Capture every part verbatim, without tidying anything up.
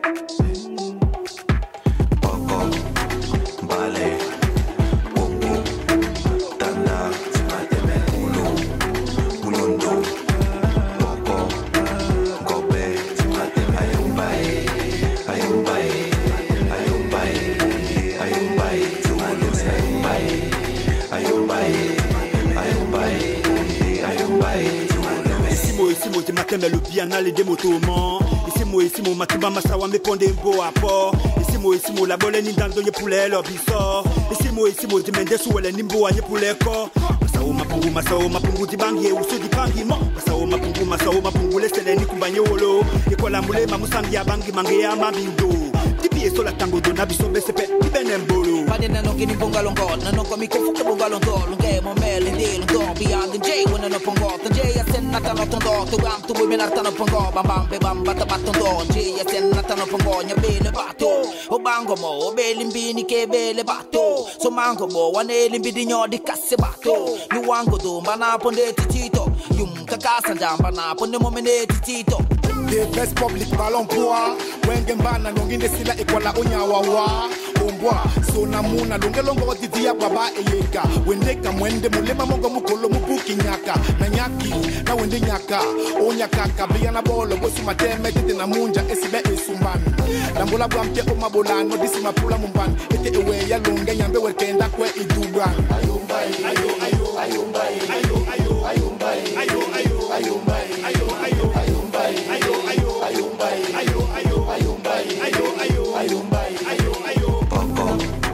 Mais le piano les démotoments ici moi ici mon matuba masawa me ponde mbo apport ici moi ici mon la boleni dans le poulet leur bisor ici moi ici moi demande sous le nimbo anye poulet ko masawa mapungu masawa mapungu dibangi uso dibangi mo masawa mapungu masawa mapungu le seleni kumbanye wolo ikola mule mamusangi ya bangi mange ya mabindo tipi so la tango dona bisombe sepe benembolo padena no kini bonga longo no ko mi ko fuka bonga longo longe mo mel ndi longo beyond the j when no pongo the j asen nata no tondo to bam to mi nata no pongo bam bam be bam bata batondo j asen nata no pongo nya bele bato o bango mo o bele mbini ke bele bato so mango mo wane limbidi nyo di kasse bato you wango do bana ponde titito yum kakasa jamba na ponde mo mene titito the best public ballon poa wenge mbana ngine sila ikola onyawawa ombwa so namuna longelongo watitia baba eyeka wendeka mwende mulema mongo mukolo mubuki nyaka na nyaki na wende nyaka onyaka kabia na bolo bosi mateme tete na munja esibe esumban lambola bwamte o mabolano disi mapula mumban ete ewe ya longe nyambe wekenda kwe iduban ayumbai ayo ayo ayumbai ayo ayo ayumbai ayo ayo ayumbai ayo ayo ayumbai ayo ayo ayumbai ayo ayo ayumbai ayo ayo ayumbai ayo ayo Poco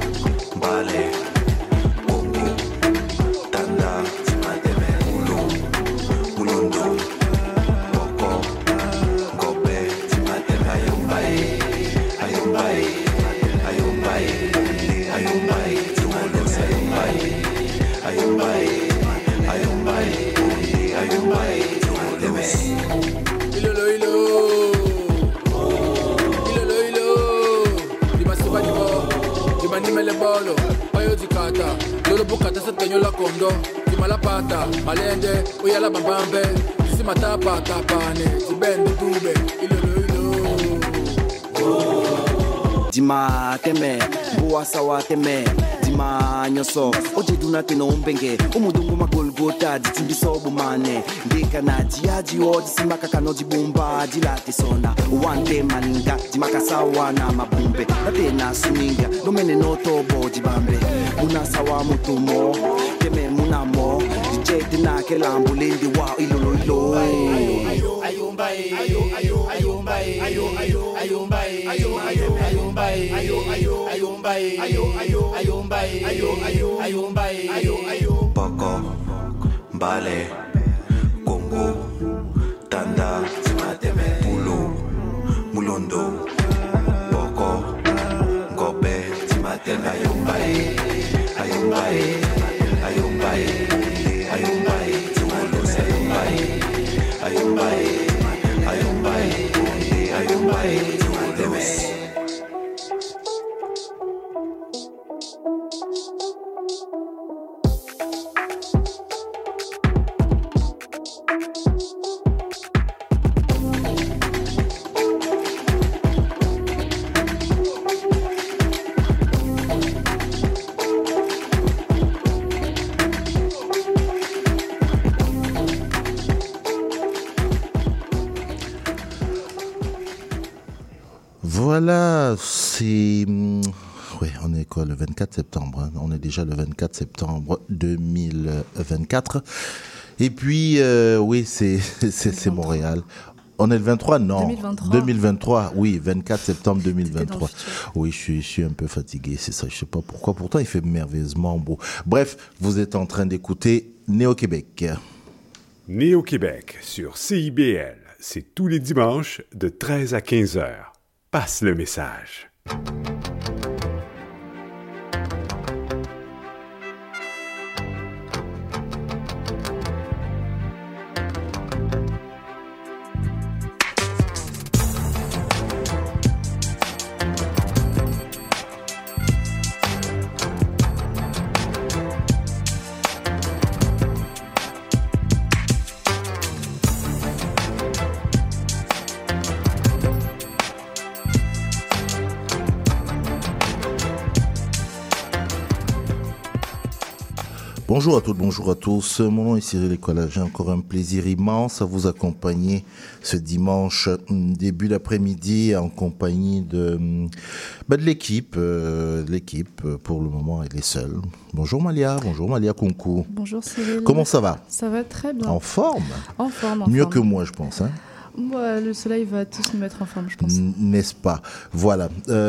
vale Bongo Tanda Mateme Ulu Ulundo Poco Gobe Mateme Ayumbai Ayumbai Ayumbai Ayumbai Tumando Sayumbai Ayumbai Ayumbai Ayumbai Tumando Ilolo ilo Ilolo ilo Dimasiba dibo Dimanime le bolo Payo dikata Lolo bukata sa tenyo la kondo Dimala pata Malende Uyala bambambe Sima tapa tapane Tibende dube Ilolo ilo Dima teme Boa sawa teme Dima nyoso Oje dunate no umbenge Umudungu magolgota Ditimbiso bumane Ndeka na diaji o Disimaka kano dibumba Dilate sona Wante maninga Dimaka sawa na mabumbe Nate na suninga Nomene no tobo dibambe Muna sawa mutumo Teme muna mo Dijete na kelambu Lendi wa ilolo ilo ayo ayumbai ayo ayo ayumbai ayo ayo ayumbai ayo ayo ayumbai ayo ayo ayumbai ayo ayo ayumbai ayo ayo ayumbai ayo ayo Poco Vale Congo Tanda Mateme Ulu Mulondo Poco Gobe Mateme Ayumbai Ayumbai Ayumbai Ayumbai Tumando Sayumbai Ayumbai Ayumbai Ayumbai Tumando Voilà, c'est... Oui, on est quoi, le vingt-quatre septembre, hein? On est déjà le vingt-quatre septembre deux mille vingt-quatre. Et puis, euh, oui, c'est, c'est, c'est Montréal. On est le vingt-trois, non. deux mille vingt-trois. deux mille vingt-trois, oui, vingt-quatre septembre deux mille vingt-trois. Oui, je suis, je suis un peu fatigué, c'est ça, je sais pas pourquoi. Pourtant, il fait merveilleusement beau. Bref, vous êtes en train d'écouter Néo-Québec. Néo-Québec sur C I B L, c'est tous les dimanches de treize à quinze heures. Passe le message. Bonjour à toutes, bonjour à tous. Mon nom est Cyril Ecola. J'ai encore un plaisir immense à vous accompagner ce dimanche début d'après-midi en compagnie de, bah, de l'équipe. Euh, l'équipe, pour le moment, elle est seule. Bonjour Malia, bonjour Malia Kunku. Bonjour Cyril. Comment ça va? Ça va très bien. En forme? En forme, en Mieux forme. que moi, je pense. Hein? Moi, le soleil va tous nous mettre en forme, je pense. N- N'est-ce pas? Voilà.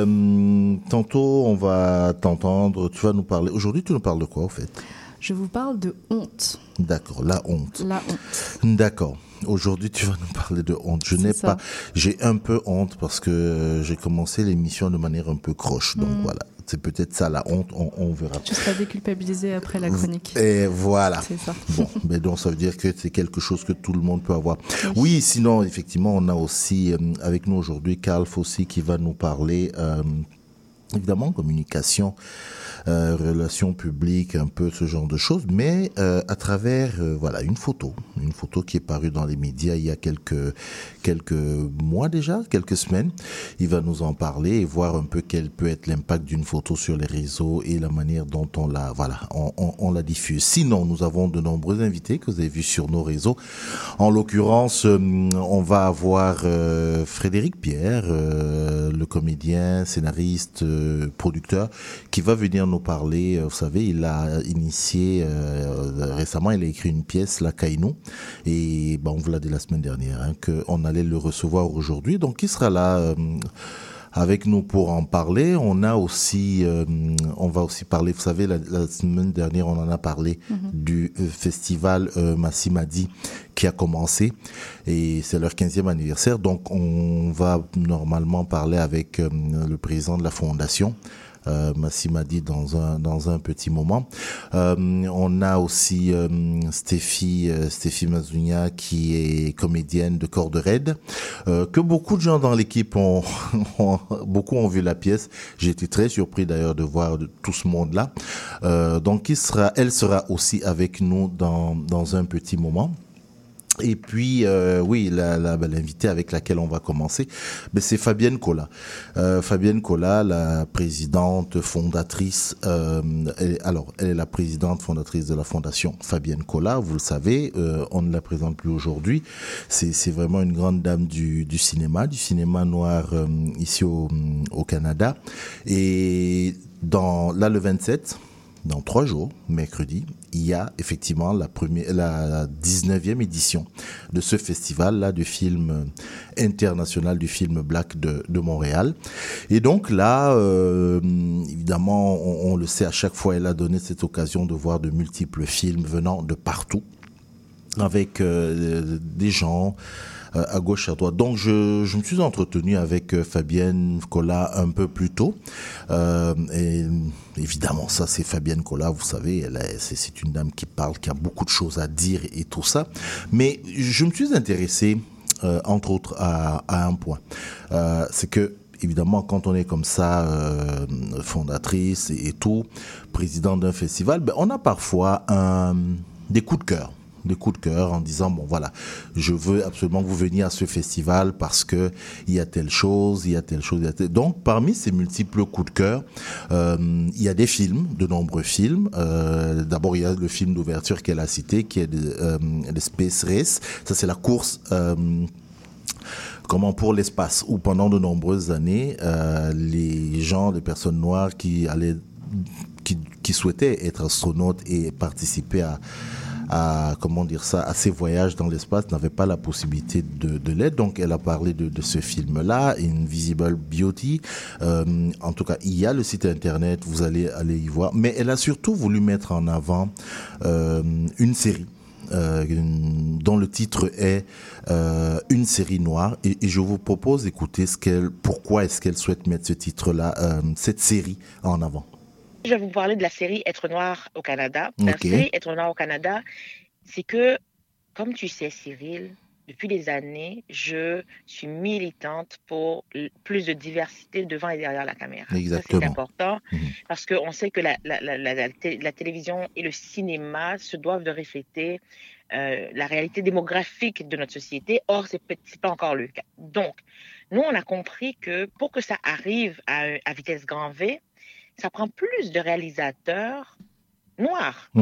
Euh, tantôt, on va t'entendre. Tu vas nous parler. Aujourd'hui, tu nous parles de quoi, au fait? Je vous parle de honte. D'accord, la honte. La honte. D'accord. Aujourd'hui, tu vas nous parler de honte. Je C'est n'ai ça. pas, j'ai un peu honte parce que j'ai commencé l'émission de manière un peu croche. Donc Mm. voilà, c'est peut-être ça la honte. On, on verra. Tu seras déculpabilisé après la chronique. Et voilà. C'est ça. Bon, mais donc ça veut dire que c'est quelque chose que tout le monde peut avoir. Oui. Oui, sinon effectivement, on a aussi euh, avec nous aujourd'hui Carl Fossi qui va nous parler. Euh, Évidemment, communication, euh, relations publiques, un peu ce genre de choses, mais euh, à travers euh, voilà une photo, une photo qui est parue dans les médias il y a quelques quelques mois déjà, quelques semaines. Il va nous en parler et voir un peu quel peut être l'impact d'une photo sur les réseaux et la manière dont on la voilà on, on, on la diffuse. Sinon, nous avons de nombreux invités que vous avez vus sur nos réseaux. En l'occurrence, euh, on va avoir euh, Frédéric Pierre, euh, le comédien, scénariste. Euh, producteur qui va venir nous parler. Vous savez, il a initié euh, récemment, il a écrit une pièce, La Kainou, et ben, on vous l'a dit la semaine dernière, hein, qu'on allait le recevoir aujourd'hui. Donc, il sera là euh, avec nous pour en parler. On a aussi, euh, on va aussi parler, vous savez, la, la semaine dernière, on en a parlé mm-hmm. du euh, festival euh, Massimadi qui a commencé et c'est leur quinzième anniversaire. Donc, on va normalement parler avec euh, le président de la fondation. Euh, Massimadi dans un dans un petit moment. Euh, on a aussi euh, Stéphie euh, Stéphie Mazunia qui est comédienne de Corde Raide, euh, que beaucoup de gens dans l'équipe ont, ont beaucoup ont vu la pièce. J'ai été très surpris d'ailleurs de voir de, tout ce monde là. Euh, donc il sera elle sera aussi avec nous dans dans un petit moment. Et puis, euh, oui, la, la, l'invitée avec laquelle on va commencer, ben, c'est Fabienne Cola. Euh, Fabienne Cola, la présidente fondatrice, euh, elle, alors, elle est la présidente fondatrice de la fondation Fabienne Cola, vous le savez, euh, on ne la présente plus aujourd'hui. C'est, c'est vraiment une grande dame du, du cinéma, du cinéma noir euh, ici au, au Canada. Et dans, là, le vingt-sept, dans trois jours, mercredi, il y a effectivement la première, la dix-neuvième édition de ce festival-là du film international du film Black de, de Montréal. Et donc là, euh, évidemment, on, on le sait, à chaque fois, elle a donné cette occasion de voir de multiples films venant de partout, avec euh, des gens euh, à gauche, à droite. Donc, je, je me suis entretenu avec euh, Fabienne Cola un peu plus tôt. Euh, et évidemment, ça, c'est Fabienne Cola, vous savez, elle est, c'est, c'est une dame qui parle, qui a beaucoup de choses à dire et tout ça. Mais je me suis intéressé, euh, entre autres, à, à un point. Euh, c'est que, évidemment, quand on est comme ça, euh, fondatrice et, et tout, présidente d'un festival, ben, on a parfois un, des coups de cœur. des coups de cœur en disant bon voilà, je veux absolument que vous veniez à ce festival parce que il y a telle chose, il y a telle chose, il y a telle... Donc parmi ces multiples coups de cœur, euh, il y a des films, de nombreux films. Euh, d'abord il y a le film d'ouverture qu'elle a cité, qui est de, euh, de Space Race. Ça c'est la course. Euh, Comment pour l'espace, où pendant de nombreuses années, euh, les gens, les personnes noires qui allaient, qui, qui souhaitaient être astronautes et participer à à, comment dire ça, à ces voyages dans l'espace n'avait pas la possibilité de, de l'être. Donc, elle a parlé de, de ce film-là, Invisible Beauty. Euh, en tout cas, il y a le site internet, vous allez aller y voir. Mais elle a surtout voulu mettre en avant euh, une série. Euh, dont le titre est euh, Une série noire, et, et je vous propose d'écouter ce qu'elle, pourquoi est-ce qu'elle souhaite mettre ce titre-là, euh, cette série en avant. Je vais vous parler de la série Être noir au Canada. La Okay. série Être noir au Canada, c'est que, comme tu sais, Cyril, depuis des années, je suis militante pour l- plus de diversité devant et derrière la caméra. Ça, Exactement. c'est important Mhm. parce qu'on sait que la, la, la, la, la, té- la télévision et le cinéma se doivent de refléter euh, la réalité démographique de notre société. Or, ce n'est pas encore le cas. Donc, nous, on a compris que pour que ça arrive à, un- à vitesse grand V, ça prend plus de réalisateurs noirs. Mhm.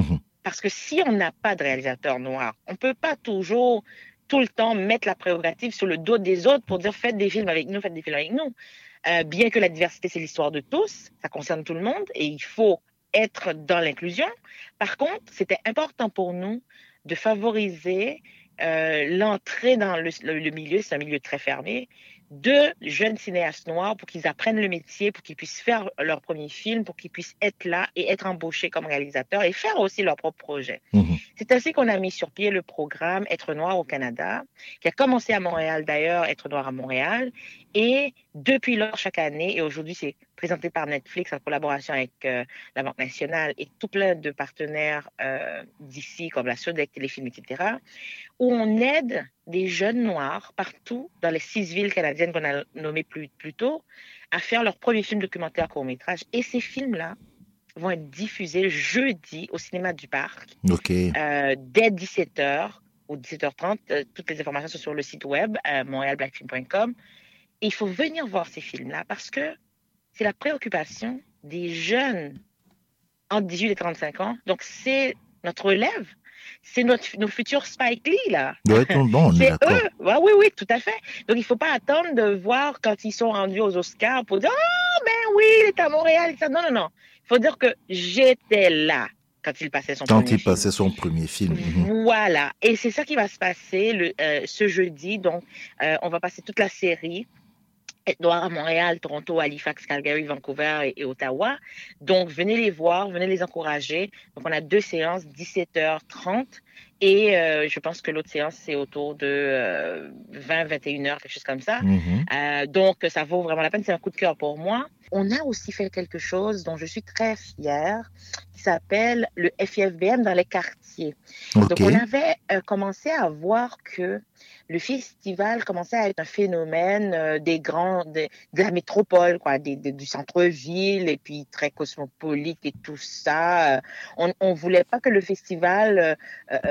Parce que si on n'a pas de réalisateur noir, on ne peut pas toujours, tout le temps, mettre la prérogative sur le dos des autres pour dire faites des films avec nous, faites des films avec nous. Euh, bien que la diversité, c'est l'histoire de tous, ça concerne tout le monde et il faut être dans l'inclusion. Par contre, c'était important pour nous de favoriser euh, l'entrée dans le, le, le milieu, c'est un milieu très fermé, de jeunes cinéastes noirs pour qu'ils apprennent le métier, pour qu'ils puissent faire leur premier film, pour qu'ils puissent être là et être embauchés comme réalisateurs et faire aussi leur propre projet. Mmh. C'est ainsi qu'on a mis sur pied le programme Être Noir au Canada, qui a commencé à Montréal d'ailleurs, Être Noir à Montréal, et depuis lors, chaque année, et aujourd'hui c'est présenté par Netflix en collaboration avec euh, la Banque nationale et tout plein de partenaires euh, d'ici, comme la Sodec, Téléfilm, et cetera, où on aide des jeunes noirs partout dans les six villes canadiennes qu'on a nommées plus, plus tôt à faire leur premier film documentaire court-métrage. Et ces films-là vont être diffusés jeudi au cinéma du Parc okay. euh, dès dix-sept heures ou dix-sept heures trente. Euh, toutes les informations sont sur le site web euh, montréal black film point com. Et il faut venir voir ces films-là parce que c'est la préoccupation des jeunes entre dix-huit et trente-cinq ans. Donc, c'est notre relève. C'est notre, nos futurs Spike Lee, là. Ouais, bon, c'est eux. Ouais, oui, oui, tout à fait. Donc, il ne faut pas attendre de voir quand ils sont rendus aux Oscars pour dire « Oh, ben oui, il est à Montréal. » Non, non, non. Il faut dire que j'étais là quand il passait son quand premier film. Quand il passait son premier film. Voilà. Et c'est ça qui va se passer le, euh, ce jeudi. Donc, euh, on va passer toute la série. Être Noir à Montréal, Toronto, Halifax, Calgary, Vancouver et, et Ottawa. Donc, venez les voir, venez les encourager. Donc, on a deux séances, dix-sept heures trente. Et euh, je pense que l'autre séance, c'est autour de euh, vingt, vingt et une heures, quelque chose comme ça. Mm-hmm. Euh, donc, ça vaut vraiment la peine. C'est un coup de cœur pour moi. On a aussi fait quelque chose dont je suis très fière, qui s'appelle le F I F B M dans les quartiers. Okay. Donc, on avait euh, commencé à voir que le festival commençait à être un phénomène euh, des grands, de, de la métropole, quoi, des, des, du centre-ville, et puis très cosmopolite et tout ça. On ne voulait pas que le festival euh,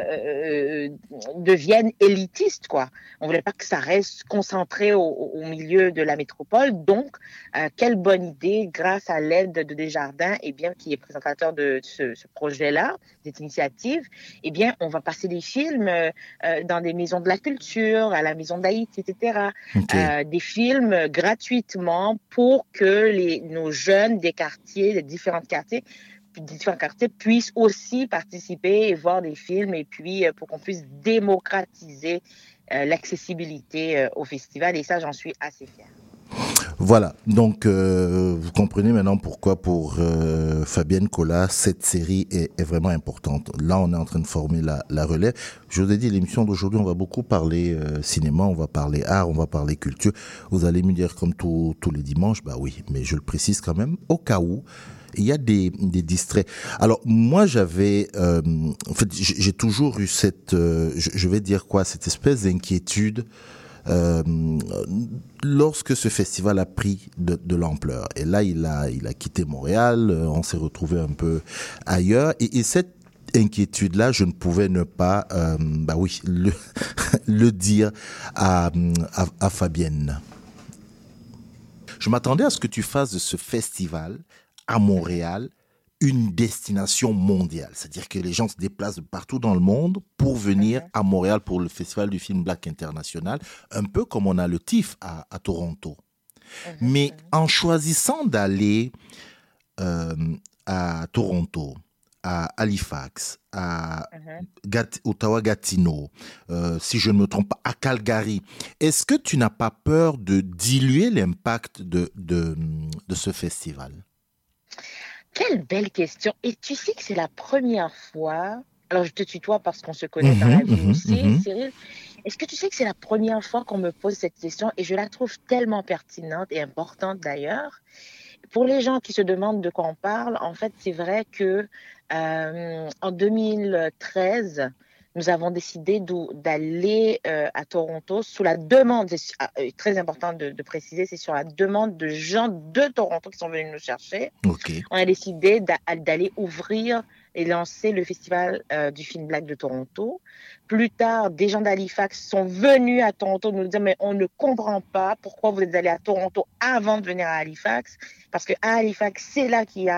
euh, devienne élitiste, quoi. On ne voulait pas que ça reste concentré au, au milieu de la métropole. Donc, euh, quelle bonne idée, grâce à l'aide de Desjardins, eh bien, qui est présentateur de ce, ce projet-là, cette initiative, eh bien, on va passer des films euh, dans des maisons de la culture, à la Maison d'Haïti, et cetera. Okay. Euh, des films gratuitement pour que les, nos jeunes des quartiers, des différents quartiers, des différents quartiers puissent aussi participer et voir des films et puis euh, pour qu'on puisse démocratiser euh, l'accessibilité euh, au festival. Et ça, j'en suis assez fière. Voilà, donc euh, vous comprenez maintenant pourquoi pour euh, Fabienne Collat, cette série est, est vraiment importante. Là, on est en train de former la, la relève. Je vous ai dit, l'émission d'aujourd'hui, on va beaucoup parler euh, cinéma, on va parler art, on va parler culture. Vous allez me dire comme tous tous les dimanches, bah oui, mais je le précise quand même, au cas où, il y a des, des distraits. Alors, moi, j'avais... Euh, en fait, j'ai toujours eu cette... Euh, je, je vais dire quoi, cette espèce d'inquiétude Euh, lorsque ce festival a pris de, de l'ampleur. Et là, il a, il a quitté Montréal, on s'est retrouvé un peu ailleurs. Et, et cette inquiétude-là, je ne pouvais ne pas, euh, bah oui, le, le dire à, à, à Fabienne. Je m'attendais à ce que tu fasses de ce festival à Montréal une destination mondiale. C'est-à-dire que les gens se déplacent de partout dans le monde pour venir à Montréal pour le Festival du film Black International, un peu comme on a le T I F à, à Toronto. Mm-hmm. Mais en choisissant d'aller euh, à Toronto, à Halifax, à mm-hmm. Gat- Ottawa-Gatineau, euh, si je ne me trompe pas, à Calgary, est-ce que tu n'as pas peur de diluer l'impact de, de, de ce festival ? Quelle belle question. Et tu sais que c'est la première fois, alors je te tutoie parce qu'on se connaît mmh, dans la vie mmh, aussi, mmh. Cyril. Est-ce que tu sais que c'est la première fois qu'on me pose cette question et je la trouve tellement pertinente et importante d'ailleurs. Pour les gens qui se demandent de quoi on parle, en fait, c'est vrai que euh, en deux mille treize, nous avons décidé d'aller euh, à Toronto sous la demande, c'est très important de, de préciser, c'est sur la demande de gens de Toronto qui sont venus nous chercher. Okay. On a décidé d'aller ouvrir et lancer le festival euh, du film Black de Toronto. Plus tard, des gens d'Halifax sont venus à Toronto nous dire mais on ne comprend pas pourquoi vous êtes allés à Toronto avant de venir à Halifax, parce qu'à Halifax, c'est là qu'il y a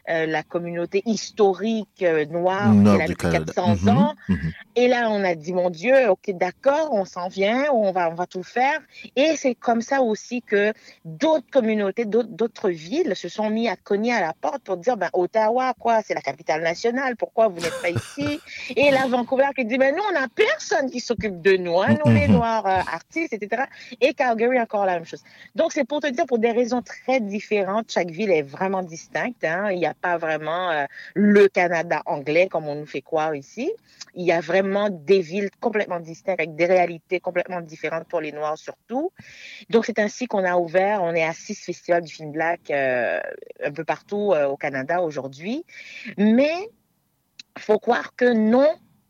euh, la communauté historique euh, noire Nord qui est là du depuis Canada. quatre cents Mhm, ans. mhm. Et là, on a dit, mon Dieu, ok, d'accord, on s'en vient, on va, on va tout faire. Et c'est comme ça aussi que d'autres communautés, d'autres, d'autres villes se sont mis à cogner à la porte pour dire, ben, Ottawa, quoi, c'est la capitale nationale, pourquoi vous n'êtes pas ici? Et là, Vancouver qui dit, ben, nous, on n'a personne qui s'occupe de nous, hein, nous, les Mhm. Noirs, euh, artistes, et cetera. Et Calgary, encore la même chose. Donc, c'est pour te dire, pour des raisons très différentes, chaque ville est vraiment distincte, hein. Il n'y a pas vraiment euh, le Canada anglais, comme on nous fait croire ici. Il y a vraiment des villes complètement distinctes, avec des réalités complètement différentes pour les Noirs surtout. Donc, c'est ainsi qu'on a ouvert, on est à six festivals du film black euh, un peu partout euh, au Canada aujourd'hui. Mais il faut croire que non,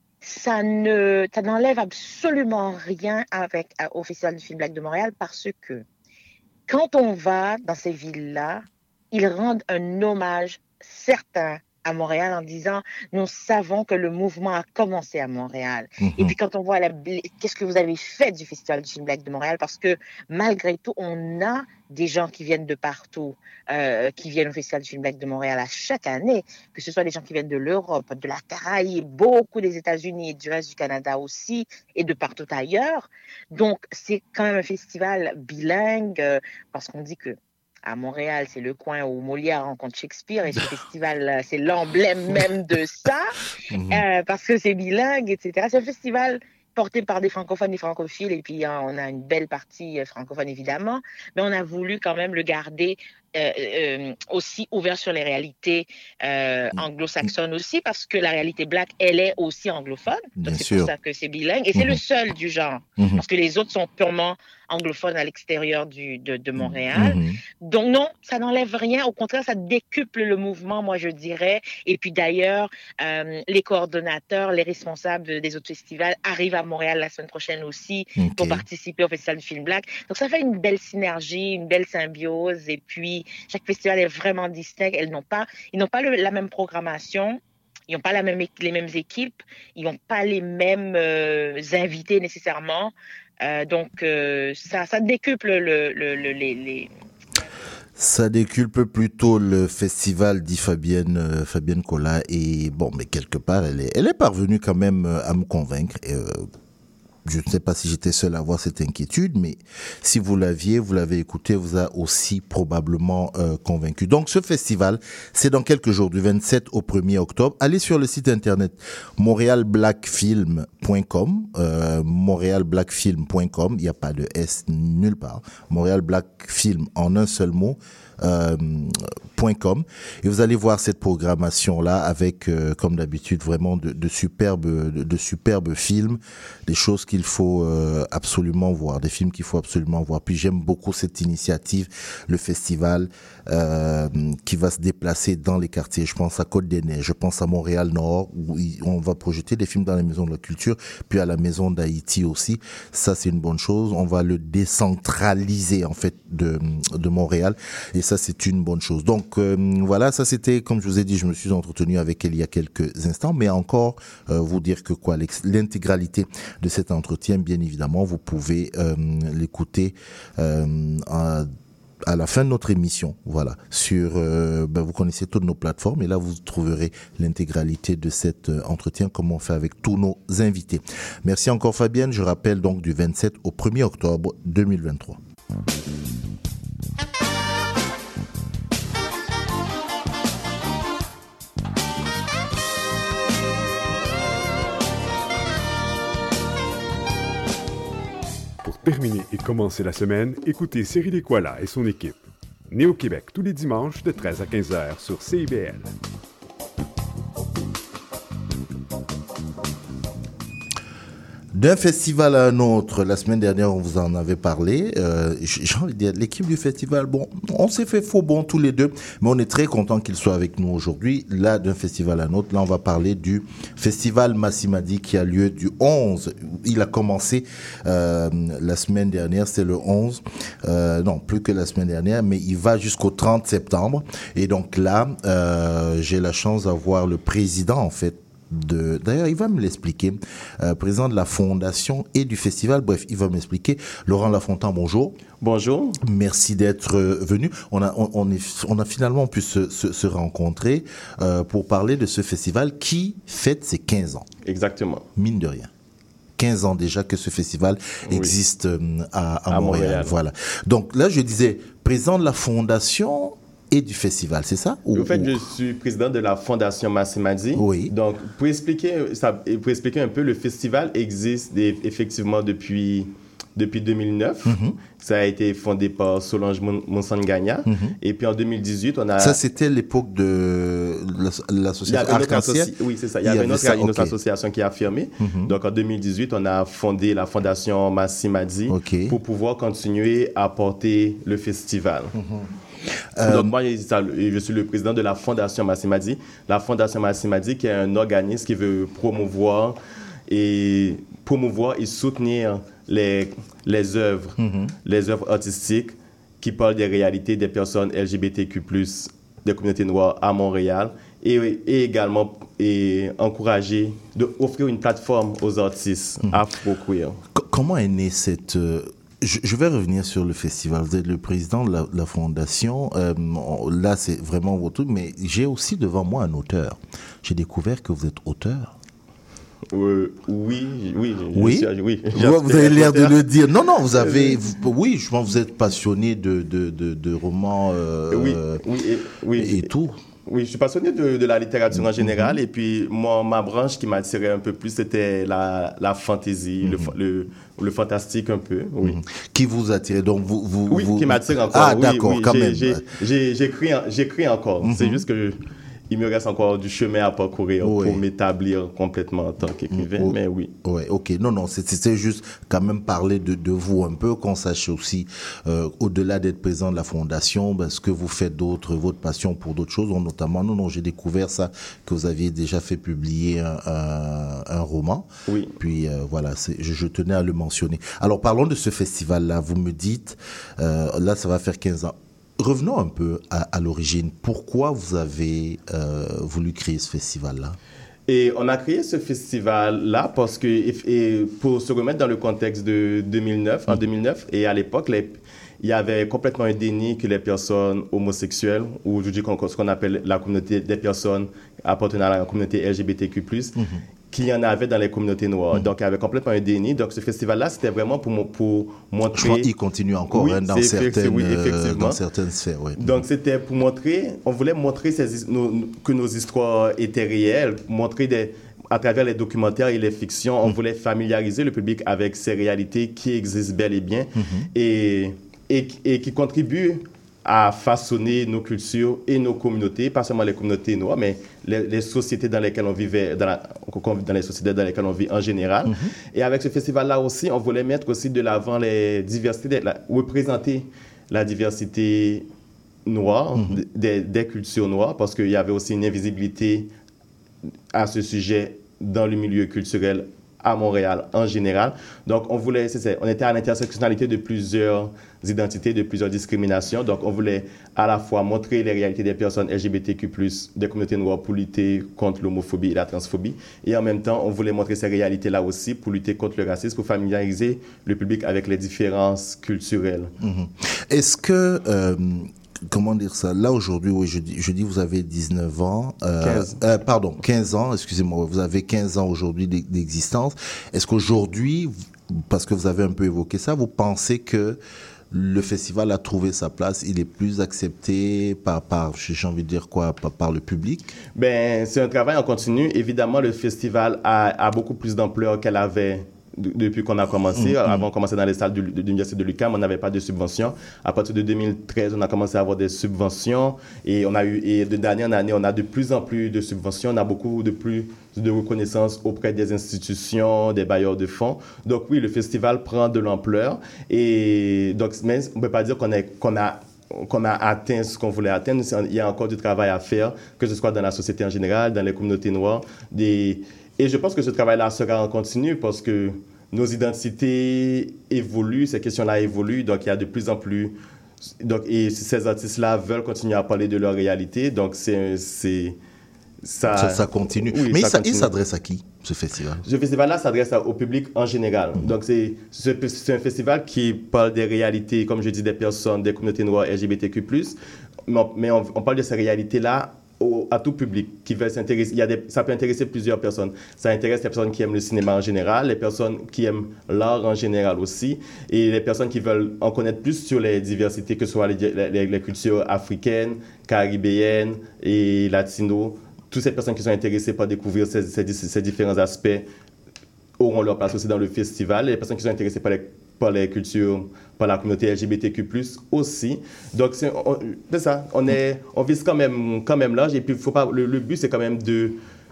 ça ne, ça n'enlève absolument rien avec, à- au Festival du film black de Montréal parce que quand on va dans ces villes-là, ils rendent un hommage certain à Montréal en disant nous savons que le mouvement a commencé à Montréal. Et puis quand on voit la, qu'est-ce que vous avez fait du Festival du film black de Montréal, parce que malgré tout, on a des gens qui viennent de partout, euh, qui viennent au Festival du film black de Montréal à chaque année, que ce soit des gens qui viennent de l'Europe, de la Caraïbe, beaucoup des États-Unis et du reste du Canada aussi, et de partout ailleurs. Donc, c'est quand même un festival bilingue, euh, parce qu'on dit que à Montréal, c'est le coin où Molière rencontre Shakespeare, et ce festival, c'est l'emblème même de ça, euh, parce que c'est bilingue, et cetera. C'est un festival porté par des francophones et francophiles, et puis hein, on a une belle partie euh, francophone évidemment, mais on a voulu quand même le garder euh, euh, aussi ouvert sur les réalités euh, anglo-saxonnes aussi, parce que la réalité black, elle est aussi anglophone, donc c'est pour ça que c'est bilingue, et c'est Mhm. le seul du genre, Mhm. parce que les autres sont purement anglophones à l'extérieur du, de, de Montréal. Mhm. Donc non, ça n'enlève rien, au contraire, ça décuple le mouvement, moi je dirais, et puis d'ailleurs, euh, les coordonnateurs, les responsables des autres festivals arrivent à Montréal la semaine prochaine aussi Ok. pour participer au Festival du film black. Donc ça fait une belle synergie, une belle symbiose, et puis chaque festival est vraiment distinct. Elles n'ont pas, ils n'ont pas le- la même programmation. Ils n'ont pas la même, é- les mêmes équipes, ils n'ont pas les mêmes euh, invités nécessairement. Euh, donc, euh, ça, ça décuple le, le, le- les, les... Ça déculpe plutôt le festival, dit Fabienne, euh, Fabienne Collat. Et bon, mais quelque part, elle est, elle est parvenue quand même euh, à me convaincre. Et, euh, je ne sais pas si j'étais seul à avoir cette inquiétude, mais si vous l'aviez, vous l'avez écouté, vous a aussi probablement euh, convaincu. Donc ce festival, c'est dans quelques jours, du vingt-sept au premier octobre. Allez sur le site internet montreal black film point com, euh, montreal black film point com, il n'y a pas de S nulle part. Montreal Black Film en un seul mot. Euh, .com, et vous allez voir cette programmation là avec euh, comme d'habitude vraiment de, de superbes de, de superbes films, des choses qu'il faut euh, absolument voir, des films qu'il faut absolument voir. Puis j'aime beaucoup cette initiative, le festival euh, qui va se déplacer dans les quartiers. Je pense à Côte-des-Neiges, je pense à Montréal-Nord où on va projeter des films dans la Maison de la Culture, puis à la Maison d'Haïti aussi. Ça c'est une bonne chose. On va le décentraliser en fait de de Montréal, et ça c'est une bonne chose. Donc euh, voilà, ça c'était, comme je vous ai dit, je me suis entretenu avec elle il y a quelques instants, mais encore euh, vous dire que quoi, l'intégralité de cet entretien, bien évidemment, vous pouvez euh, l'écouter euh, à, à la fin de notre émission, voilà, sur, euh, ben, vous connaissez toutes nos plateformes, et là vous trouverez l'intégralité de cet euh, entretien, comme on fait avec tous nos invités. Merci encore Fabienne, je rappelle donc du vingt-sept au premier octobre deux mille vingt-trois. Pour terminer et commencer la semaine, écoutez Cyril Equala et son équipe. Né au Québec tous les dimanches de treize à quinze heures sur C I B L. D'un festival à un autre, la semaine dernière on vous en avait parlé, euh, j'ai envie de dire, l'équipe du festival, bon, on s'est fait faux bon tous les deux, mais on est très content qu'ils soient avec nous aujourd'hui. Là, d'un festival à un autre, là on va parler du festival Massimadi qui a lieu du onze, il a commencé euh, la semaine dernière, c'est le onze, euh, non, plus que la semaine dernière, mais il va jusqu'au trente septembre, et donc là, euh, j'ai la chance d'avoir le président en fait de... D'ailleurs, il va me l'expliquer. Euh, président de la fondation et du festival. Bref, il va m'expliquer. Laurent Lafontaine, bonjour. Bonjour. Merci d'être venu. On a, on, on, est, on a finalement pu se, se, se rencontrer euh, pour parler de ce festival qui fête ses quinze ans. Exactement. Mine de rien. quinze ans déjà que ce festival oui. existe à, à, à Montréal. Montréal. Voilà. Donc là, je disais, président de la fondation et du festival, c'est ça? Ou, en fait, ou... je suis président de la fondation Massimadi. Oui. Donc, pour expliquer, ça, pour expliquer un peu, le festival existe effectivement depuis, depuis deux mille neuf. Mm-hmm. Ça a été fondé par Solange Monsangagna. Mm-hmm. Et puis en deux mille dix-huit, on a... Ça, c'était l'époque de l'association Arc-en-Ciel? Associ... Oui, c'est ça. Il y, Il y avait, avait une autre, ça, une autre okay. association qui a fermé. Mm-hmm. Donc en deux mille dix-huit, on a fondé la fondation Massimadi okay. pour pouvoir continuer à porter le festival. Mm-hmm. Euh, Donc moi, je suis le président de la Fondation Massimadi. La Fondation Massimadi, qui est un organisme qui veut promouvoir et, promouvoir et soutenir les, les œuvres, mm-hmm. les œuvres artistiques qui parlent des réalités des personnes L G B T Q plus, des communautés noires à Montréal, et, et également et encourager, de offrir une plateforme aux artistes mm-hmm. afro-queer. C- comment est née cette... Euh... Je vais revenir sur le festival. Vous êtes le président de la, la fondation. Euh, là, c'est vraiment votre truc. Mais j'ai aussi devant moi un auteur. J'ai découvert que vous êtes auteur. Euh, oui, oui, oui. Je suis, oui vous, vous avez l'air de le dire. Non, non, vous avez. Vous, oui, je pense que vous êtes passionné de, de, de, de romans euh, oui, oui, et, oui, et tout. Oui, je suis passionné de, de la littérature en général. Mm-hmm. Et puis, moi, ma branche qui m'attirait un peu plus, c'était la, la fantaisie, mm-hmm. le, le, le fantastique un peu. Oui. Mm-hmm. Qui vous attirait? Donc, vous, vous, oui, vous... qui m'attire encore. Ah, oui, d'accord, oui, quand j'ai, même. J'ai, j'ai, j'écris, j'écris encore. Mm-hmm. C'est juste que... Je, il me reste encore du chemin à parcourir oui. pour m'établir complètement en tant qu'écrivain, oh, mais oui. Oui, ok. Non, non, c'était juste quand même parler de, de vous un peu, qu'on sache aussi, euh, au-delà d'être président de la fondation, ben, ce que vous faites d'autres, votre passion pour d'autres choses, notamment, non, non, j'ai découvert ça, que vous aviez déjà fait publier un, un, un roman. Oui. Puis euh, voilà, c'est, je, je tenais à le mentionner. Alors, parlons de ce festival-là. Vous me dites, euh, là, ça va faire quinze ans. Revenons un peu à, à l'origine. Pourquoi vous avez euh, voulu créer ce festival-là? Et on a créé ce festival-là parce que, et pour se remettre dans le contexte de deux mille neuf, mmh. en deux mille neuf, et à l'époque, les, il y avait complètement un déni que les personnes homosexuelles, ou je dis ce qu'on appelle la communauté des personnes appartenant à la communauté L G B T Q plus, mmh. qu'il y en avait dans les communautés noires. Mmh. Donc, il y avait complètement un déni. Donc, ce festival-là, c'était vraiment pour, pour montrer... Je crois qu'il continue encore oui, hein, dans, certaines, oui, euh, dans certaines sphères. Oui. Donc, c'était pour montrer... On voulait montrer ces, nos, que nos histoires étaient réelles, montrer des... À travers les documentaires et les fictions, on mmh. voulait familiariser le public avec ces réalités qui existent bel et bien mmh. et, et, et qui contribuent à façonner nos cultures et nos communautés, pas seulement les communautés noires, mais les, les sociétés dans lesquelles on vivait, dans, la, dans les sociétés dans lesquelles on vit en général. Mm-hmm. Et avec ce festival-là aussi, on voulait mettre aussi de l'avant les diversités, la, représenter la diversité noire, mm-hmm. des, des cultures noires, parce qu'il y avait aussi une invisibilité à ce sujet dans le milieu culturel à Montréal en général. Donc, on voulait, c'est ça, on était à l'intersectionnalité de plusieurs identités, de plusieurs discriminations. Donc, on voulait à la fois montrer les réalités des personnes L G B T Q plus, des communautés noires pour lutter contre l'homophobie et la transphobie. Et en même temps, on voulait montrer ces réalités-là aussi pour lutter contre le racisme, pour familiariser le public avec les différences culturelles. Mmh. Est-ce que... Euh Comment dire ça? Là, aujourd'hui, oui, je dis, je dis vous avez dix-neuf ans. Euh, quinze. Euh, pardon, quinze ans, excusez-moi. Vous avez quinze ans aujourd'hui d'existence. Est-ce qu'aujourd'hui, parce que vous avez un peu évoqué ça, vous pensez que le festival a trouvé sa place, il est plus accepté par, par j'ai envie de dire quoi, par, par le public? Ben, c'est un travail en continu. Évidemment, le festival a, a beaucoup plus d'ampleur qu'elle avait depuis qu'on a commencé. Mmh, Avant, on commençait dans les salles de, de, de l'Université de l'U Q A M, on n'avait pas de subventions. À partir de deux mille treize, on a commencé à avoir des subventions et, on a eu, et de d'année en année, on a de plus en plus de subventions. On a beaucoup de plus de reconnaissance auprès des institutions, des bailleurs de fonds. Donc oui, le festival prend de l'ampleur. Et donc, mais on ne peut pas dire qu'on, est, qu'on a qu'on a atteint ce qu'on voulait atteindre. Il y a encore du travail à faire, que ce soit dans la société en général, dans les communautés noires. Des... Et je pense que ce travail-là sera en continu parce que nos identités évoluent, ces questions-là évoluent, donc il y a de plus en plus... Donc, et ces artistes-là veulent continuer à parler de leur réalité, donc c'est, c'est, ça, ça, ça continue. Oui, Mais ça il, sa- continue. il s'adresse à qui, ce festival? Ce festival-là s'adresse à- au public en général. Mm-hmm. Donc, c'est, c'est, c'est un festival qui parle des réalités, comme je dis, des personnes, des communautés noires L G B T Q plus. Mais on, mais on, on parle de ces réalités-là au, à tout public qui veut s'intéresser. Il y a des, ça peut intéresser plusieurs personnes. Ça intéresse les personnes qui aiment le cinéma en général, les personnes qui aiment l'art en général aussi, et les personnes qui veulent en connaître plus sur les diversités, que ce soit les, les, les cultures africaines, caribéennes et latino. Toutes ces personnes qui sont intéressées par découvrir ces, ces, ces différents aspects auront leur place aussi dans le festival. Les personnes qui sont intéressées par les, par les cultures, par la communauté L G B T Q plus, aussi. Donc, c'est, on, c'est ça. On, est, on vise quand même, quand même large. Et puis, faut pas, le, le but, c'est quand même de...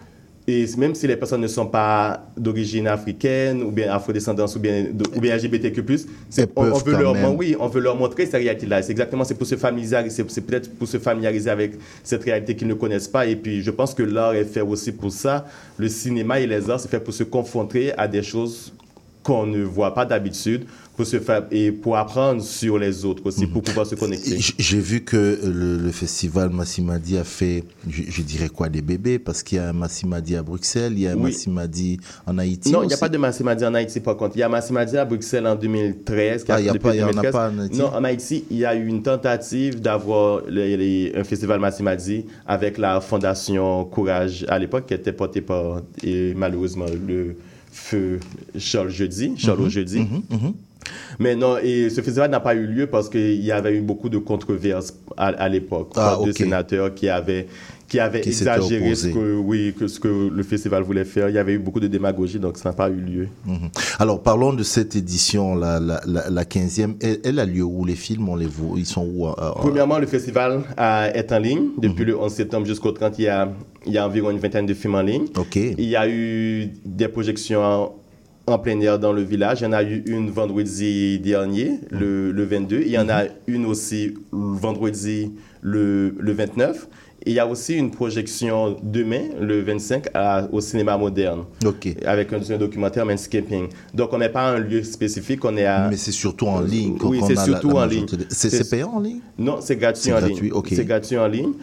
Et même si les personnes ne sont pas d'origine africaine, ou bien afrodescendance, ou bien, de, ou bien L G B T Q plus, c'est, on, on, veut leur, mon, oui, on veut leur montrer cette réalité-là. C'est exactement, c'est pour se familiariser, c'est, c'est peut-être pour se familiariser avec cette réalité qu'ils ne connaissent pas. Et puis, je pense que l'art est fait aussi pour ça. Le cinéma et les arts, c'est fait pour se confronter à des choses qu'on ne voit pas d'habitude, pour se faire, et pour apprendre sur les autres aussi, pour pouvoir se connecter. J'ai vu que le, le festival Massimadi a fait, je, je dirais quoi, des bébés, parce qu'il y a un Massimadi à Bruxelles, il y a un oui. Massimadi en Haïti. Non, il n'y a pas de Massimadi en Haïti, par contre. Il y a Massimadi à Bruxelles en deux mille treize. Qui ah, a il n'y a, pas, deux mille treize. Y en a pas en Haïti? Non, en Haïti, il y a eu une tentative d'avoir le, le, un festival Massimadi avec la fondation Courage à l'époque, qui était portée par, et malheureusement, le feu Charles Jeudi, Charles mm-hmm. Jeudi. Mm-hmm. Mm-hmm. Mais non, et ce festival n'a pas eu lieu parce qu'il y avait eu beaucoup de controverses à, à l'époque. Ah, okay. De sénateurs qui avaient, qui avaient qui exagéré ce que, oui, que, ce que le festival voulait faire. Il y avait eu beaucoup de démagogie, donc ça n'a pas eu lieu. Mm-hmm. Alors, parlons de cette édition, la, la, la, la quinzième. Elle, elle a lieu où? Les films, on les voit, ils sont où? euh, Premièrement, le festival euh, est en ligne. Depuis mm-hmm. le onze septembre jusqu'au trente, il y a, il y a environ une vingtaine de films en ligne. Okay. Il y a eu des projections en, en plein air dans le village. Il y en a eu une vendredi dernier, mmh. le, le vingt-deux. Il y en a une aussi vendredi le, le vingt-neuf. Et il y a aussi une projection demain, le vingt-cinq, à, au cinéma moderne. Okay. Avec un, un documentaire Manscaping. Donc, on n'est pas à un lieu spécifique, on est à... Mais c'est surtout en ligne. Oui, c'est surtout en ligne. C'est, c'est payant en ligne? Non, c'est gratuit c'est en gratuit, ligne. Okay. C'est gratuit en ligne.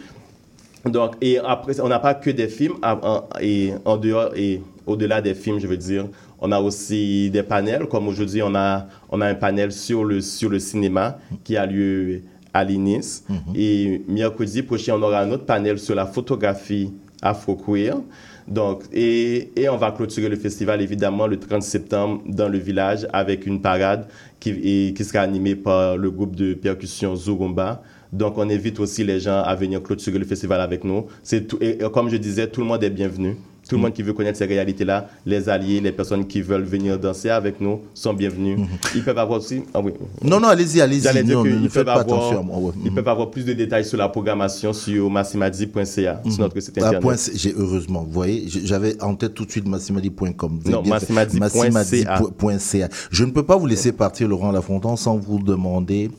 Donc, et après, on n'a pas que des films, en, et en dehors et au-delà des films, je veux dire, on a aussi des panels, comme aujourd'hui, on a, on a un panel sur le, sur le cinéma qui a lieu à l'I N I S. Mm-hmm. Et mercredi prochain, on aura un autre panel sur la photographie afro-queer. Donc, et, et on va clôturer le festival, évidemment, le trente septembre dans le village avec une parade qui, et, qui sera animée par le groupe de percussion Zurumba. Donc, on invite aussi les gens à venir clôturer le festival avec nous. C'est tout, et, et comme je disais, tout le monde est bienvenu. Tout le monde qui veut connaître ces réalités-là, les alliés, les personnes qui veulent venir danser avec nous sont bienvenus. Mm-hmm. Ils peuvent avoir aussi... Ah oui. Non, non, allez-y, allez-y. J'allais dire non, qu'ils ne peuvent, pas avoir, attention. Oh, ouais. ils mm-hmm. peuvent avoir plus de détails sur la programmation sur massimadi point c a, mm-hmm. sur notre site internet. Ah, point c- j'ai, heureusement, vous voyez, j'avais en tête tout de suite massimadi point com. Non, massimadi point c a. Je ne peux pas vous laisser partir, Laurent Lafontaine, sans vous demander...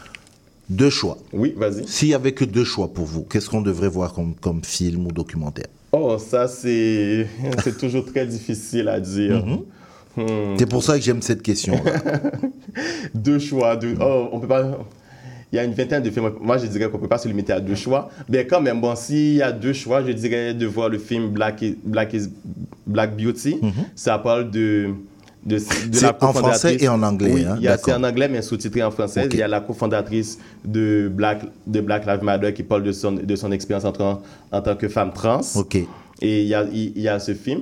Deux choix. Oui, vas-y. S'il n'y avait que deux choix pour vous, qu'est-ce qu'on devrait voir comme, comme film ou documentaire? Oh, ça, c'est, c'est toujours très difficile à dire. Mm-hmm. Hmm. C'est pour ça que j'aime cette question. Deux choix. Deux... Oh, on peut pas... Il y a une vingtaine de films. Moi, je dirais qu'on ne peut pas se limiter à deux choix. Mais quand même, bon, s'il y a deux choix, je dirais de voir le film Black, is... Black, is... Black Beauty. Mm-hmm. Ça parle de... De, de c'est la en français et en anglais. Oui, hein, il y a, c'est en anglais, mais sous-titré en français. Okay. Il y a la cofondatrice de Black, de Black Lives Matter qui parle de son, de son expérience en, en, en tant que femme trans. Okay. Et il y, a, il, il y a ce film.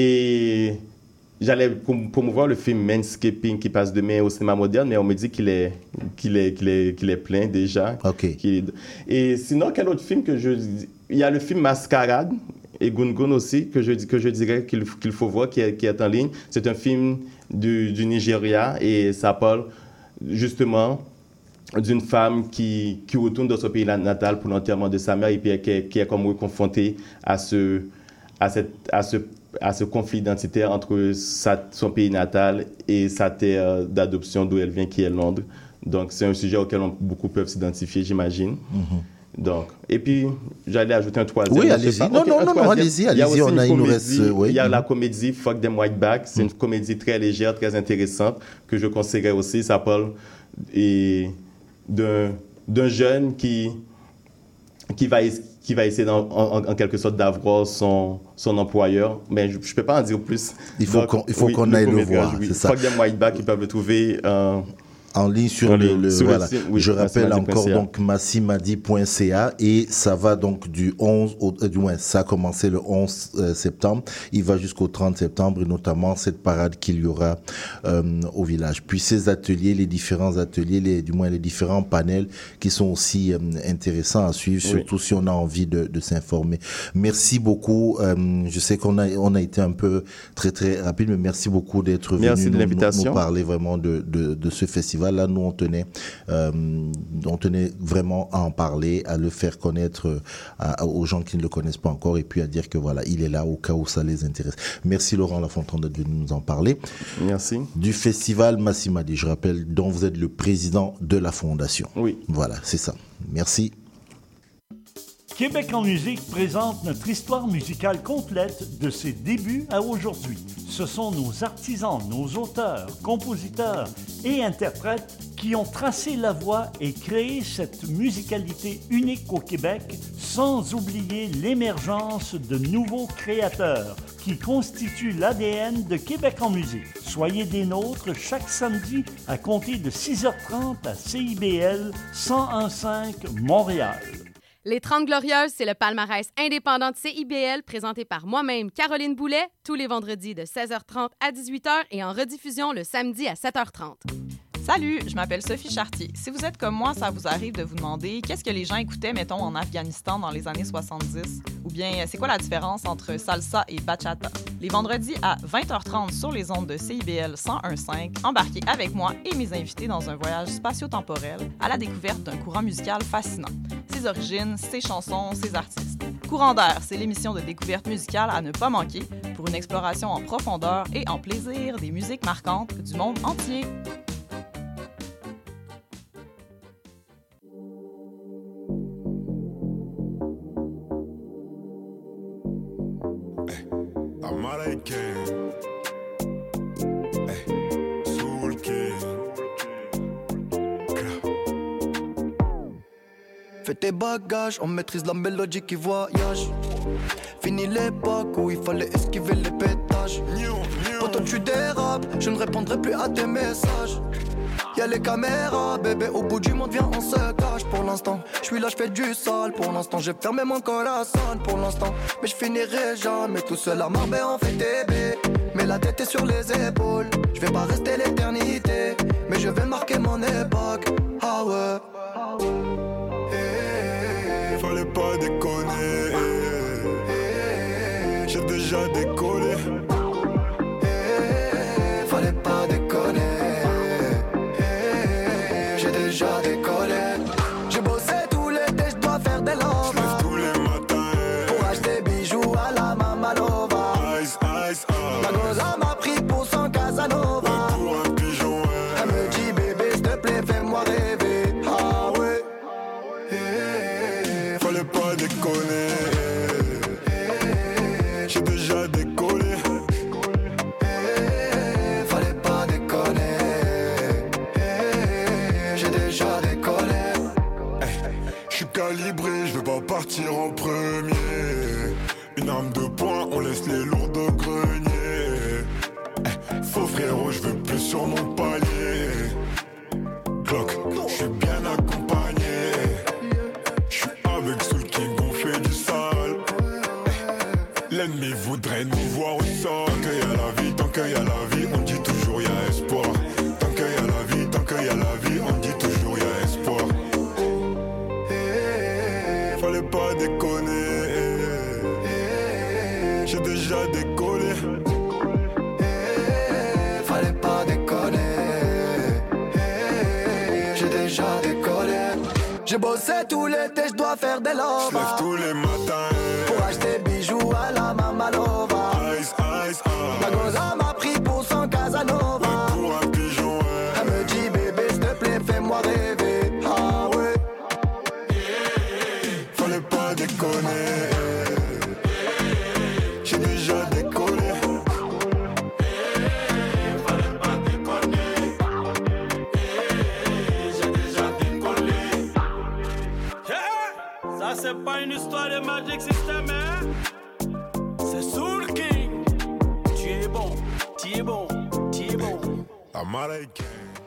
Et j'allais promouvoir le film Manscaping qui passe demain au cinéma moderne, mais on me dit qu'il est, qu'il est, qu'il est, qu'il est plein déjà. Okay. Qu'il est... Et sinon, quel autre film que je... Il y a le film Mascarade. Et Gungun aussi, que je, que je dirais qu'il, qu'il faut voir, qui est, qui est en ligne. C'est un film du, du Nigeria et ça parle justement d'une femme qui, qui retourne dans son pays natal pour l'enterrement de sa mère et puis qui est, qui est comme confrontée à ce, à, cette, à, ce, à ce conflit identitaire entre sa, son pays natal et sa terre d'adoption d'où elle vient, qui est Londres. Donc c'est un sujet auquel on, beaucoup peuvent s'identifier, j'imagine. Mm-hmm. Donc, et puis, j'allais ajouter un troisième. Oui, allez-y. Non, okay, non, non, non, allez-y, allez-y. Il y a, on a, il nous reste, euh, oui. Il y a la comédie Fuck Them White Back. C'est mm. une comédie très légère, très intéressante, que je conseillerais aussi. Ça parle et, d'un, d'un jeune qui, qui, va, qui va essayer en, en, en quelque sorte d'avoir son, son employeur. Mais je ne peux pas en dire plus. Il faut Donc, qu'on, il faut oui, qu'on le aille le court-métrage, voir. Oui. C'est ça. Fuck Them White Back, ils peuvent le trouver euh, en ligne sur en le, ligne, le sur voilà. le site, oui, Je rappelle massimadi point encore c a. donc massimadi point c a et ça va donc du onze au euh, du moins ça a commencé le onze euh, septembre, il va jusqu'au trente septembre et notamment cette parade qu'il y aura euh, au village. Puis ces ateliers, les différents ateliers, les du moins les différents panels qui sont aussi euh, intéressants à suivre, Oui. surtout si on a envie de, de s'informer. Merci beaucoup. Euh, je sais qu'on a on a été un peu très très rapide, mais merci beaucoup d'être venu Merci de nous, l'invitation. nous, nous parler vraiment de, de, de ce festival. Là, nous, on tenait, euh, on tenait vraiment à en parler, à le faire connaître euh, à, aux gens qui ne le connaissent pas encore et puis à dire que voilà, il est là au cas où ça les intéresse. Merci Laurent Lafontaine d'être venu nous en parler. Merci. Du festival Massimadi, je rappelle, dont vous êtes le président de la fondation. Oui. Voilà, c'est ça. Merci. Québec en musique présente notre histoire musicale complète de ses débuts à aujourd'hui. Ce sont nos artisans, nos auteurs, compositeurs et interprètes qui ont tracé la voie et créé cette musicalité unique au Québec, sans oublier l'émergence de nouveaux créateurs qui constituent l'A D N de Québec en musique. Soyez des nôtres chaque samedi à compter de six heures trente à C I B L cent un virgule cinq Montréal. Les trente Glorieuses, c'est le palmarès indépendant de C I B L présenté par moi-même, Caroline Boulet, tous les vendredis de seize heures trente à dix-huit heures et en rediffusion le samedi à sept heures trente. Salut, je m'appelle Sophie Chartier. Si vous êtes comme moi, ça vous arrive de vous demander qu'est-ce que les gens écoutaient, mettons, en Afghanistan dans les années soixante-dix? Ou bien, c'est quoi la différence entre salsa et bachata? Les vendredis à vingt heures trente sur les ondes de C I B L cent un virgule cinq, embarquez avec moi et mes invités dans un voyage spatio-temporel à la découverte d'un courant musical fascinant. Ses origines, ses chansons, ses artistes. Courant d'air, c'est l'émission de découverte musicale à ne pas manquer pour une exploration en profondeur et en plaisir des musiques marquantes du monde entier. Fais tes bagages, on maîtrise la mélodie qui voyage. Fini l'époque où il fallait esquiver les pétages. Quand tu dérapes, je ne répondrai plus à tes messages. Y'a les caméras, bébé, au bout du monde, viens, on se cache. Pour l'instant, je suis là, je fais du sale. Pour l'instant, j'ai fermé mon corazon. Pour l'instant, mais je finirai jamais tout seul à Marbella, on fait T B. Mais la tête est sur les épaules. Je vais pas rester l'éternité, mais je vais marquer mon époque. Ah ouais. Fallait pas déconner, j'ai déjà décollé. Fallait pas déconner, j'ai déjà décollé. J'ai bossé tout l'été, je dois faire des lovas. J'lève tous les matins pour acheter bijoux à la Mamalova. Ice, ice, ah. La goza m'a pris pour son Casanova. Pour un pigeon, ouais. Elle me dit bébé, s'il te plaît, fais-moi rêver. Ah ouais. Fallait pas déconner, j'ai déjà décollé. Fallait pas déconner, j'ai déjà décollé. J'suis calibré, j'veux pas partir en premier. Une arme de poing, on laisse les lourds au grenier. Faux frérot, j'veux plus sur mon palier. Glock, j'suis bien accompagné. J'suis avec ceux qui gonflent du sale. L'ennemi voudrait nous voir au sol. Tant qu'il y a la vie, tant qu'il y a la vie, on dit toujours y'a espoir. Tant qu'il y a la vie, tant qu'il y a la vie, on dit toujours y'a espoir. Fallait pas déconner, j'ai déjà décollé. Fallait pas déconner, j'ai déjà décollé. J'ai bossé tout l'été, je dois faire des lovas. J'lève tous les matins pour acheter bijoux à la Mamalova. Ice, ice, ah. La goza m'a pris pour son Casanova. Pour un pigeon, ouais. Elle me dit bébé, s'il te plaît, fais-moi rêver. Ah ouais. Fallait pas déconner, j'ai déjà décollé. Fallait pas déconner, j'ai déjà décollé. Ça Là, c'est pas une histoire de Magic System, hein? C'est Soul King. Tu es bon, tu es bon, tu es bon. Américain.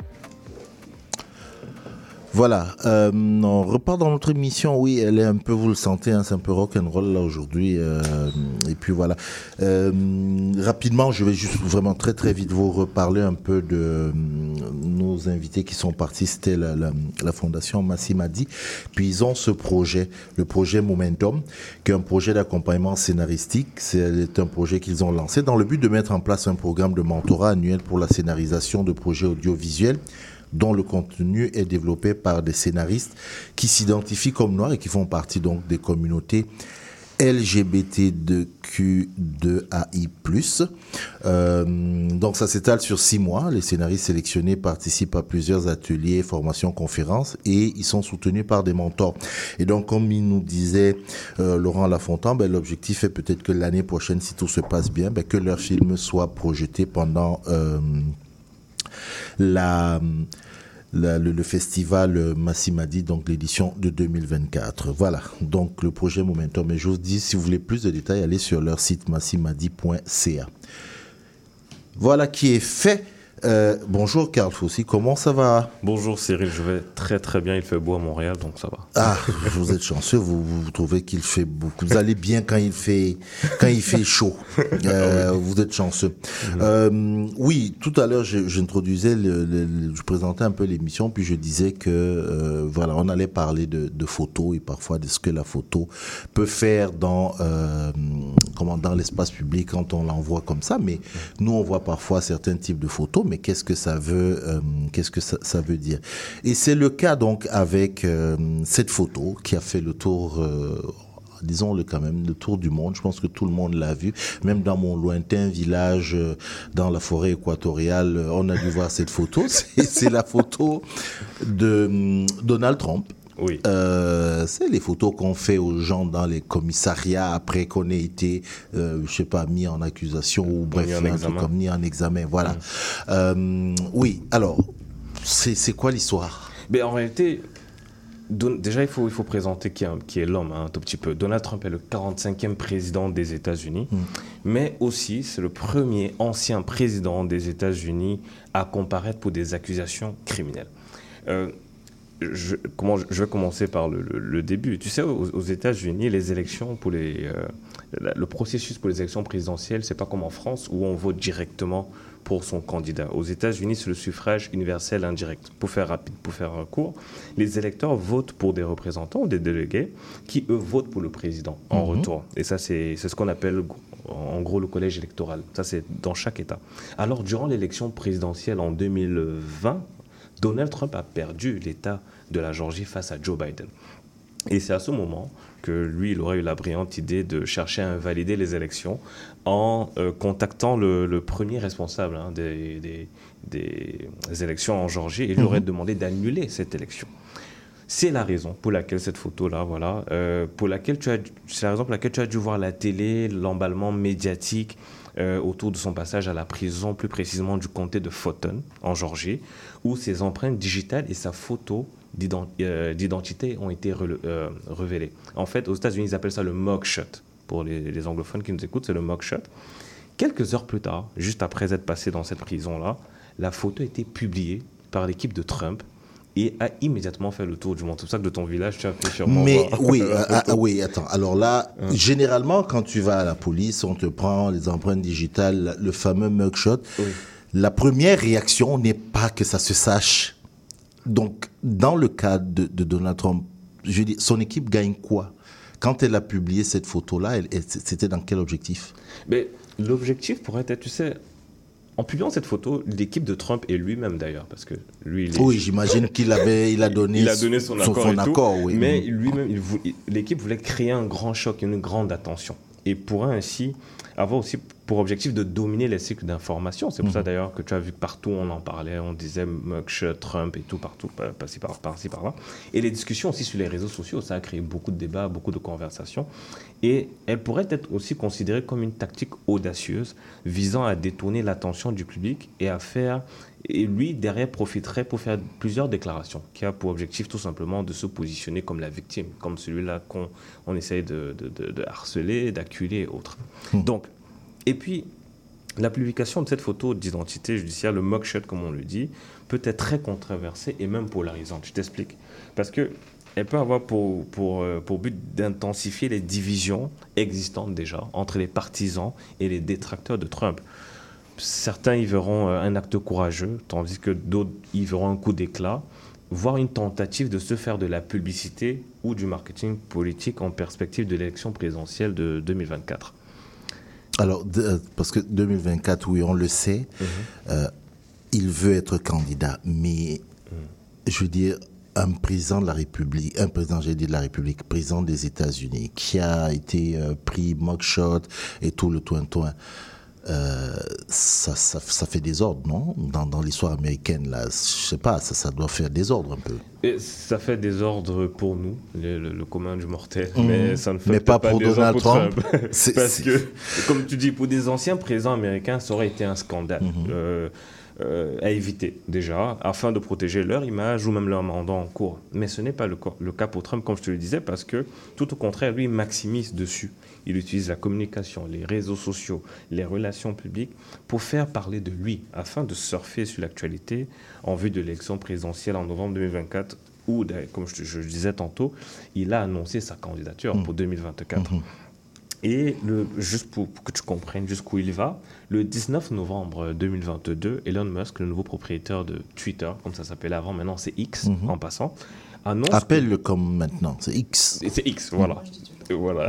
Voilà, euh, on repart dans notre émission. Oui, elle est un peu, vous le sentez, hein, c'est un peu rock'n'roll là aujourd'hui. Euh, et puis voilà. Euh, rapidement, je vais juste vraiment très très vite vous reparler un peu de euh, nos invités qui sont partis. C'était la, la, la fondation Massimadi. Puis ils ont ce projet, le projet Momentum, qui est un projet d'accompagnement scénaristique. C'est un projet qu'ils ont lancé dans le but de mettre en place un programme de mentorat annuel pour la scénarisation de projets audiovisuels, dont le contenu est développé par des scénaristes qui s'identifient comme noirs et qui font partie donc des communautés L G B T Q deux A I plus. Euh, donc ça s'étale sur six mois. Les scénaristes sélectionnés participent à plusieurs ateliers, formations, conférences et ils sont soutenus par des mentors. Et donc comme il nous disait euh, Laurent Lafontaine, ben, l'objectif est peut-être que l'année prochaine, si tout se passe bien, ben, que leur film soit projeté pendant euh, La, la, le, le festival Massimadi, donc l'édition de deux mille vingt-quatre. Voilà, donc le projet Momentum. Et je vous dis, si vous voulez plus de détails, allez sur leur site massimadi point c a. Voilà qui est fait. Euh, bonjour Karl Fossi, comment ça va? Bonjour Cyril, je vais très très bien, il fait beau à Montréal, donc ça va. Ah, vous êtes chanceux, vous, vous trouvez qu'il fait beaucoup. Vous allez bien quand il fait, quand il fait chaud. Euh, vous êtes chanceux. Euh, oui, tout à l'heure, j'introduisais, le, le, le, je présentais un peu l'émission, puis je disais que, euh, voilà, on allait parler de, de photos et parfois de ce que la photo peut faire dans, euh, comment, dans l'espace public quand on l'envoie comme ça. Mais nous, on voit parfois certains types de photos, mais qu'est-ce que ça veut, euh, qu'est-ce que ça, ça veut dire? Et c'est le cas donc avec euh, cette photo qui a fait le tour, euh, disons-le quand même, le tour du monde. Je pense que tout le monde l'a vu. Même dans mon lointain village, euh, dans la forêt équatoriale, euh, on a dû voir cette photo. C'est, c'est la photo de euh, Donald Trump. Oui. Euh, c'est les photos qu'on fait aux gens dans les commissariats après qu'on ait été, euh, je sais pas, mis en accusation ou bref, mis en un examen. truc comme mis en examen. Voilà. Mmh. Euh, oui. Alors, c'est c'est quoi l'histoire? Mais en réalité, don, déjà il faut il faut présenter qui est, qui est l'homme hein, un tout petit peu. Donald Trump est le quarante-cinquième président des États-Unis, mmh. mais aussi c'est le premier ancien président des États-Unis à comparaître pour des accusations criminelles. Euh, Je, comment, je vais commencer par le, le, le début. Tu sais, aux, aux États-Unis, les élections pour les, euh, la, le processus pour les élections présidentielles, c'est pas comme en France où on vote directement pour son candidat. Aux États-Unis, c'est le suffrage universel indirect. Pour faire rapide, pour faire court, les électeurs votent pour des représentants, des délégués, qui eux votent pour le président en mmh. retour. Et ça, c'est, c'est ce qu'on appelle en gros le collège électoral. Ça, c'est dans chaque État. Alors, durant l'élection présidentielle en deux mille vingt, Donald Trump a perdu l'État de la Géorgie face à Joe Biden. Et c'est à ce moment que lui, il aurait eu la brillante idée de chercher à invalider les élections en euh, contactant le, le premier responsable hein, des, des, des élections en Géorgie et lui aurait demandé d'annuler cette élection. C'est la raison pour laquelle cette photo-là, voilà, euh, pour laquelle tu as, c'est la raison pour laquelle tu as dû voir la télé, l'emballement médiatique euh, autour de son passage à la prison, plus précisément du comté de Fulton, en Géorgie, où ses empreintes digitales et sa photo d'ident- euh, d'identité ont été re- euh, révélées. En fait, aux États-Unis, ils appellent ça le mugshot. Pour les, les anglophones qui nous écoutent, c'est le mugshot. Quelques heures plus tard, juste après être passé dans cette prison-là, la photo a été publiée par l'équipe de Trump et a immédiatement fait le tour du monde. C'est pour ça que de ton village, tu as fait sûrement Mais voir oui, la ah, photo. oui, attends. Alors là, Hein. généralement, quand tu vas à la police, on te prend les empreintes digitales, le fameux mugshot. Oui. La première réaction n'est pas que ça se sache. Donc, dans le cas de, de Donald Trump, je dis, son équipe gagne quoi? Quand elle a publié cette photo-là, elle, elle, c'était dans quel objectif? Mais l'objectif pourrait être, tu sais, en publiant cette photo, l'équipe de Trump et lui-même d'ailleurs, parce que lui, il est... Oui, j'imagine qu'il avait, il a donné, il a donné son son, accord, son et tout, accord, oui. mais lui-même, il vou- l'équipe voulait créer un grand choc, une grande attention, et pourrait ainsi avoir aussi pour objectif de dominer les cycles d'information. C'est pour mmh. ça d'ailleurs que tu as vu que partout on en parlait, on disait mugshot, Trump et tout, partout, par-ci par, par, par là. Et les discussions aussi sur les réseaux sociaux, ça a créé beaucoup de débats, beaucoup de conversations. Et elle pourrait être aussi considérée comme une tactique audacieuse visant à détourner l'attention du public et à faire... Et lui, derrière, profiterait pour faire plusieurs déclarations qui a pour objectif tout simplement de se positionner comme la victime, comme celui-là qu'on on essaye de, de, de, de harceler, d'acculer et autres. Mmh. Donc, et puis, la publication de cette photo d'identité judiciaire, le mugshot, comme on le dit, peut être très controversée et même polarisante. Je t'explique. Parce qu'elle peut avoir pour, pour, pour but d'intensifier les divisions existantes déjà entre les partisans et les détracteurs de Trump. Certains y verront un acte courageux, tandis que d'autres y verront un coup d'éclat, voire une tentative de se faire de la publicité ou du marketing politique en perspective de l'élection présidentielle de deux mille vingt-quatre. Alors, de, parce que deux mille vingt-quatre, oui, on le sait, mmh. euh, il veut être candidat, mais mmh. je veux dire, un président de la République, un président, j'ai dit de la République, président des États-Unis, qui a été euh, pris mugshot et tout le toin-toin, euh, ça, ça, ça fait désordre, non? Dans, dans l'histoire américaine, là, je sais pas, ça, ça doit faire désordre un peu. Et ça fait désordre pour nous, le, le, le commun du mortel, mmh. mais ça ne fait mais pas, pas pour Donald pour Trump. Trump. C'est, Parce c'est... que, comme tu dis, pour des anciens présidents américains, ça aurait été un scandale. Mmh. Euh, Euh, à éviter déjà, afin de protéger leur image ou même leur mandat en cours. Mais ce n'est pas le, le cas pour Trump, comme je te le disais, parce que tout au contraire, lui, il maximise dessus. Il utilise la communication, les réseaux sociaux, les relations publiques pour faire parler de lui, afin de surfer sur l'actualité en vue de l'élection présidentielle en novembre deux mille vingt-quatre, où, comme je, je disais tantôt, il a annoncé sa candidature mmh. pour deux mille vingt-quatre. Mmh. Et le, juste pour, pour que tu comprennes jusqu'où il va, le dix-neuf novembre deux mille vingt-deux, Elon Musk, le nouveau propriétaire de Twitter, comme ça s'appelait avant, maintenant c'est X mm-hmm. en passant, annonce... Appelle-le que... comme maintenant, c'est X. C'est X, voilà. Mm. voilà.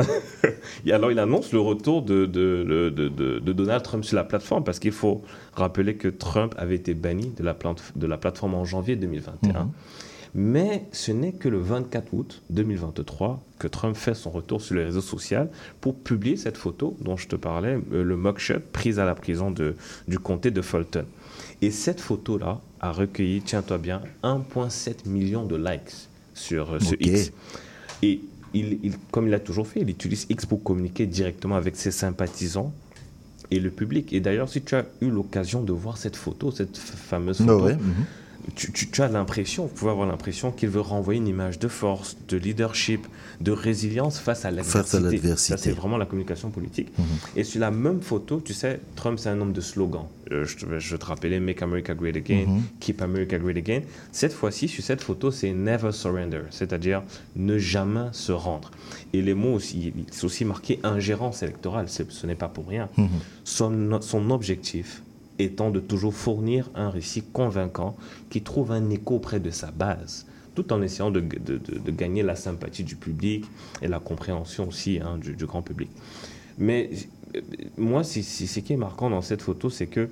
Et alors il annonce le retour de, de, de, de, de Donald Trump sur la plateforme, parce qu'il faut rappeler que Trump avait été banni de la, plate, de la plateforme en janvier deux mille vingt et un. Mm-hmm. Mais ce n'est que le vingt-quatre août deux mille vingt-trois que Trump fait son retour sur les réseaux sociaux pour publier cette photo dont je te parlais, le mugshot prise à la prison de, du comté de Fulton. Et cette photo-là a recueilli, tiens-toi bien, un virgule sept million de likes sur ce okay. X. Et il, il, comme il a toujours fait, il utilise X pour communiquer directement avec ses sympathisants et le public. Et d'ailleurs, si tu as eu l'occasion de voir cette photo, cette fameuse photo... No, ouais. mm-hmm. Tu, tu, tu as l'impression, vous pouvez avoir l'impression qu'il veut renvoyer une image de force, de leadership, de résilience face à l'adversité. Face à l'adversité. Ça, c'est vraiment la communication politique. Mm-hmm. Et sur la même photo, tu sais, Trump, c'est un homme de slogan. Euh, je, te, je te rappelais, Make America Great Again, mm-hmm. Keep America Great Again. Cette fois-ci, sur cette photo, c'est Never Surrender, c'est-à-dire ne jamais se rendre. Et les mots aussi, c'est aussi marqué ingérence électorale, c'est, ce n'est pas pour rien. Mm-hmm. Son, son objectif étant de toujours fournir un récit convaincant qui trouve un écho auprès de sa base, tout en essayant de, de, de, de gagner la sympathie du public et la compréhension aussi hein, du, du grand public. Mais moi, c'est, c'est, ce qui est marquant dans cette photo, c'est que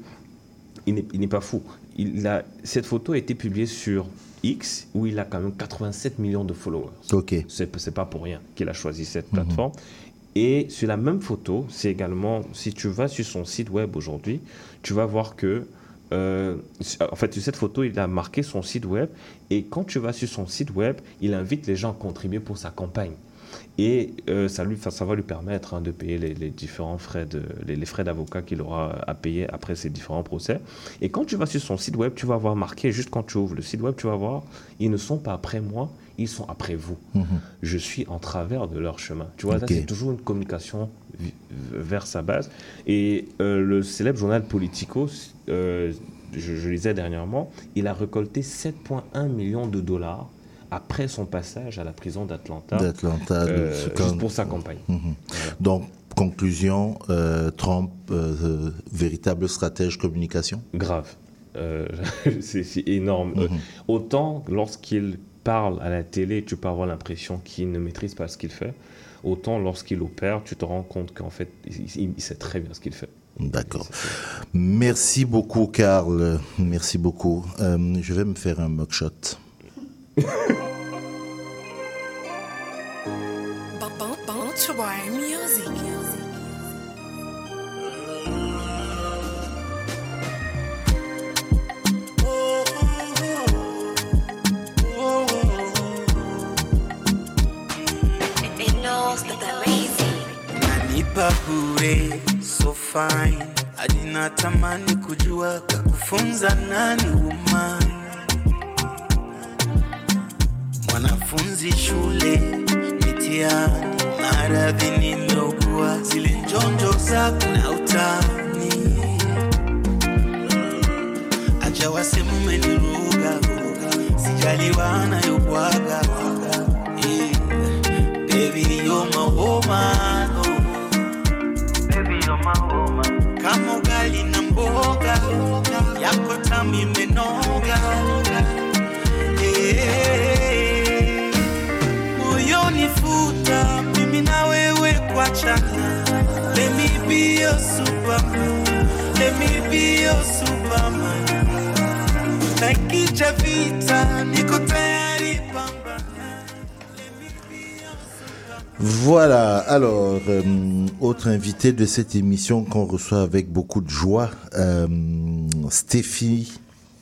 il n'est, il n'est pas fou. Il a, cette photo a été publiée sur X, où il a quand même quatre-vingt-sept millions de followers. Okay. C'est, c'est pas pour rien qu'il a choisi cette plateforme. Mm-hmm. Et sur la même photo, c'est également, si tu vas sur son site web aujourd'hui, tu vas voir que, euh, en fait, sur cette photo, il a marqué son site web. Et quand tu vas sur son site web, il invite les gens à contribuer pour sa campagne. Et euh, ça, lui, ça va lui permettre hein, de payer les, les différents frais, de, les, les frais d'avocat qu'il aura à payer après ces différents procès. Et quand tu vas sur son site web, tu vas voir marqué, juste quand tu ouvres le site web, tu vas voir, ils ne sont pas après moi, ils sont après vous. Mm-hmm. Je suis en travers de leur chemin. Tu vois, okay. Ça, c'est toujours une communication v- vers sa base. Et euh, le célèbre journal Politico, euh, je, je lisais dernièrement, il a récolté sept virgule un millions de dollars après son passage à la prison d'Atlanta, d'Atlanta euh, quand... juste pour sa campagne. Mm-hmm. Voilà. Donc, conclusion, euh, Trump, euh, euh, véritable stratège communication? Grave. Euh, c'est, c'est énorme. Mm-hmm. Euh, autant lorsqu'il parle à la télé, tu peux avoir l'impression qu'il ne maîtrise pas ce qu'il fait. Autant lorsqu'il opère, tu te rends compte qu'en fait, il, il sait très bien ce qu'il fait. D'accord. Merci beaucoup, Karl. Merci beaucoup. Euh, je vais me faire un mugshot. Music. Nanipa bure, so fine. Adina tamani kujua kakufunza nani woman. Mwanafunzi shule, mitihani, maradhi nimeugua, zile njonjo zako na utani. Acha waseme umeniruga, sijaliwa nayobwaga. Yeah. Baby, you're my woman, oh. Baby, you're my woman. Kama ugali na mboga, yako tamu imenoga. Yeah. Moyoni futa, mimi na wewe kuachana. Let me be your superman. Let me be your superman. Nakija vita, niko tayari pamba. Voilà, alors, euh, autre invité de cette émission qu'on reçoit avec beaucoup de joie, euh, Stéphie.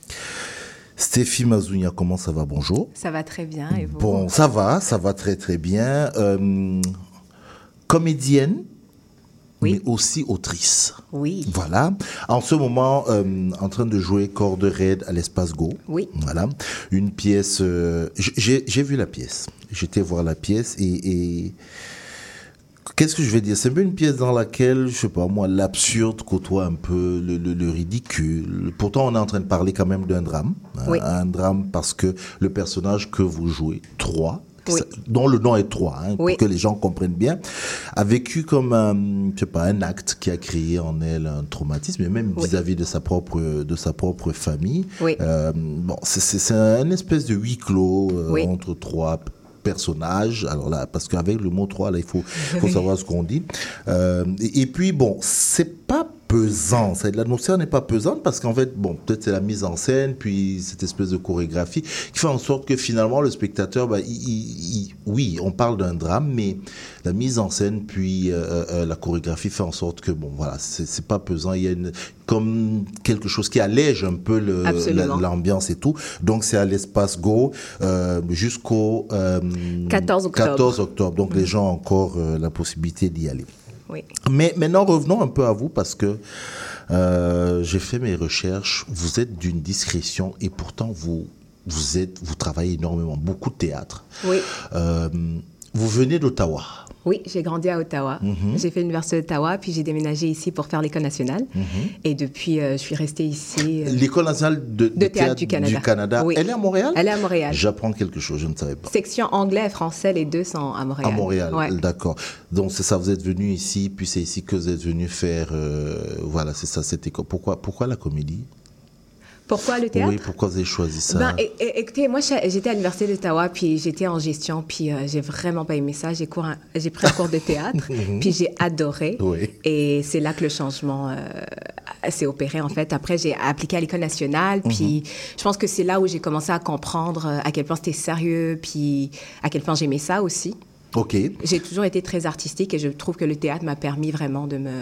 Stéphie Mazounia, comment ça va? Bonjour. Ça va très bien, et vous? Bon, ça va, ça va très très bien. Euh, comédienne, oui, mais aussi autrice. Oui. Voilà. En ce moment, euh, en train de jouer Corde raide à l'Espace Go. Oui. Voilà. Une pièce. Euh, j'ai, j'ai vu la pièce. J'étais voir la pièce et, et qu'est-ce que je vais dire? C'est un peu une pièce dans laquelle, je sais pas moi, l'absurde côtoie un peu le, le, le ridicule. Pourtant, on est en train de parler quand même d'un drame. Oui. Un, un drame parce que le personnage que vous jouez, Trois, oui, dont le nom est Trois, hein, oui, pour que les gens comprennent bien, a vécu comme un, je sais pas, un acte qui a créé en elle un traumatisme, et même oui, vis-à-vis de sa propre, de sa propre famille. Oui. Euh, bon, c'est, c'est, c'est un espèce de huis clos euh, oui, entre trois personnages. Alors là, parce qu'avec le mot trois, là, il faut, faut savoir ce qu'on dit. Euh, et, et puis, bon, c'est pas pesant. Ça, l'atmosphère n'est pas pesante parce qu'en fait, bon, peut-être c'est la mise en scène, puis cette espèce de chorégraphie qui fait en sorte que finalement, le spectateur, bah, il, il, il, oui, on parle d'un drame, mais la mise en scène, puis euh, euh, la chorégraphie fait en sorte que, bon, voilà, c'est, c'est pas pesant. Il y a une, comme quelque chose qui allège un peu le, la, l'ambiance et tout. Donc, c'est à l'Espace Go euh, jusqu'au euh, quatorze octobre. quatorze octobre. Donc, mmh, les gens ont encore euh, la possibilité d'y aller. Oui. Mais maintenant, revenons un peu à vous parce que euh, j'ai fait mes recherches. Vous êtes d'une discrétion et pourtant vous, vous, êtes, vous travaillez énormément, beaucoup de théâtre. Oui. Euh, vous venez d'Ottawa. Oui, j'ai grandi à Ottawa. Mm-hmm. J'ai fait l'université d'Ottawa, puis j'ai déménagé ici pour faire l'École nationale. Mm-hmm. Et depuis, euh, je suis restée ici. Euh, L'École nationale de, de, de théâtre, théâtre du Canada. Du Canada. Oui. Elle est à Montréal? Elle est à Montréal. J'apprends quelque chose, je ne savais pas. Section anglais et français, les deux sont à Montréal. À Montréal, ouais, d'accord. Donc c'est ça, vous êtes venu ici, puis c'est ici que vous êtes venu faire... Euh, voilà, c'est ça, cette école. Pourquoi, pourquoi la comédie? Pourquoi le théâtre? Oui, pourquoi vous avez choisi ça? Ben, é- é- écoutez, moi, j'étais à l'Université d'Ottawa, puis j'étais en gestion, puis euh, j'ai vraiment pas aimé ça. J'ai, cours un, j'ai pris un cours de théâtre, puis j'ai adoré. Oui. Et c'est là que le changement euh, s'est opéré, en fait. Après, j'ai appliqué à l'École nationale, puis mm-hmm, je pense que c'est là où j'ai commencé à comprendre à quel point c'était sérieux, puis à quel point j'aimais ça aussi. OK. J'ai toujours été très artistique et je trouve que le théâtre m'a permis vraiment de me,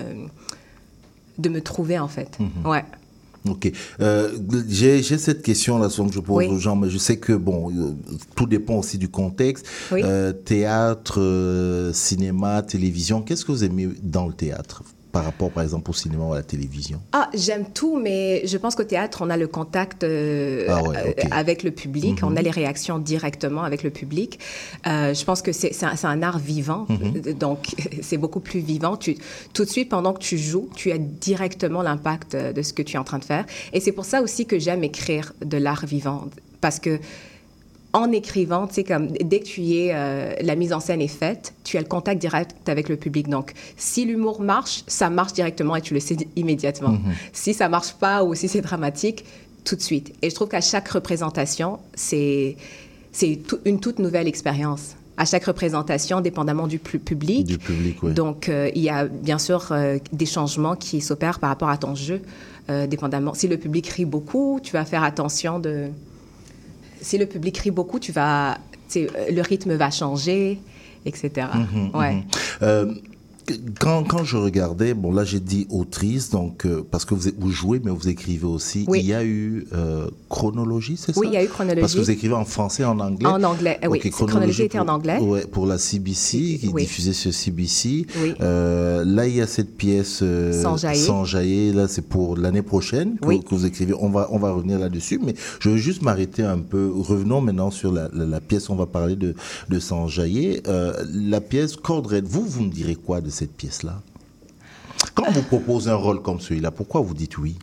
de me trouver, en fait. Mm-hmm. Ouais. Ok. Euh, j'ai, j'ai cette question-là que je pose, oui, aux gens, mais je sais que, bon, euh, tout dépend aussi du contexte. Oui. Euh, théâtre, euh, cinéma, télévision, qu'est-ce que vous aimez dans le théâtre par rapport, par exemple, au cinéma ou à la télévision? Ah, j'aime tout, mais je pense qu'au théâtre, on a le contact euh, ah ouais, okay, avec le public, mm-hmm, on a les réactions directement avec le public. Euh, je pense que c'est, c'est, un, c'est un art vivant, mm-hmm, donc c'est beaucoup plus vivant. Tu, tout de suite, pendant que tu joues, tu as directement l'impact de ce que tu es en train de faire. Et c'est pour ça aussi que j'aime écrire de l'art vivant, parce que en écrivant, tu sais, comme dès que tu y es, euh, la mise en scène est faite, tu as le contact direct avec le public. Donc, si l'humour marche, ça marche directement et tu le sais immédiatement. Mm-hmm. Si ça marche pas ou si c'est dramatique, tout de suite. Et je trouve qu'à chaque représentation, c'est, c'est tout, une toute nouvelle expérience. À chaque représentation, dépendamment du public. Du public, oui. Donc, euh, il y a bien sûr euh, des changements qui s'opèrent par rapport à ton jeu, euh, dépendamment. Si le public rit beaucoup, tu vas faire attention de... Si le public rit beaucoup, tu vas, le rythme va changer, et cetera. Mmh, ouais. Mmh. Euh, Quand, quand je regardais, bon là j'ai dit autrice, donc euh, parce que vous, vous jouez mais vous écrivez aussi. Oui. Il y a eu euh, chronologie, c'est ça? Oui, il y a eu chronologie. Parce que vous écrivez en français, en anglais. En anglais, oui. Okay, chronologie, chronologie était pour, en anglais. Ouais, pour la C B C, qui oui. diffusait sur C B C. Oui. Euh, là, il y a cette pièce euh, Sans jaillir. Sans jaillir. Là, c'est pour l'année prochaine que, oui. que vous écrivez. On va, on va revenir là-dessus, mais je veux juste m'arrêter un peu. Revenons maintenant sur la, la, la pièce. On va parler de, de Sans jaillir. Euh, la pièce Code Red. Vous, vous me direz quoi de cette pièce-là? Quand on vous propose un rôle comme celui-là, pourquoi vous dites oui?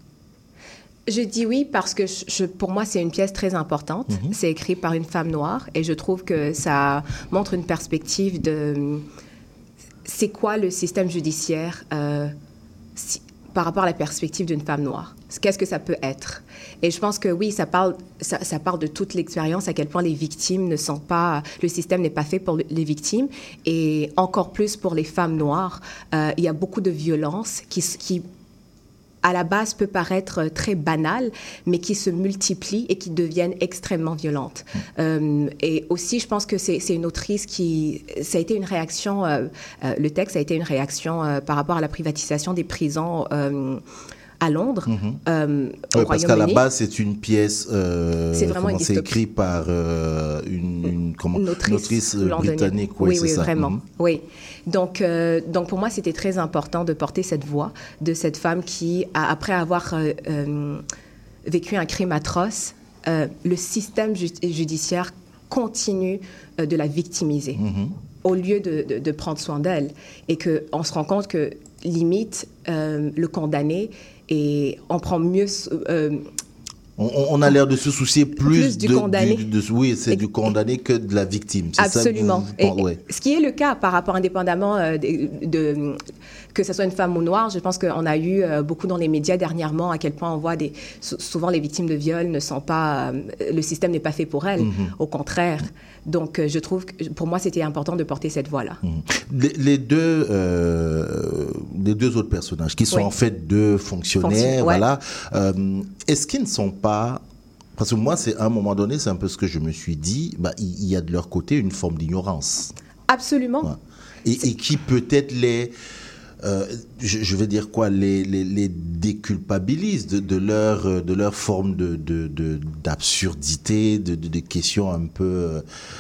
Je dis oui parce que je, pour moi, c'est une pièce très importante. Mm-hmm. C'est écrit par une femme noire et je trouve que ça montre une perspective de... C'est quoi le système judiciaire euh, si, par rapport à la perspective d'une femme noire? Qu'est-ce que ça peut être? Et je pense que oui, ça parle, ça, ça parle de toute l'expérience, à quel point les victimes ne sont pas... Le système n'est pas fait pour les victimes. Et encore plus pour les femmes noires. Euh, il y a beaucoup de violences qui... qui à la base, peut paraître très banales, mais qui se multiplient et qui deviennent extrêmement violentes. Mmh. Euh, et aussi, je pense que c'est, c'est une autrice qui... Ça a été une réaction... Euh, euh, le texte a été une réaction euh, par rapport à la privatisation des prisons euh, à Londres, mmh. euh, au ouais, parce qu'à la Royaume-Uni. base, c'est une pièce... Euh, c'est vraiment comment, c'est écrit par euh, une, une, comment, une autrice, une autrice britannique. Ouais, oui, c'est oui, ça. vraiment. Mmh. Oui. Donc, euh, donc, pour moi, c'était très important de porter cette voix de cette femme qui, a, après avoir euh, euh, vécu un crime atroce, euh, le système ju- judiciaire continue euh, de la victimiser mmh. au lieu de, de, de prendre soin d'elle. Et qu'on se rend compte que, limite, euh, le condamné, et on prend mieux... Euh, On, on a l'air de se soucier plus, plus du de, condamné. Du, de, oui, c'est et, du condamné que de la victime. C'est absolument. Ça que vous, vous, ouais. Ce qui est le cas par rapport, indépendamment euh, de, de, que ce soit une femme ou noire, je pense qu'on a eu euh, beaucoup dans les médias dernièrement à quel point on voit des... Souvent, les victimes de viol ne sont pas... Euh, le système n'est pas fait pour elles, mm-hmm. au contraire. Donc, euh, je trouve que pour moi, c'était important de porter cette voix-là. Mm-hmm. Les, les, deux, euh, les deux autres personnages, qui sont oui. en fait deux fonctionnaires, Fonction, ouais. voilà, euh, est-ce qu'ils ne sont pas... Parce que moi, c'est à un moment donné, c'est un peu ce que je me suis dit, bah, il y a de leur côté une forme d'ignorance. Absolument. Ouais. Et, et qui peut-être les... Euh, je, je vais dire quoi, les, les, les déculpabilise de, de, leur, de leur forme de, de, de, d'absurdité, de, de, de questions un peu... Euh,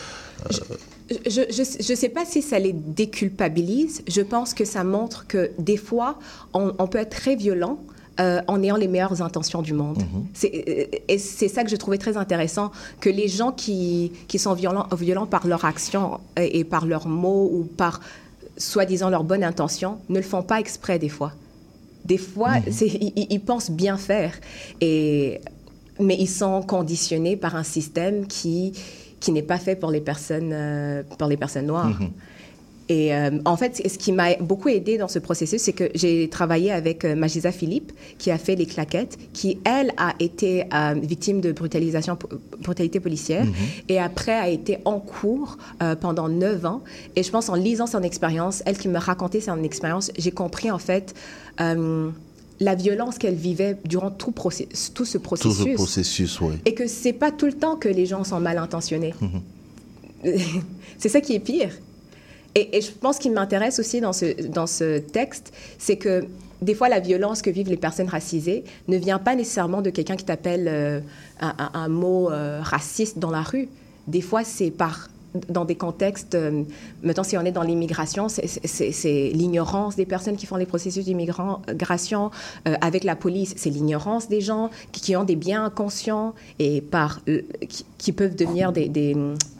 je ne sais pas si ça les déculpabilise. Je pense que ça montre que des fois, on, on peut être très violent euh, en ayant les meilleures intentions du monde. Mm-hmm. C'est, et c'est ça que je trouvais très intéressant, que les gens qui, qui sont violents, violents par leur action et, et par leurs mots ou par... soi-disant leur bonne intention, ne le font pas exprès des fois. Des fois, mmh. c'est, ils, ils pensent bien faire, et, mais ils sont conditionnés par un système qui, qui n'est pas fait pour les personnes, euh, pour les personnes noires. Mmh. Et euh, en fait, ce qui m'a beaucoup aidée dans ce processus, c'est que j'ai travaillé avec euh, Majisa Philippe, qui a fait Les Claquettes, qui, elle, a été euh, victime de brutalisation, brutalité policière, mm-hmm. et après a été en cours euh, pendant neuf ans. Et je pense, en lisant son expérience, elle qui me racontait son expérience, j'ai compris, en fait, euh, la violence qu'elle vivait durant tout, process- tout ce processus. Tout ce processus, oui. Et que c'est pas tout le temps que les gens sont mal intentionnés. Mm-hmm. C'est ça qui est pire. Et, et je pense qu'il m'intéresse aussi dans ce, dans ce texte, c'est que des fois, la violence que vivent les personnes racisées ne vient pas nécessairement de quelqu'un qui t'appelle euh, un, un, un mot euh, raciste dans la rue. Des fois, c'est par, dans des contextes... Euh, mettons, si on est dans l'immigration, c'est, c'est, c'est l'ignorance des personnes qui font les processus d'immigration euh, avec la police. C'est l'ignorance des gens qui, qui ont des biens inconscients et par, euh, qui, qui peuvent devenir des... des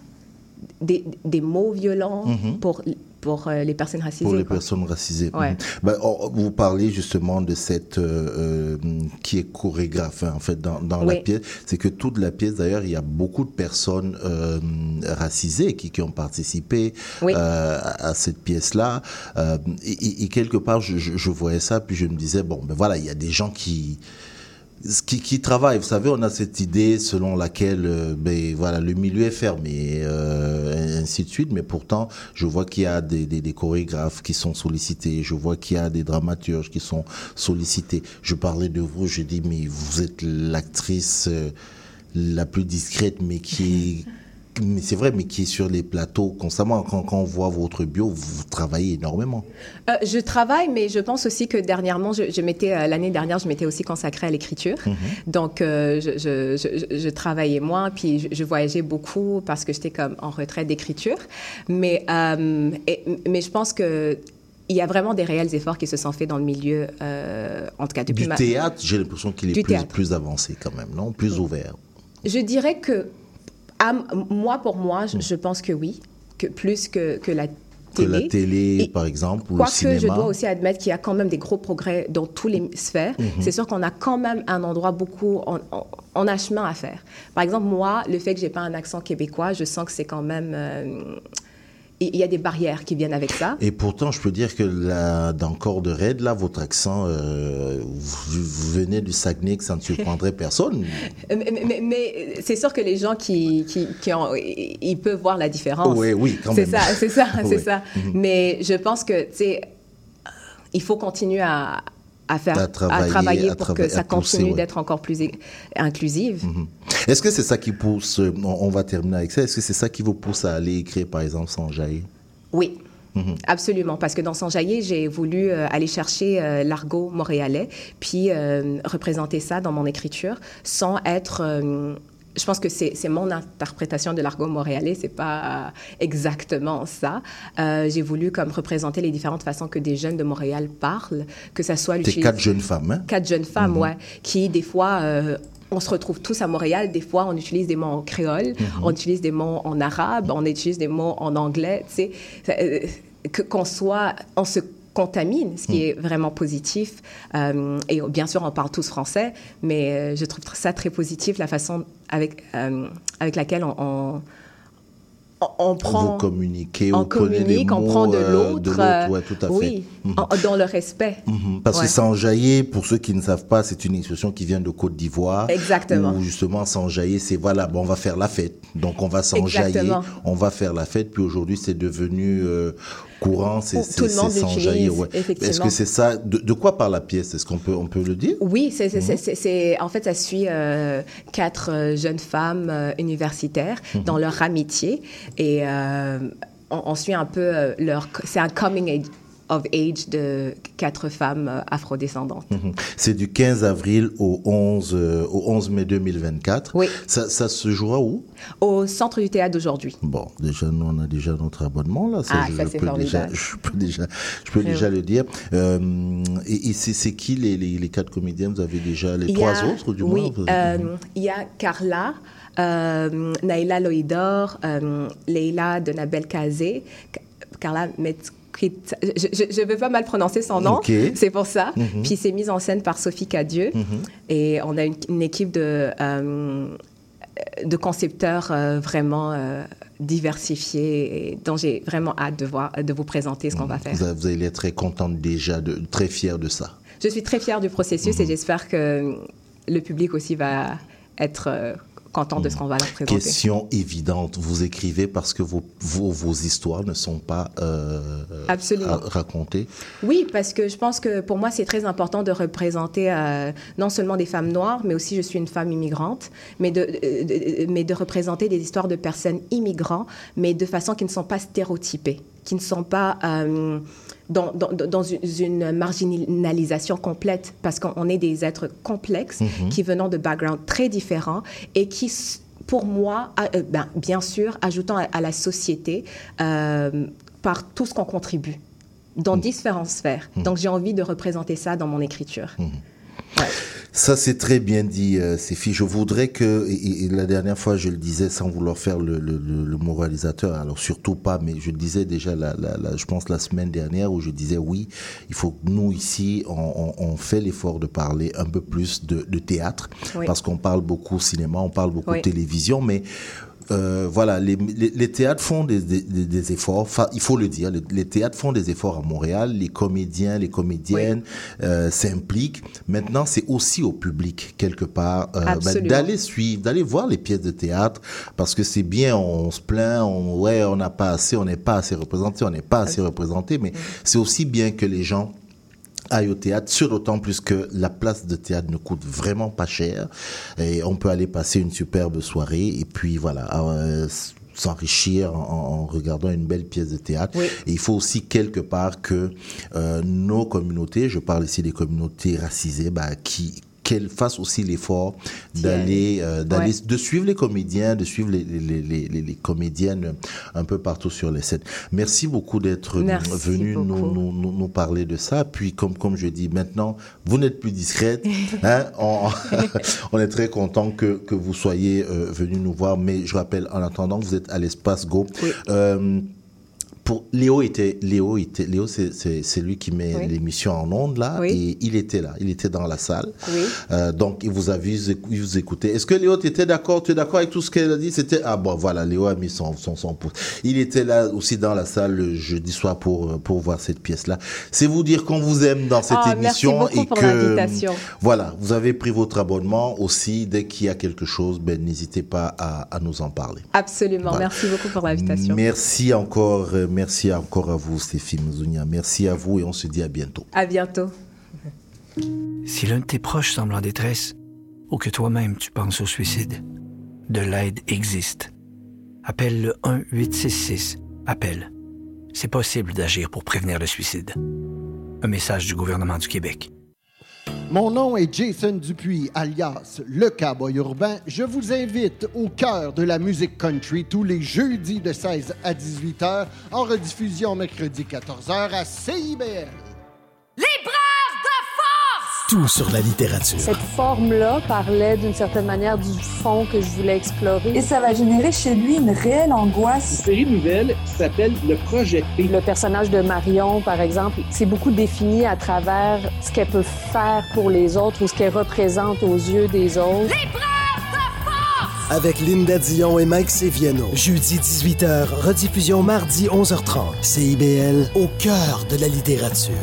Des, des mots violents mm-hmm. pour, pour euh, les personnes racisées. Pour les quoi. personnes racisées. Ouais. Mm-hmm. Ben, oh, vous parlez justement de cette... Euh, qui est chorégraphe, hein, en fait, dans, dans oui. la pièce. C'est que toute la pièce, d'ailleurs, il y a beaucoup de personnes euh, racisées qui, qui ont participé oui. euh, à, à cette pièce-là. Euh, et, et quelque part, je, je, je voyais ça, puis je me disais, bon, ben voilà, il y a des gens qui... Qui, qui travaille, vous savez, on a cette idée selon laquelle euh, ben, voilà, le milieu est fermé, euh, ainsi de suite, mais pourtant, je vois qu'il y a des, des, des chorégraphes qui sont sollicités, je vois qu'il y a des dramaturges qui sont sollicités. Je parlais de vous, je dis, mais vous êtes l'actrice euh, la plus discrète, mais qui est mais c'est vrai, mais qui est sur les plateaux constamment. Quand, quand on voit votre bio, vous travaillez énormément. Euh, je travaille, mais je pense aussi que dernièrement, je, je m'étais, euh, l'année dernière, je m'étais aussi consacrée à l'écriture. Mm-hmm. Donc, euh, je, je, je, je travaillais moins, puis je, je voyageais beaucoup parce que j'étais comme en retraite d'écriture. Mais, euh, et, mais je pense que il y a vraiment des réels efforts qui se sont faits dans le milieu, euh, en tout cas depuis du ma... théâtre, j'ai l'impression qu'il est plus, plus avancé quand même, non? Plus ouvert. Je dirais que, à, moi, pour moi, je, je pense que oui, que plus que, que la télé. Que la télé, et, par exemple, ou le cinéma. Quoique, je dois aussi admettre qu'il y a quand même des gros progrès dans tous les sphères. Mm-hmm. C'est sûr qu'on a quand même un endroit beaucoup... On, on, on a chemin à faire. Par exemple, moi, le fait que je n'ai pas un accent québécois, je sens que c'est quand même... Euh, il y a des barrières qui viennent avec ça. Et pourtant, je peux dire que là, dans Corps de Raid, là, votre accent, euh, vous, vous venez du Saguenay, que ça ne surprendrait personne. mais, mais, mais c'est sûr que les gens qui, qui, qui ont, ils peuvent voir la différence. Oui, oui, quand c'est même. Ça, c'est ça, c'est oui. ça. Mm-hmm. Mais je pense que, tu sais, il faut continuer à... À, faire, à travailler, à travailler pour à trava- que ça pousser, continue ouais. d'être encore plus é- inclusive. Mm-hmm. Est-ce que c'est ça qui pousse, on, on va terminer avec ça, est-ce que c'est ça qui vous pousse à aller écrire, par exemple, S'enjailler? Oui. Mm-hmm. Absolument, parce que dans S'enjailler, j'ai voulu euh, aller chercher euh, l'argot montréalais, puis euh, représenter ça dans mon écriture, sans être... Euh, je pense que c'est, c'est mon interprétation de l'argot montréalais, c'est pas exactement ça. Euh, j'ai voulu comme représenter les différentes façons que des jeunes de Montréal parlent, que ça soit... T'es quatre jeunes femmes, hein? Quatre jeunes femmes, mm-hmm. ouais, qui des fois... Euh, on se retrouve tous à Montréal. Des fois, on utilise des mots en créole, mm-hmm. on utilise des mots en arabe, on utilise des mots en anglais, tu sais. Euh, que, qu'on soit... On se contamine, ce qui mmh. est vraiment positif. Euh, et bien sûr, on parle tous français, mais euh, je trouve ça très positif, la façon avec, euh, avec laquelle on, on, on prend... Vous communiquez, on vous communique, les mots, on prend de l'autre. De l'autre ouais, tout à fait. Oui, mmh. en, dans le respect. Mmh. Parce ouais. que S'enjailler, pour ceux qui ne savent pas, c'est une expression qui vient de Côte d'Ivoire. Exactement. Où justement, S'enjailler, c'est voilà, bon, on va faire la fête. Donc, on va s'enjailler, on va faire la fête. Puis aujourd'hui, c'est devenu... Euh, courant, c'est, c'est, c'est S'enjailler. Ouais. Est-ce que c'est ça? De, de quoi parle la pièce? Est-ce qu'on peut, on peut le dire? Oui, c'est, c'est, mmh. c'est, c'est, en fait, ça suit euh, quatre euh, jeunes femmes euh, universitaires mmh. dans leur amitié. Et euh, on, on suit un peu euh, leur... C'est un coming age of age de quatre femmes euh, afrodescendantes. Mmh. C'est du quinze avril au onze, euh, au onze mai deux mille vingt-quatre. Oui. Ça, ça se jouera où? Au Centre du Théâtre d'aujourd'hui. Bon, déjà, nous, on a déjà notre abonnement, là. Ça, ah, je, ça, je c'est peux formidable. déjà, je peux déjà, je peux déjà le dire. Euh, et et c'est, c'est qui les, les, les quatre comédiennes? Vous avez déjà les il trois a, autres, du oui, moins? Oui, euh, il y a Carla, euh, Naïla Loïdor, euh, Leila de Nabel Kazé, Carla Metz. Je ne veux pas mal prononcer son nom, okay. c'est pour ça. Mm-hmm. Puis c'est mis en scène par Sophie Cadieux. Mm-hmm. Et on a une, une équipe de, euh, de concepteurs euh, vraiment euh, diversifiés et dont j'ai vraiment hâte de, voir, de vous présenter ce mm-hmm. qu'on va faire. Vous, vous allez être très contente déjà, de, très fière de ça. Je suis très fière du processus mm-hmm. et j'espère que le public aussi va être... Euh, content de ce qu'on va leur présenter. Question évidente, vous écrivez parce que vos, vos, vos histoires ne sont pas euh, Absolument. racontées? Oui, parce que je pense que pour moi, c'est très important de représenter euh, non seulement des femmes noires, mais aussi je suis une femme immigrante, mais de, de, de, mais de représenter des histoires de personnes immigrants, mais de façon qui ne sont pas stéréotypées, qui ne sont pas... Euh, Dans, dans, dans une, une marginalisation complète, parce qu'on est des êtres complexes mm-hmm. qui venons de backgrounds très différents et qui, pour moi, a, euh, ben, bien sûr, ajoutant à, à la société euh, par tout ce qu'on contribue dans mm-hmm. différentes sphères. Mm-hmm. Donc, j'ai envie de représenter ça dans mon écriture. Mm-hmm. Ouais. Ça, c'est très bien dit, euh, Séphie. Je voudrais que, et, et la dernière fois, je le disais sans vouloir faire le, le, le moralisateur, alors surtout pas, mais je le disais déjà, la, la, la, je pense la semaine dernière, où je disais oui, il faut que nous, ici, on, on, on fait l'effort de parler un peu plus de, de théâtre, oui. parce qu'on parle beaucoup cinéma, on parle beaucoup oui. télévision, mais... Euh, voilà, les, les, les théâtres font des, des, des efforts, enfin, il faut le dire, les, les théâtres font des efforts à Montréal, les comédiens, les comédiennes oui. euh, s'impliquent. Maintenant, c'est aussi au public, quelque part, euh, bah, d'aller suivre, d'aller voir les pièces de théâtre, parce que c'est bien, on, on se plaint, on, ouais, on n'a pas assez, on n'est pas assez représenté, on n'est pas assez représenté, mais mmh. c'est aussi bien que les gens aille au théâtre, sur d'autant plus que la place de théâtre ne coûte vraiment pas cher et on peut aller passer une superbe soirée et puis voilà, euh, s'enrichir en, en regardant une belle pièce de théâtre. Oui. Et il faut aussi quelque part que euh, nos communautés, je parle ici des communautés racisées, bah, qui qu'elles fassent aussi l'effort d'aller, euh, d'aller, ouais. de suivre les comédiens, de suivre les, les, les, les, les comédiennes un peu partout sur les scènes. Merci beaucoup d'être venu nous, nous, nous, nous parler de ça. Puis, comme, comme je dis, maintenant, vous n'êtes plus discrète. Hein? on, on est très content que, que vous soyez euh, venu nous voir. Mais je rappelle, en attendant, vous êtes à l'Espace Go. Oui. Euh, Pour Léo était Léo était Léo c'est c'est c'est lui qui met oui. l'émission en ondes là oui. et il était là, il était dans la salle. Oui. Euh, donc il vous a vu, il vous écoutait. Est-ce que Léo, tu étais d'accord, tu es d'accord avec tout ce qu'elle a dit? C'était ah bon voilà, Léo a mis son son son pouce. Il était là aussi dans la salle le jeudi soir pour pour voir cette pièce là. C'est vous dire qu'on vous aime dans cette ah, émission merci beaucoup et pour que l'invitation. Voilà, vous avez pris votre abonnement aussi. Dès qu'il y a quelque chose, ben n'hésitez pas à à nous en parler. Absolument. Voilà. Merci beaucoup pour l'invitation. Merci encore, merci encore à vous, Stéphie Mzounia. Merci à vous et on se dit à bientôt. À bientôt. Si l'un de tes proches semble en détresse ou que toi-même tu penses au suicide, de l'aide existe. Appelle le un huit six six. Appelle. C'est possible d'agir pour prévenir le suicide. Un message du gouvernement du Québec. Mon nom est Jason Dupuis, alias Le Cowboy Urbain. Je vous invite au cœur de la musique country tous les jeudis de seize à dix-huit heures, en rediffusion mercredi quatorze heures à C I B L. Libraire de force! Tout sur la littérature. Cette forme-là parlait d'une certaine manière du fond que je voulais explorer. Et ça va générer chez lui une réelle angoisse. Une série nouvelle qui s'appelle Le Projet P. Le personnage de Marion, par exemple, c'est beaucoup défini à travers ce qu'elle peut faire pour les autres ou ce qu'elle représente aux yeux des autres. Libraire de force! Avec Linda Dion et Mike Seviano. Jeudi dix-huit heures, rediffusion mardi onze heures trente. C I B L, au cœur de la littérature.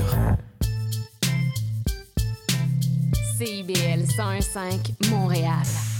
C I B L cent un virgule cinq, Montréal.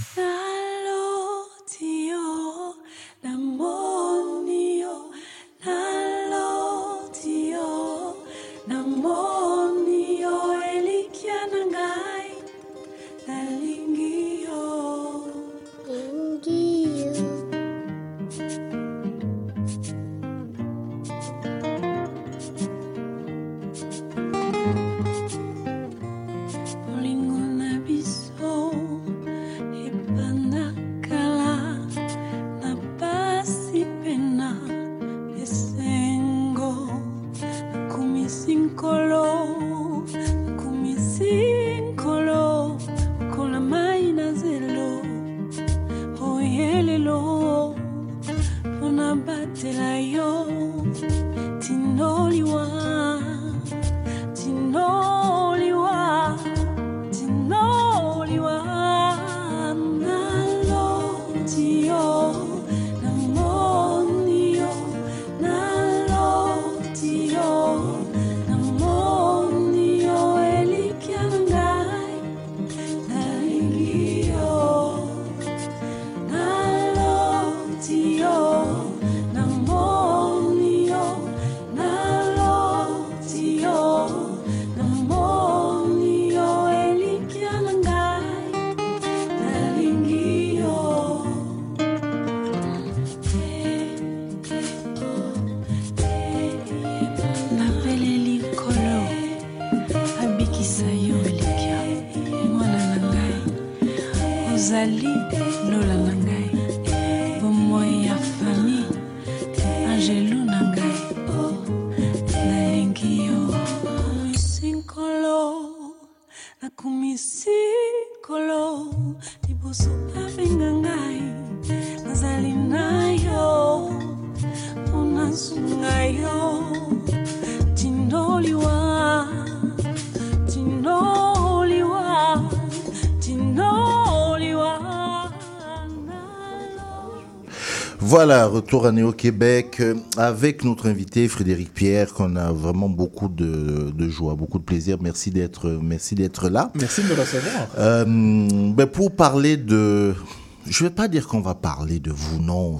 Voilà, retour à Néo-Québec euh, avec notre invité Frédéric Pierre, qu'on a vraiment beaucoup de, de joie, beaucoup de plaisir. Merci d'être, merci d'être là. Merci de me recevoir. Euh, ben pour parler de... Je ne vais pas dire qu'on va parler de vous, non.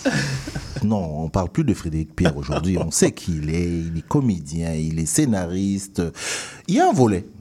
Non, on ne parle plus de Frédéric Pierre aujourd'hui. On sait qui il est. Il est comédien, il est scénariste. Il y a un volet.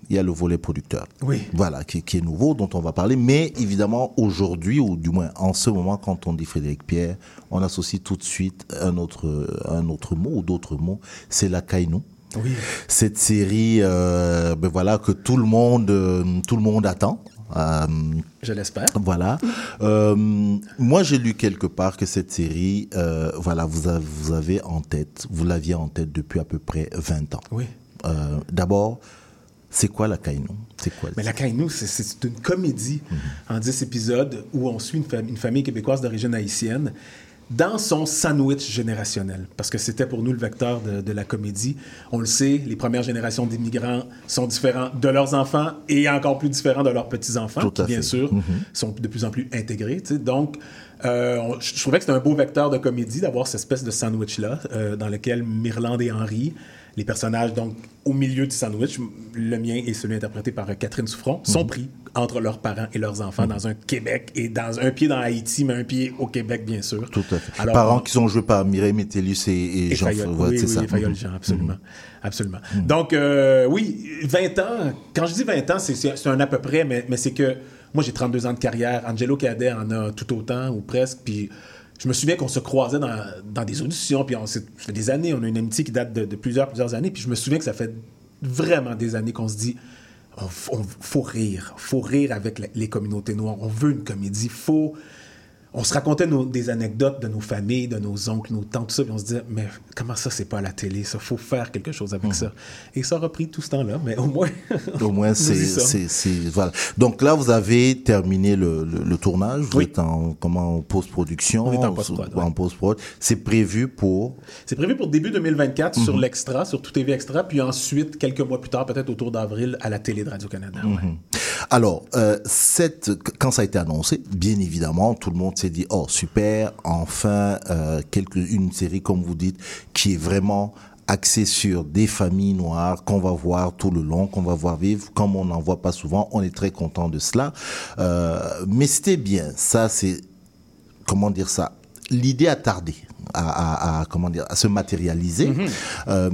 il y a le volet producteur. Oui. Voilà, qui, qui est nouveau, dont on va parler. Mais évidemment, aujourd'hui, ou du moins en ce moment, quand on dit Frédéric Pierre, on associe tout de suite un autre, un autre mot ou d'autres mots, c'est la Kainou. Oui. Cette série, euh, ben voilà, que tout le monde, euh, tout le monde attend. Euh, Je l'espère. Voilà. Euh, moi, j'ai lu quelque part que cette série, euh, voilà, vous, a, vous avez en tête, vous l'aviez en tête depuis à peu près vingt ans. Oui. Euh, d'abord, c'est quoi la Kainou? C'est quoi? Mais la Kainou, c'est, c'est une comédie mm-hmm. en dix épisodes où on suit une, fam- une famille québécoise d'origine haïtienne dans son sandwich générationnel. Parce que c'était pour nous le vecteur de, de la comédie. On le sait, les premières générations d'immigrants sont différents de leurs enfants et encore plus différents de leurs petits-enfants, qui, bien sûr, mm-hmm. sont de plus en plus intégrés. Tu sais. Donc, euh, on, je trouvais que c'était un beau vecteur de comédie d'avoir cette espèce de sandwich-là, euh, dans lequel Myrlande et Henri, les personnages, donc, au milieu du sandwich, le mien et celui interprété par Catherine Souffron, mm-hmm. sont pris entre leurs parents et leurs enfants mm-hmm. dans un Québec et dans un pied dans Haïti, mais un pied au Québec, bien sûr. Tout à fait. Alors, parents on... qui sont joués par Mireille Métellus et, et, et Jean Fayol, Fayol, oui, c'est oui, ça. Oui, Fayol mm-hmm. Jean, absolument. Mm-hmm. absolument. Mm-hmm. Donc, euh, oui, vingt ans, quand je dis vingt ans, c'est, c'est, c'est un à peu près, mais, mais c'est que moi, j'ai trente-deux ans de carrière, Angelo Cadet en a tout autant, ou presque, puis je me souviens qu'on se croisait dans, dans des auditions, puis on, ça fait des années, on a une amitié qui date de, de plusieurs, plusieurs années, puis je me souviens que ça fait vraiment des années qu'on se dit, il faut rire, faut rire avec la, les communautés noires, on veut une comédie, faut... On se racontait nos, des anecdotes de nos familles, de nos oncles, nos tantes, tout ça, puis on se disait, mais comment ça, c'est pas à la télé, ça, faut faire quelque chose avec mmh. ça. Et ça a repris tout ce temps-là, mais au moins... au moins, c'est, c'est, c'est... Voilà. Donc là, vous avez terminé le, le, le tournage, vous oui. êtes en, comment, en post-production. On est en post-prod. En ouais. post-prod. C'est prévu pour... C'est prévu pour début deux mille vingt-quatre mmh. sur l'Extra, sur Tout T V Extra, puis ensuite, quelques mois plus tard, peut-être autour d'avril, à la télé de Radio-Canada. Mmh. Ouais. Alors, euh, cette, quand ça a été annoncé, bien évidemment, tout le monde s'est dit, oh, super, enfin, euh, quelque, une série, comme vous dites, qui est vraiment axée sur des familles noires qu'on va voir tout le long, qu'on va voir vivre, comme on n'en voit pas souvent. On est très content de cela. Euh, mais c'était bien. Ça, c'est, comment dire ça? L'idée a tardé à, à, à comment dire, à se matérialiser. Mm-hmm. Euh,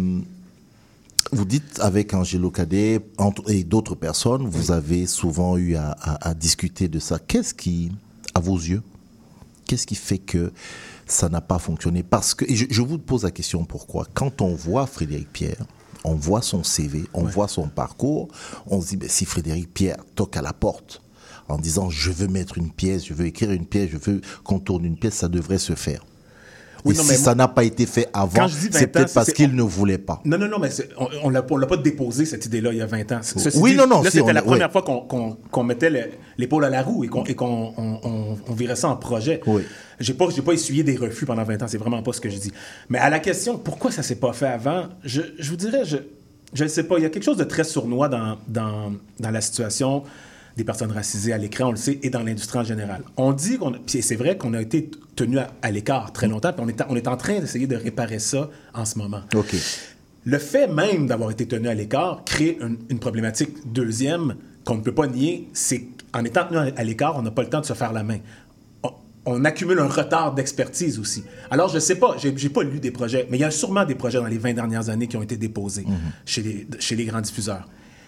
Vous dites avec Angelo Cadet et d'autres personnes, vous avez souvent eu à, à, à discuter de ça. Qu'est-ce qui, à vos yeux, qu'est-ce qui fait que ça n'a pas fonctionné? Parce que, et je, je vous pose la question pourquoi. Quand on voit Frédéric Pierre, on voit son C V, on ouais. voit son parcours, on se dit, ben, si Frédéric Pierre toque à la porte en disant, je veux mettre une pièce, je veux écrire une pièce, je veux qu'on tourne une pièce, ça devrait se faire. Oui, et non, si ça moi, n'a pas été fait avant, c'est peut-être ans, parce c'est, qu'il on... ne voulait pas. Non, non, non, mais on ne l'a, l'a pas déposé, cette idée-là, il y a vingt ans. Ceci oui, dit, non, non. Là, si, c'était on... la première oui. fois qu'on, qu'on, qu'on mettait le, l'épaule à la roue et qu'on, et qu'on on, on, on virait ça en projet. Oui. Je n'ai pas, j'ai pas essuyé des refus pendant vingt ans, c'est vraiment pas ce que je dis. Mais à la question, pourquoi ça ne s'est pas fait avant, je, je vous dirais, je ne sais pas, il y a quelque chose de très sournois dans, dans, dans la situation des personnes racisées à l'écran, on le sait, et dans l'industrie en général. On dit qu'on... Puis c'est vrai qu'on a été tenu à, à l'écart très longtemps, puis on est, on est en train d'essayer de réparer ça en ce moment. OK. Le fait même d'avoir été tenu à l'écart crée une, une problématique deuxième qu'on ne peut pas nier, c'est qu'en étant tenu à l'écart, on n'a pas le temps de se faire la main. On, on accumule un retard d'expertise aussi. Alors, je ne sais pas, j'ai, j'ai pas lu des projets, mais il y a sûrement des projets dans les vingt dernières années qui ont été déposés mm-hmm. chez, les, chez les grands diffuseurs.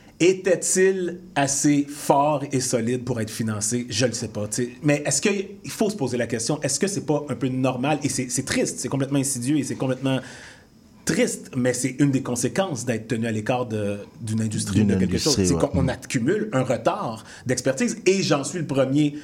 Était-il assez fort et solide pour être financé? Je ne le sais pas. T'sais. Mais est-ce qu'il faut se poser la question, est-ce que c'est pas un peu normal? Et c'est, c'est triste, c'est complètement insidieux et c'est complètement triste, mais c'est une des conséquences d'être tenu à l'écart de, d'une industrie d'une de quelque chose. C'est ouais. qu'on accumule un retard d'expertise et j'en suis le premier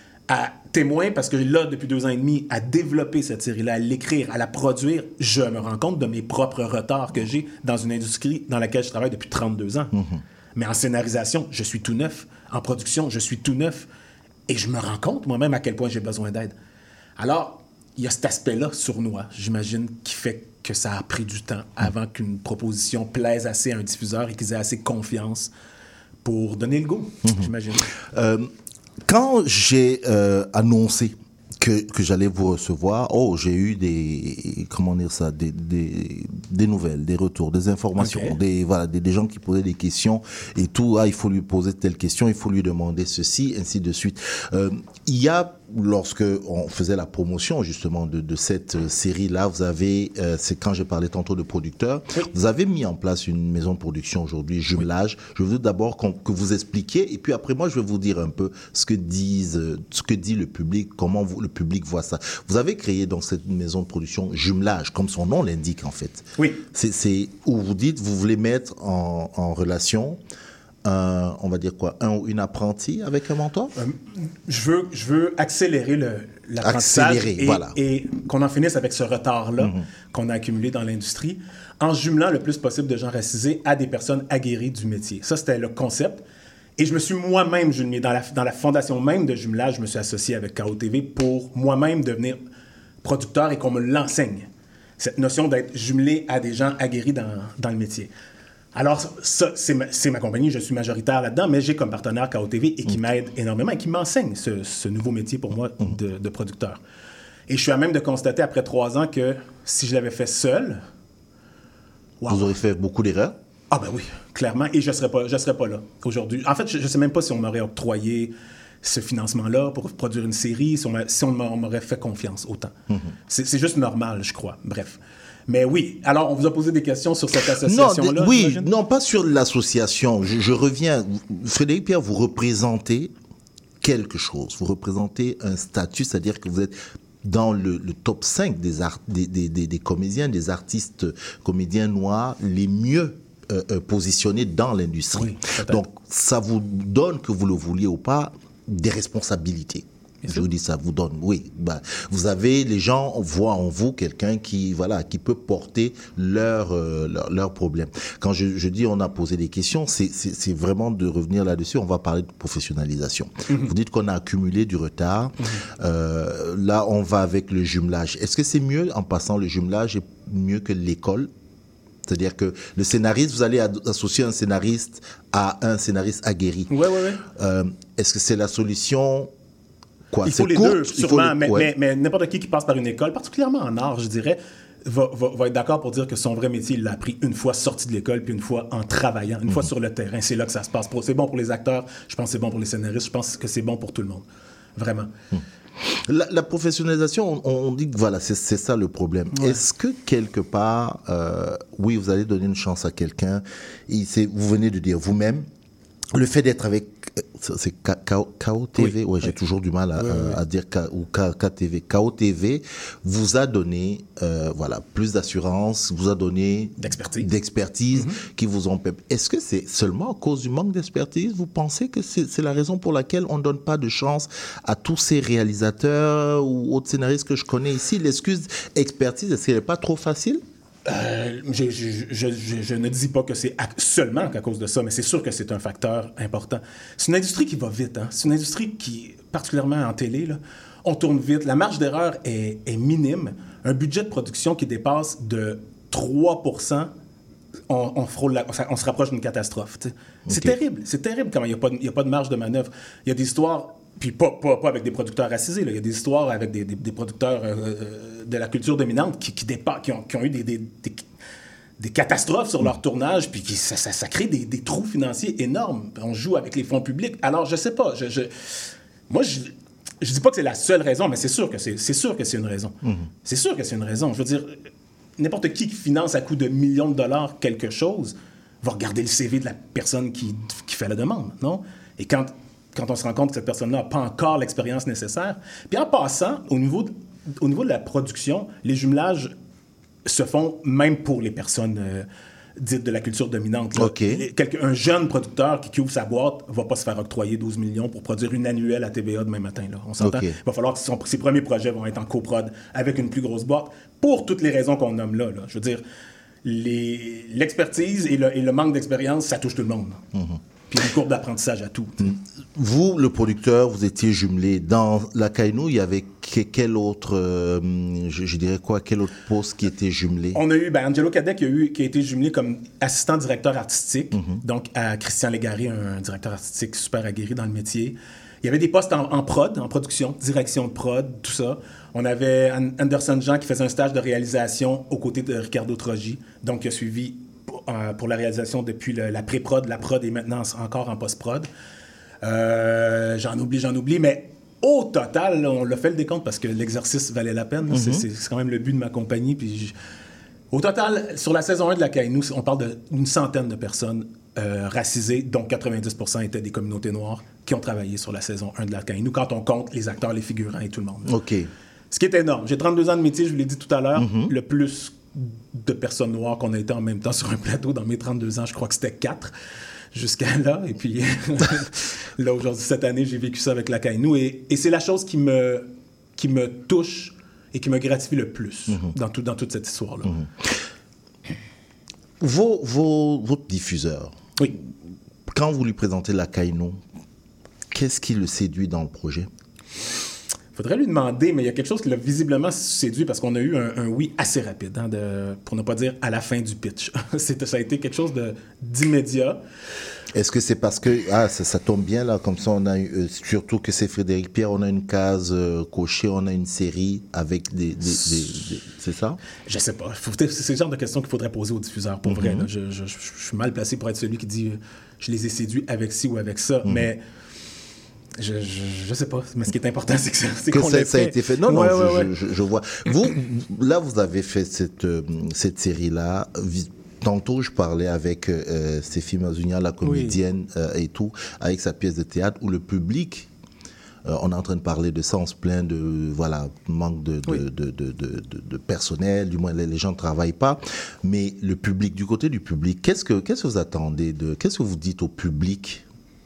à témoin parce que là, depuis deux ans et demi, à développer cette série-là, à l'écrire, à la produire, je me rends compte de mes propres retards que j'ai dans une industrie dans laquelle je travaille depuis trente-deux ans. Mm-hmm. Mais en scénarisation, je suis tout neuf. En production, je suis tout neuf. Et je me rends compte moi-même à quel point j'ai besoin d'aide. Alors, il y a cet aspect-là sournois, j'imagine, qui fait que ça a pris du temps avant qu'une proposition plaise assez à un diffuseur et qu'ils aient assez confiance pour donner le go, mm-hmm. j'imagine. Euh, quand j'ai euh, annoncé que, que j'allais vous recevoir, oh, j'ai eu des, comment dire ça, des, des, des nouvelles, des retours, des informations, okay. des, voilà, des, des gens qui posaient des questions et tout. Ah, il faut lui poser telle question, il faut lui demander ceci, ainsi de suite. Euh, il y a lorsque on faisait la promotion justement de, de cette euh, série-là, vous avez, euh, c'est quand j'ai parlé tantôt de producteurs, oui. vous avez mis en place une maison de production aujourd'hui, Jumelage. Oui. Je veux d'abord qu'on, que vous expliquiez, et puis après moi, je vais vous dire un peu ce que disent, euh, ce que dit le public, comment vous, le public voit ça. Vous avez créé donc cette maison de production Jumelage, comme son nom l'indique en fait. Oui. C'est, c'est où vous dites, vous voulez mettre en, en relation Un, on va dire quoi, un ou une apprentie avec un mentor? Euh, je, veux, je veux accélérer le, l'apprentissage accélérer, et, voilà. et qu'on en finisse avec ce retard-là mm-hmm. qu'on a accumulé dans l'industrie en jumelant le plus possible de gens racisés à des personnes aguerries du métier. Ça, c'était le concept. Et je me suis moi-même jumelé. Dans la, dans la fondation même de jumelage, je me suis associé avec K O T V pour moi-même devenir producteur et qu'on me l'enseigne. Cette notion d'être jumelé à des gens aguerris dans, dans le métier. Alors, ça, c'est ma, c'est ma compagnie, je suis majoritaire là-dedans, mais j'ai comme partenaire K O T V et qui mmh. m'aide énormément et qui m'enseigne ce, ce nouveau métier pour moi mmh. de, de producteur. Et je suis à même de constater après trois ans que si je l'avais fait seul... Wow. Vous auriez fait beaucoup d'erreurs? Ah ben oui, clairement, et je ne serais pas, je serais pas là aujourd'hui. En fait, je ne sais même pas si on m'aurait octroyé ce financement-là pour produire une série, si on, si on m'aurait fait confiance autant. Mmh. C'est, c'est juste normal, je crois. Bref. Mais oui, alors on vous a posé des questions sur cette association-là? Non, oui, j'imagine? Non, pas sur l'association. Je, je reviens. Frédéric Pierre, vous représentez quelque chose. Vous représentez un statut, c'est-à-dire que vous êtes dans le, le top cinq des, art, des, des, des, des comédiens, des artistes comédiens noirs les mieux euh, euh, positionnés dans l'industrie. Oui, donc, ça vous donne, que vous le vouliez ou pas, des responsabilités. Je vous dis, ça vous donne, oui. Bah, vous avez, les gens voient en vous quelqu'un qui, voilà, qui peut porter leurs euh, leur, leur problèmes. Quand je, je dis on a posé des questions, c'est, c'est, c'est vraiment de revenir là-dessus. On va parler de professionnalisation. Mm-hmm. Vous dites qu'on a accumulé du retard. Mm-hmm. Euh, là, on va avec le jumelage. Est-ce que c'est mieux, en passant le jumelage, est mieux que l'école? C'est-à-dire que le scénariste, vous allez associer un scénariste à un scénariste aguerri. Oui, oui, oui. Euh, est-ce que c'est la solution? Quoi, il faut les court, deux, sûrement, les... mais, ouais. mais, mais n'importe qui qui passe par une école, particulièrement en art, je dirais, va, va, va être d'accord pour dire que son vrai métier, il l'a appris une fois sorti de l'école, puis une fois en travaillant, une mm-hmm. fois sur le terrain. C'est là que ça se passe. C'est bon pour les acteurs, je pense que c'est bon pour les scénaristes, je pense que c'est bon pour tout le monde. Vraiment. Mm. La, la professionnalisation, on, on dit que voilà, c'est, c'est ça le problème. Ouais. Est-ce que quelque part, euh, oui, vous allez donner une chance à quelqu'un, et c'est, vous venez de dire vous-même, le fait d'être avec, c'est K O T V, oui, ouais, j'ai oui. toujours du mal à, oui, oui. à dire K, ou K, K T V. K O T V vous a donné, euh, voilà, plus d'assurance, vous a donné d'expertise, d'expertise mm-hmm. qui vous ont. Est-ce que c'est seulement à cause du manque d'expertise? Vous pensez que c'est, c'est la raison pour laquelle on ne donne pas de chance à tous ces réalisateurs ou autres scénaristes que je connais ici? L'excuse expertise, est-ce qu'elle n'est pas trop facile? Euh, je, je, je, je, je ne dis pas que c'est à, seulement qu'à cause de ça, mais c'est sûr que c'est un facteur important. C'est une industrie qui va vite. Hein? C'est une industrie qui, particulièrement en télé, là, on tourne vite. La marge d'erreur est, est minime. Un budget de production qui dépasse de trois pour cent, on, on, frôle la, on se rapproche d'une catastrophe. Okay. C'est terrible. C'est terrible quand il n'y a, a pas de marge de manœuvre. Il y a des histoires... Puis pas, pas, pas avec des producteurs racisés. Là. Il y a des histoires avec des, des, des producteurs euh, de la culture dominante qui, qui, dépa- qui, ont, qui ont eu des, des, des, des catastrophes sur leur tournage, puis qui, ça, ça, ça crée des, des trous financiers énormes. On joue avec les fonds publics. Alors, je sais pas. Je, je, moi, je je dis pas que c'est la seule raison, mais c'est sûr que c'est, c'est, sûr que c'est une raison. Mm-hmm. C'est sûr que c'est une raison. Je veux dire, n'importe qui qui finance à coût de millions de dollars quelque chose va regarder le C V de la personne qui, qui fait la demande, non? Et quand... quand on se rend compte que cette personne-là n'a pas encore l'expérience nécessaire. Puis en passant, au niveau de, au niveau de la production, les jumelages se font même pour les personnes euh, dites de la culture dominante. Là. Okay. Quelqu'un, un jeune producteur qui, qui ouvre sa boîte ne va pas se faire octroyer douze millions pour produire une annuelle à T V A demain matin. Là. On s'entend? Okay. Il va falloir que son, ses premiers projets vont être en coprod avec une plus grosse boîte pour toutes les raisons qu'on nomme là. là. Je veux dire, les, l'expertise et le, et le manque d'expérience, ça touche tout le monde. Mm-hmm. Puis une courbe d'apprentissage à tout. Vous, le producteur, vous étiez jumelé. Dans la Kainou, il y avait quel autre, euh, je, je dirais quoi, quel autre poste qui était jumelé? On a eu, ben, Angelo Cadet qui a, eu, qui a été jumelé comme assistant directeur artistique, mm-hmm. donc à Christian Légaré, un directeur artistique super aguerri dans le métier. Il y avait des postes en, en prod, en production, direction de prod, tout ça. On avait Anderson Jean qui faisait un stage de réalisation aux côtés de Ricardo Trogi, donc qui a suivi Euh, pour la réalisation depuis le, la pré-prod, la prod et maintenant encore en post-prod. Euh, j'en oublie, j'en oublie, mais au total, là, on l'a fait le décompte parce que l'exercice valait la peine. Mm-hmm. C'est, c'est, c'est quand même le but de ma compagnie. Puis je... Au total, sur la saison un de la Kainou, on parle d'une centaine de personnes euh, racisées, dont quatre-vingt-dix pour cent étaient des communautés noires, qui ont travaillé sur la saison un de la Kainou, quand on compte les acteurs, les figurants et tout le monde. OK. Ce qui est énorme. J'ai trente-deux ans de métier, je vous l'ai dit tout à l'heure. Mm-hmm. Le plus de personnes noires qu'on a été en même temps sur un plateau dans mes trente-deux ans, je crois que c'était quatre jusqu'à là. Et puis là, aujourd'hui, cette année, j'ai vécu ça avec la Kainou. Et, et c'est la chose qui me, qui me touche et qui me gratifie le plus mm-hmm. dans, tout, dans toute cette histoire-là. Mm-hmm. Vos, vos, votre diffuseur, oui. Quand vous lui présentez la Kainou, qu'est-ce qui le séduit dans le projet? Il faudrait lui demander, mais il y a quelque chose qui l'a visiblement séduit parce qu'on a eu un, un oui assez rapide, hein, de, pour ne pas dire à la fin du pitch. C'est, ça a été quelque chose de, d'immédiat. Est-ce que c'est parce que, ah, ça, ça tombe bien là, comme ça, on a eu, euh, surtout que c'est Frédéric Pierre, on a une case euh, cochée, on a une série avec des. des, des, des c'est ça? Je sais pas. Faut, c'est le genre de questions qu'il faudrait poser aux diffuseurs, pour mm-hmm. vrai. Là. Je, je, je, je suis mal placé pour être celui qui dit euh, je les ai séduits avec ci ou avec ça, mm-hmm. mais. Je, je, je sais pas, mais ce qui est important, c'est que, c'est que qu'on ça, l'ait ça a fait. été fait. Non, non, ouais, je, ouais, ouais. Je, je, je vois. Vous, là, vous avez fait cette, euh, cette série-là. Tantôt, je parlais avec euh, Stéphie Mazunia, la comédienne, oui. euh, et tout, avec sa pièce de théâtre, où le public, euh, on est en train de parler de ça, on se plaint de, voilà, manque de, de, oui. de, de, de, de, de personnel, du moins les, les gens ne travaillent pas. Mais le public, du côté du public, qu'est-ce que, qu'est-ce que vous attendez de, qu'est-ce que vous dites au public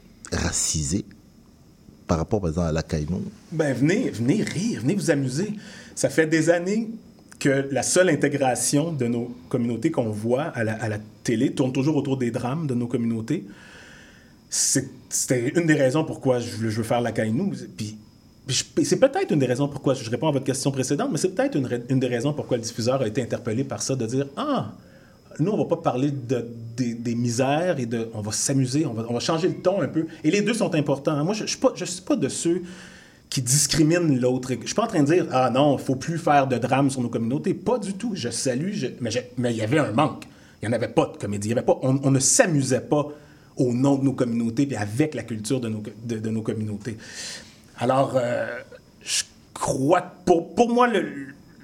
racisé par rapport, par exemple, à la Kainou? Ben, venez, venez rire, venez vous amuser. Ça fait des années que la seule intégration de nos communautés qu'on voit à la, à la télé tourne toujours autour des drames de nos communautés. C'est, c'était une des raisons pourquoi je, je veux faire la Kainou. Puis, puis je, c'est peut-être une des raisons pourquoi, je réponds à votre question précédente, mais c'est peut-être une, une des raisons pourquoi le diffuseur a été interpellé par ça, de dire « Ah, nous, on va pas parler de, de, des misères et de... On va s'amuser, on va, on va changer le ton un peu. » Et les deux sont importants. Moi, je ne suis, suis pas de ceux qui discriminent l'autre. Je ne suis pas en train de dire « Ah non, il ne faut plus faire de drame sur nos communautés. » Pas du tout. Je salue, je... mais il mais y avait un manque. Il n'y en avait pas de comédie. Y avait pas... on, on ne s'amusait pas au nom de nos communautés et avec la culture de nos, de, de nos communautés. Alors, euh, je crois que pour, pour moi, le...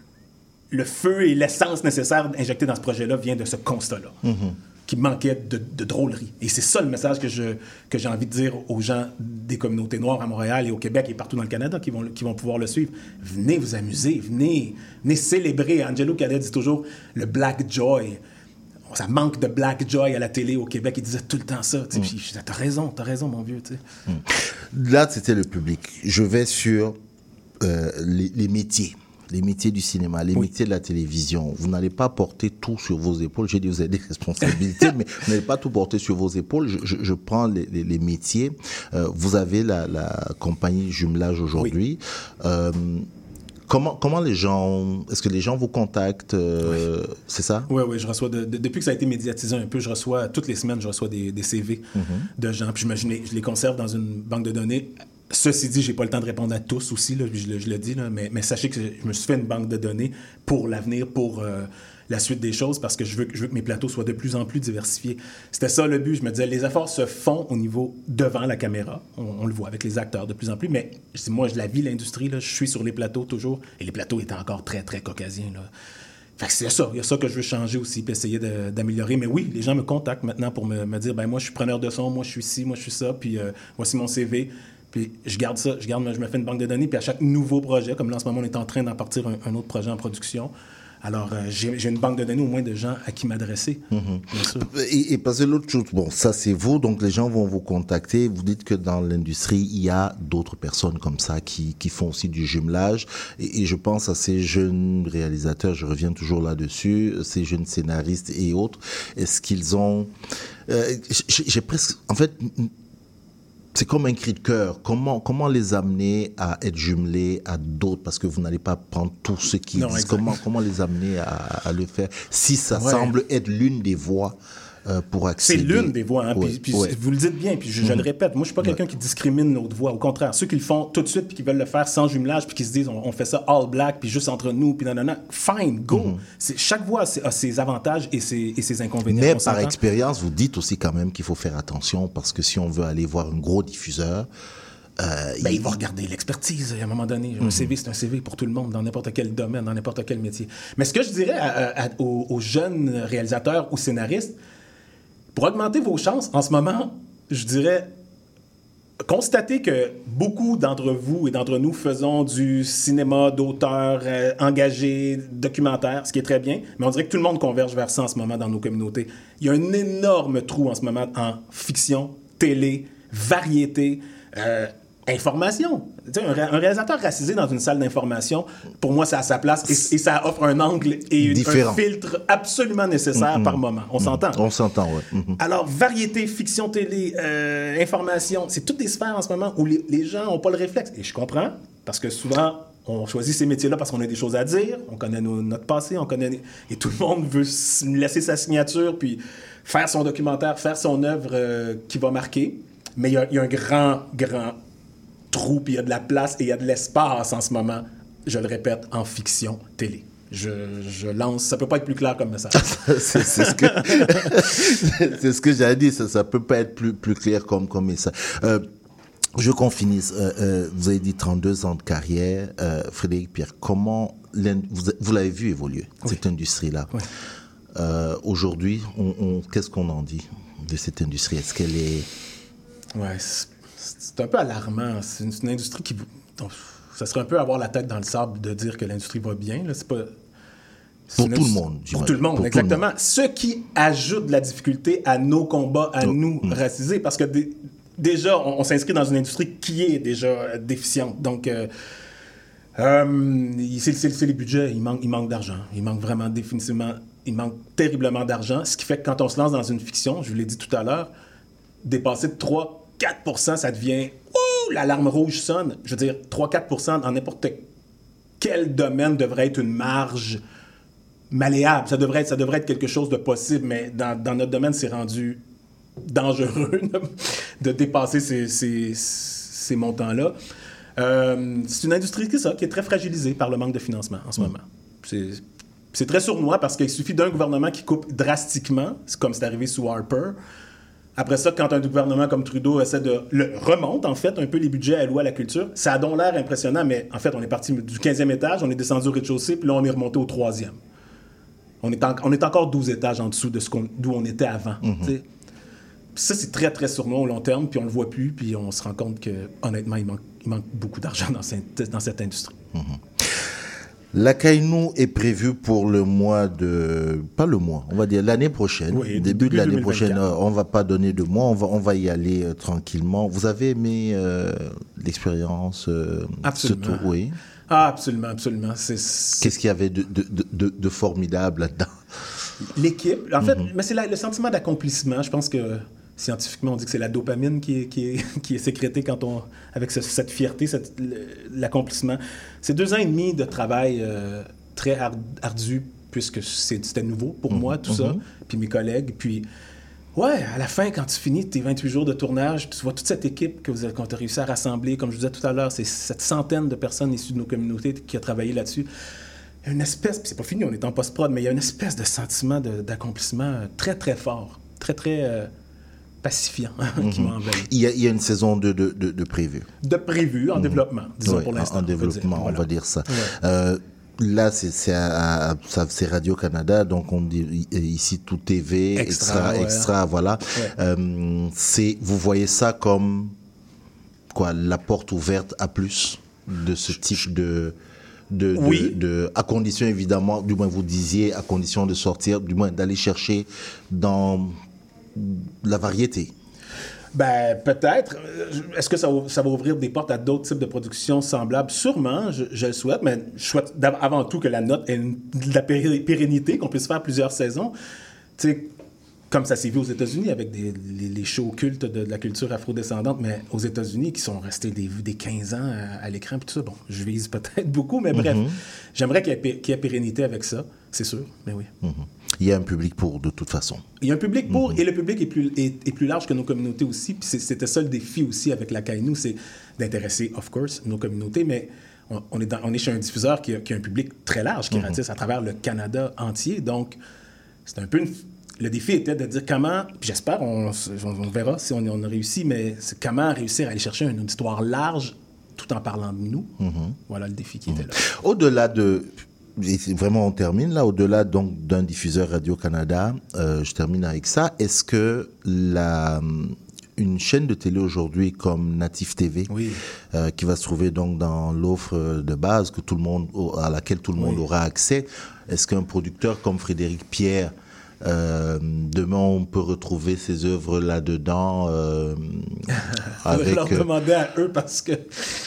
le feu et l'essence nécessaire injectée dans ce projet-là vient de ce constat-là, mm-hmm. qui manquait de, de drôlerie. Et c'est ça le message que, je, que j'ai envie de dire aux gens des communautés noires à Montréal et au Québec et partout dans le Canada qui vont, qui vont pouvoir le suivre. Venez vous amuser, venez, venez célébrer. Angelo Cadet dit toujours le Black Joy. Ça manque de Black Joy à la télé au Québec. Il disait tout le temps ça. Mm. Puis, t'as raison, t'as raison, mon vieux. Mm. Là, c'était le public. Je vais sur euh, les, les métiers. Les métiers du cinéma, les oui. métiers de la télévision. Vous n'allez pas porter tout sur vos épaules. J'ai dit, vous avez des responsabilités, mais vous n'allez pas tout porter sur vos épaules. Je, je, je prends les, les, les métiers. Euh, vous avez la, la compagnie Jumelage aujourd'hui. Oui. Euh, comment, comment les gens... Est-ce que les gens vous contactent euh, oui. C'est ça? Oui, oui. Je reçois de, de, depuis que ça a été médiatisé un peu, je reçois, toutes les semaines, je reçois des, des C V mm-hmm. de gens. Puis je, je, les, je les conserve dans une banque de données. Ceci dit, j'ai pas le temps de répondre à tous aussi, là, je, le, je le dis, là, mais, mais sachez que je me suis fait une banque de données pour l'avenir, pour euh, la suite des choses, parce que je veux, je veux que mes plateaux soient de plus en plus diversifiés. C'était ça le but. Je me disais, les efforts se font au niveau devant la caméra. On, on le voit avec les acteurs de plus en plus, mais je dis, moi, je la vis, l'industrie, là, je suis sur les plateaux toujours, et les plateaux étaient encore très, très caucasiens, là. Fait que c'est ça, il y a ça que je veux changer aussi, puis essayer de, d'améliorer. Mais oui, les gens me contactent maintenant pour me, me dire, ben moi, je suis preneur de son, moi, je suis ci, moi, je suis ça, puis euh, voici mon C V. Puis je garde ça, je, garde, je me fais une banque de données, puis à chaque nouveau projet, comme là en ce moment on est en train d'en partir un, un autre projet en production, alors euh, j'ai, j'ai une banque de données au moins de gens à qui m'adresser, mm-hmm. bien sûr. Et, et parce que l'autre chose, bon, ça c'est vous, donc les gens vont vous contacter, vous dites que dans l'industrie, il y a d'autres personnes comme ça qui, qui font aussi du jumelage, et, et je pense à ces jeunes réalisateurs, je reviens toujours là-dessus, ces jeunes scénaristes et autres, est-ce qu'ils ont... Euh, j'ai, j'ai presque... En fait... C'est comme un cri de cœur. Comment, comment les amener à être jumelés à d'autres? Parce que vous n'allez pas prendre tous ceux qui non, disent. Comment, comment les amener à, à le faire? Si ça ouais. semble être l'une des voies euh, pour accéder. C'est l'une des voies. Hein? Ouais. Puis, puis ouais. vous le dites bien, puis je, je mm-hmm. le répète. Moi, je ne suis pas quelqu'un ouais. qui discrimine l'autre voie. Au contraire, ceux qui le font tout de suite puis qui veulent le faire sans jumelage puis qui se disent on, on fait ça all black puis juste entre nous puis non, non, non. Fine, go. Mm-hmm. C'est, chaque voie a ses avantages et ses, et ses inconvénients. Mais par expérience, vous dites aussi quand même qu'il faut faire attention parce que si on veut aller voir un gros diffuseur, Euh, ben, il, il va regarder l'expertise à un moment donné. Un mm-hmm. C V, c'est un C V pour tout le monde, dans n'importe quel domaine, dans n'importe quel métier. Mais ce que je dirais à, à, aux, aux jeunes réalisateurs ou scénaristes, pour augmenter vos chances, en ce moment, je dirais, constatez que beaucoup d'entre vous et d'entre nous faisons du cinéma d'auteur euh, engagé, documentaire, ce qui est très bien, mais on dirait que tout le monde converge vers ça en ce moment dans nos communautés. Il y a un énorme trou en ce moment en fiction, télé, variété, euh, information. Tu sais, un, ré- un réalisateur racisé dans une salle d'information, pour moi, c'est à sa place et, et ça offre un angle et une, un filtre absolument nécessaire mm-hmm. par moment. On mm-hmm. s'entend? On s'entend, oui. Mm-hmm. Alors, variété, fiction, télé, euh, information, c'est toutes des sphères en ce moment où les, les gens n'ont pas le réflexe. Et je comprends, parce que souvent, on choisit ces métiers-là parce qu'on a des choses à dire, on connaît nos, notre passé, on connaît... Et tout le monde veut laisser sa signature, puis faire son documentaire, faire son œuvre euh, qui va marquer. Mais il y, y a un grand, grand... trou, puis il y a de la place et il y a de l'espace en ce moment, je le répète, en fiction télé. Je, je lance, ça peut pas être plus clair comme message. c'est, c'est ce que c'est ce que j'ai dit, ça, ça peut pas être plus, plus clair comme, comme message. Euh, je qu'on finisse. Euh, euh, vous avez dit trente-deux ans de carrière, euh, Frédéric Pierre. Comment vous, vous l'avez vu évoluer oui. cette industrie-là. Oui. Euh, aujourd'hui, on, on, qu'est-ce qu'on en dit de cette industrie? Est-ce qu'elle est ouais. C'est... C'est un peu alarmant. C'est une, c'est une industrie qui... Donc, ça serait un peu avoir la tête dans le sable de dire que l'industrie va bien. Là. C'est pas... C'est pour tout le monde. Pour tout le monde, pour exactement. Le monde. Ce qui ajoute de la difficulté à nos combats, à oh. nous mmh. racisés, parce que d- déjà, on, on s'inscrit dans une industrie qui est déjà déficiente. Donc, euh, euh, c'est, c'est, c'est les budgets. Il manque, il manque d'argent. Il manque vraiment définitivement... Il manque terriblement d'argent. Ce qui fait que quand on se lance dans une fiction, je vous l'ai dit tout à l'heure, dépasser de trois quatre pour cent, ça devient... Ouh, l'alarme rouge sonne. Je veux dire, trois à quatre pour cent dans n'importe quel domaine devrait être une marge malléable. Ça devrait être, ça devrait être quelque chose de possible, mais dans, dans notre domaine, c'est rendu dangereux de dépasser ces, ces, ces montants-là. Euh, c'est une industrie qui, ça, qui est très fragilisée par le manque de financement en ce moment. C'est, c'est très sournois parce qu'il suffit d'un gouvernement qui coupe drastiquement, comme c'est arrivé sous Harper. Après ça, quand un gouvernement comme Trudeau essaie de... Le, remonte, en fait, un peu les budgets alloués à la culture, ça a donc l'air impressionnant, mais en fait, on est parti du quinzième étage, on est descendu au rez-de-chaussée, puis là, on est remonté au troisième. On est, en, on est encore douze étages en dessous de ce qu'on, d'où on était avant. Mm-hmm. Ça, c'est très, très sournois au long terme, puis on le voit plus, puis on se rend compte que, honnêtement, il manque, il manque beaucoup d'argent dans cette, dans cette industrie. Mm-hmm. La Kaïnou est prévue pour le mois de... Pas le mois, on va dire l'année prochaine. Oui, début, début de l'année deux mille vingt-quatre. Prochaine, on ne va pas donner de mois, on va, on va y aller euh, tranquillement. Vous avez aimé euh, l'expérience euh, Absolument. Ce tour, oui. Ah, absolument, absolument. C'est, c'est... Qu'est-ce qu'il y avait de, de, de, de formidable là-dedans? L'équipe. En fait, mm-hmm. mais c'est la, le sentiment d'accomplissement. Je pense que scientifiquement, on dit que c'est la dopamine qui est, qui est, qui est sécrétée quand on, avec ce, cette fierté, cette, l'accomplissement. C'est deux ans et demi de travail euh, très ardu, puisque c'est, c'était nouveau pour mmh, moi, tout mmh. ça, puis mes collègues. Puis, ouais, à la fin, quand tu finis tes vingt-huit jours de tournage, tu vois toute cette équipe que vous avez, qu'on a réussi à rassembler. Comme je vous disais tout à l'heure, c'est cette centaine de personnes issues de nos communautés qui a travaillé là-dessus. Il y a une espèce, puis c'est pas fini, on est en post-prod, mais il y a une espèce de sentiment de, d'accomplissement très, très fort. Très, très... Euh, pacifiant mm-hmm. qui m'a envahi. Il y, a, il y a une saison de, de, de, de prévu. De prévu, en mm-hmm. développement, disons oui, pour l'instant. En, en développement, on, voilà. on va dire ça. Ouais. Euh, là, c'est, c'est, à, à, c'est Radio-Canada, donc on dit ici tout T V, extra, extra, ouais. extra voilà. Ouais. Euh, c'est, vous voyez ça comme quoi, la porte ouverte à plus de ce type de... De, de, oui. de, à condition évidemment, du moins vous disiez, à condition de sortir, du moins d'aller chercher dans la variété. Ben, peut-être. Est-ce que ça, ça va ouvrir des portes à d'autres types de productions semblables? Sûrement, je, je le souhaite, mais je souhaite avant tout que la note ait une, de la pérennité, qu'on puisse faire plusieurs saisons. Tu sais, comme ça s'est vu aux États-Unis avec des, les, les shows cultes de, de la culture afrodescendante, mais aux États-Unis qui sont restés des, des quinze ans à, à l'écran, puis tout ça. Bon, je vise peut-être beaucoup, mais bref, mm-hmm. j'aimerais qu'il y, ait, qu'il y ait pérennité avec ça, c'est sûr, mais oui. Mm-hmm. Il y a un public pour, de toute façon. Il y a un public pour, mm-hmm. et le public est plus, est, est plus large que nos communautés aussi, puis c'est, c'était ça le défi aussi avec la Kaïnou, c'est d'intéresser, of course, nos communautés, mais on, on, est, dans, on est chez un diffuseur qui a, qui a un public très large, qui mm-hmm. ratisse à travers le Canada entier, donc c'est un peu une... le défi était de dire comment, puis j'espère, on, on, on verra si on, on a réussi, mais c'est comment réussir à aller chercher une auditoire large tout en parlant de nous. Mm-hmm. Voilà le défi qui mm-hmm. était là. Au-delà de... Et vraiment, on termine là, au-delà donc d'un diffuseur Radio-Canada, euh, je termine avec ça. Est-ce que la, une chaîne de télé aujourd'hui comme Native T V, oui. euh, qui va se trouver donc dans l'offre de base que tout le monde, à laquelle tout le monde oui. aura accès, est-ce qu'un producteur comme Frédéric Pierre, euh, demain on peut retrouver ses œuvres là-dedans euh, avec... leur demander à eux parce que...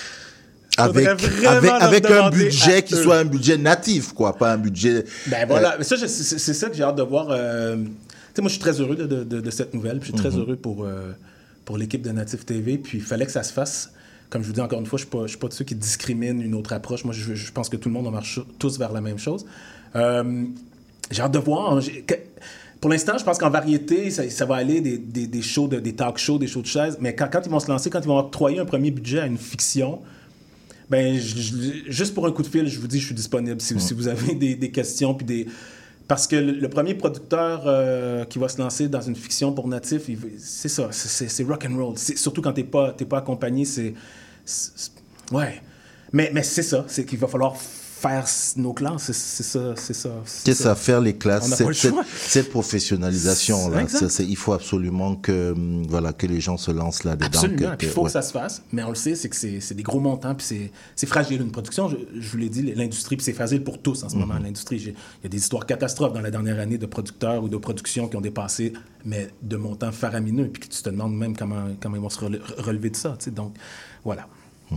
Avec, avec, avec un budget qui eux. soit un budget natif, quoi, pas un budget... Ben voilà, euh... ça, c'est, c'est ça que j'ai hâte de voir. Euh... Tu sais, moi, je suis très heureux de, de, de cette nouvelle, puis je suis très mm-hmm. heureux pour, euh, pour l'équipe de Native T V, puis il fallait que ça se fasse. Comme je vous dis encore une fois, je ne suis, suis pas de ceux qui discriminent une autre approche. Moi, je, je pense que tout le monde, on marche tous vers la même chose. Euh, j'ai hâte de voir. J'ai... Pour l'instant, je pense qu'en variété, ça, ça va aller des, des, des shows, de, des talk shows, des shows de chaises, mais quand, quand ils vont se lancer, quand ils vont octroyer un premier budget à une fiction... Ben, je, je, juste pour un coup de fil, je vous dis, je suis disponible si, mmh. si vous avez des, des questions. Puis des... Parce que le, le premier producteur euh, qui va se lancer dans une fiction pour Natif, il, c'est ça, c'est, c'est rock'n'roll. C'est, surtout quand t'es pas, t'es pas accompagné, c'est, c'est... Ouais. Mais, mais c'est ça, c'est qu'il va falloir faire nos classes, c'est, c'est ça. C'est ça c'est Qu'est-ce ça. à faire les classes, cette, cette, cette professionnalisation-là. C'est, c'est, il faut absolument que, voilà, que les gens se lancent là-dedans. Absolument, puis il faut ouais. que ça se fasse. Mais on le sait, c'est que c'est, c'est des gros montants, puis c'est, c'est fragile. Une production, je, je vous l'ai dit, l'industrie, puis c'est fragile pour tous en ce mm-hmm. moment, l'industrie. Il y a des histoires catastrophes dans la dernière année de producteurs ou de productions qui ont dépassé, mais de montants faramineux, puis que tu te demandes même comment, comment ils vont se relever de ça. Donc, voilà. Mm-hmm.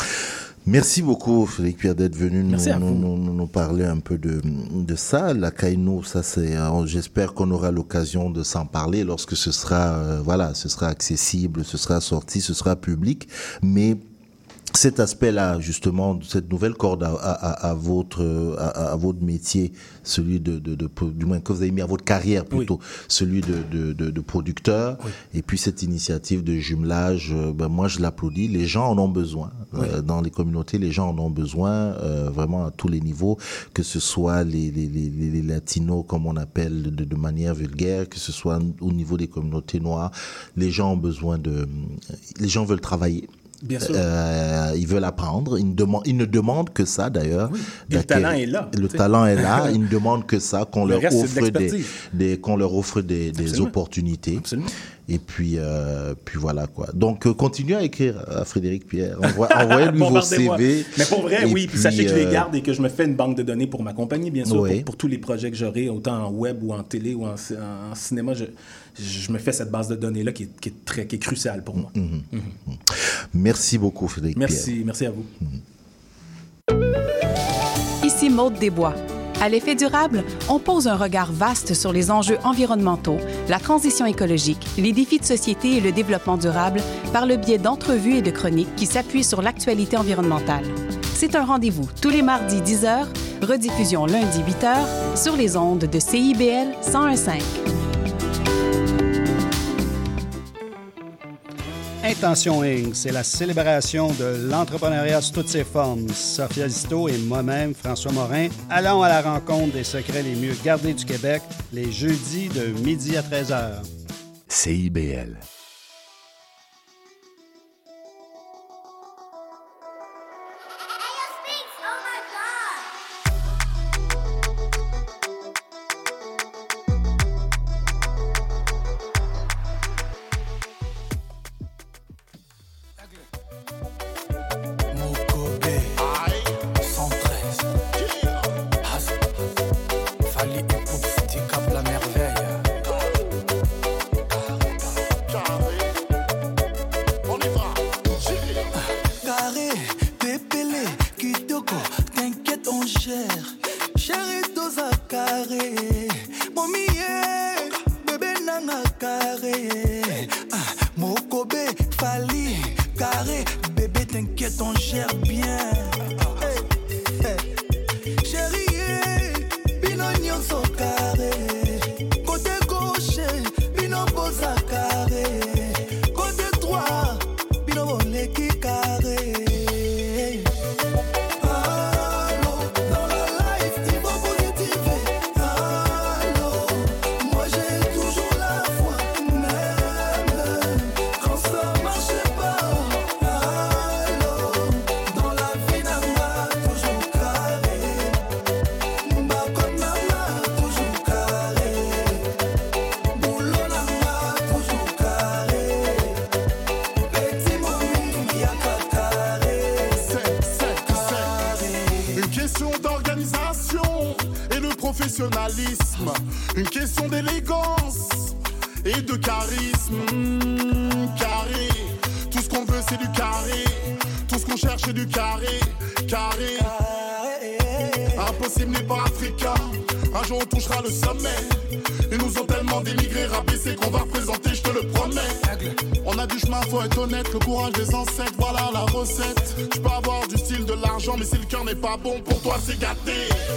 Merci beaucoup, Frédéric Pierre, d'être venu nous, nous, nous, nous parler un peu de, de ça. La Kaino, ça c'est, euh, j'espère qu'on aura l'occasion de s'en parler lorsque ce sera, euh, voilà, ce sera accessible, ce sera sorti, ce sera public. Mais cet aspect-là, justement, cette nouvelle corde à, à, à votre, à, à votre métier, celui de, de, de, du moins que vous avez mis à votre carrière plutôt, oui. celui de, de, de, de producteur, oui. et puis cette initiative de jumelage, ben moi je l'applaudis. Les gens en ont besoin. Oui. Euh, dans les communautés, les gens en ont besoin, euh, vraiment à tous les niveaux, que ce soit les, les, les, les latinos, comme on appelle de, de manière vulgaire, que ce soit au niveau des communautés noires. Les gens ont besoin de... Les gens veulent travailler. Bien sûr. Euh, ils veulent apprendre. Ils ne, demandent, ils ne demandent que ça, d'ailleurs. Oui. Et le talent est là. Le t'sais. talent est là. Ils ne demandent que ça, qu'on, leur offre, des, des, qu'on leur offre des, des opportunités. Absolument. Et puis, euh, puis voilà, quoi. Donc, euh, continuez à écrire à Frédéric Pierre. Envoie, envoyez-lui vos C V. Mais pour vrai, et oui. Puis, sachez que je les garde et que je me fais une banque de données pour m'accompagner, bien sûr, oui. pour, pour tous les projets que j'aurai, autant en web ou en télé ou en, en cinéma. Je, je me fais cette base de données-là qui est, qui est, très, qui est cruciale pour moi. Mm-hmm. Mm-hmm. Merci beaucoup, Frédéric merci, Pierre. Merci à vous. Mm-hmm. Ici Maude Desbois. À l'effet durable, on pose un regard vaste sur les enjeux environnementaux, la transition écologique, les défis de société et le développement durable par le biais d'entrevues et de chroniques qui s'appuient sur l'actualité environnementale. C'est un rendez-vous tous les mardis dix heures, rediffusion lundi huit heures sur les ondes de C I B L cent un virgule cinq. Intention Incorporée, c'est la célébration de l'entrepreneuriat sous toutes ses formes. Sophia Zito et moi-même, François Morin, allons à la rencontre des secrets les mieux gardés du Québec les jeudis de midi à treize heures. C I B L. Moi j'ai professionnalisme, une question d'élégance et de charisme. Mmh, carré, tout ce qu'on veut c'est du carré, tout ce qu'on cherche c'est du carré, carré. Impossible n'est pas africain, un jour on touchera le sommet. Ils nous ont tellement dénigrés, rabaissés qu'on va représenter, je te le promets. On a du chemin, faut être honnête, le courage des ancêtres, voilà la recette. Je peux avoir du style, de l'argent, mais si le cœur n'est pas bon, pour toi c'est gâté.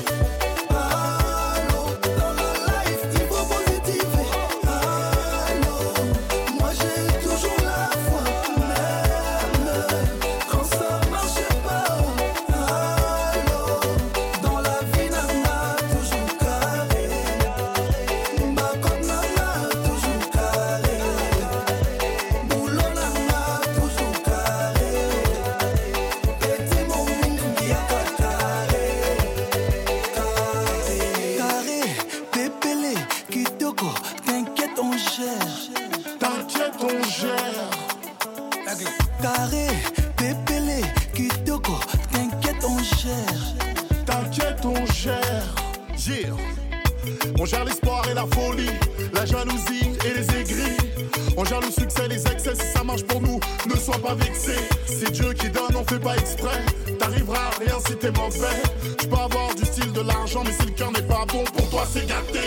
On gère l'espoir et la folie, la jalousie et les aigris. On gère le succès, les excès, si ça marche pour nous, ne sois pas vexé. C'est Dieu qui donne, on fait pas exprès. T'arriveras à rien si t'es mauvais. Je peux avoir du style, de l'argent, mais si le cœur n'est pas bon, pour toi c'est gâté.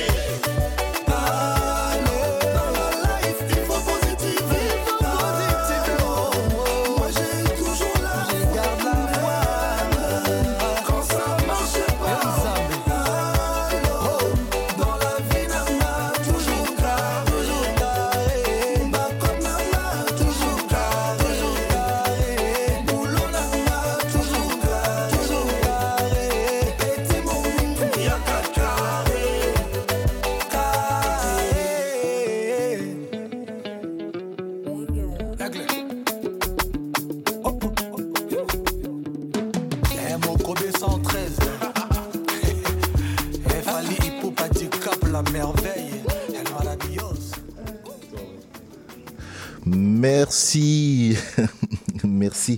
Merci, merci.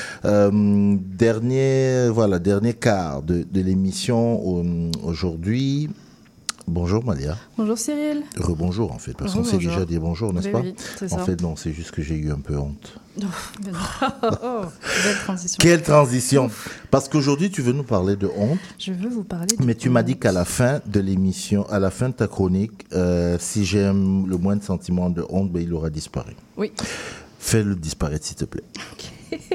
Euh, dernier, voilà, dernier quart de, de l'émission euh, aujourd'hui. Bonjour Malia. Bonjour Cyril. Rebonjour en fait, parce qu'on s'est déjà dit bonjour, n'est-ce oui, pas? Oui, c'est en ça. fait non, c'est juste que j'ai eu un peu honte. Oh, oh, oh, belle transition. Quelle transition! Parce qu'aujourd'hui tu veux nous parler de honte. Je veux vous parler de Mais tu honte. m'as dit qu'à la fin de l'émission, à la fin de ta chronique, euh, si j'ai le moindre sentiment de honte, ben, il aura disparu. Oui. Fais-le disparaître s'il te plaît. Okay.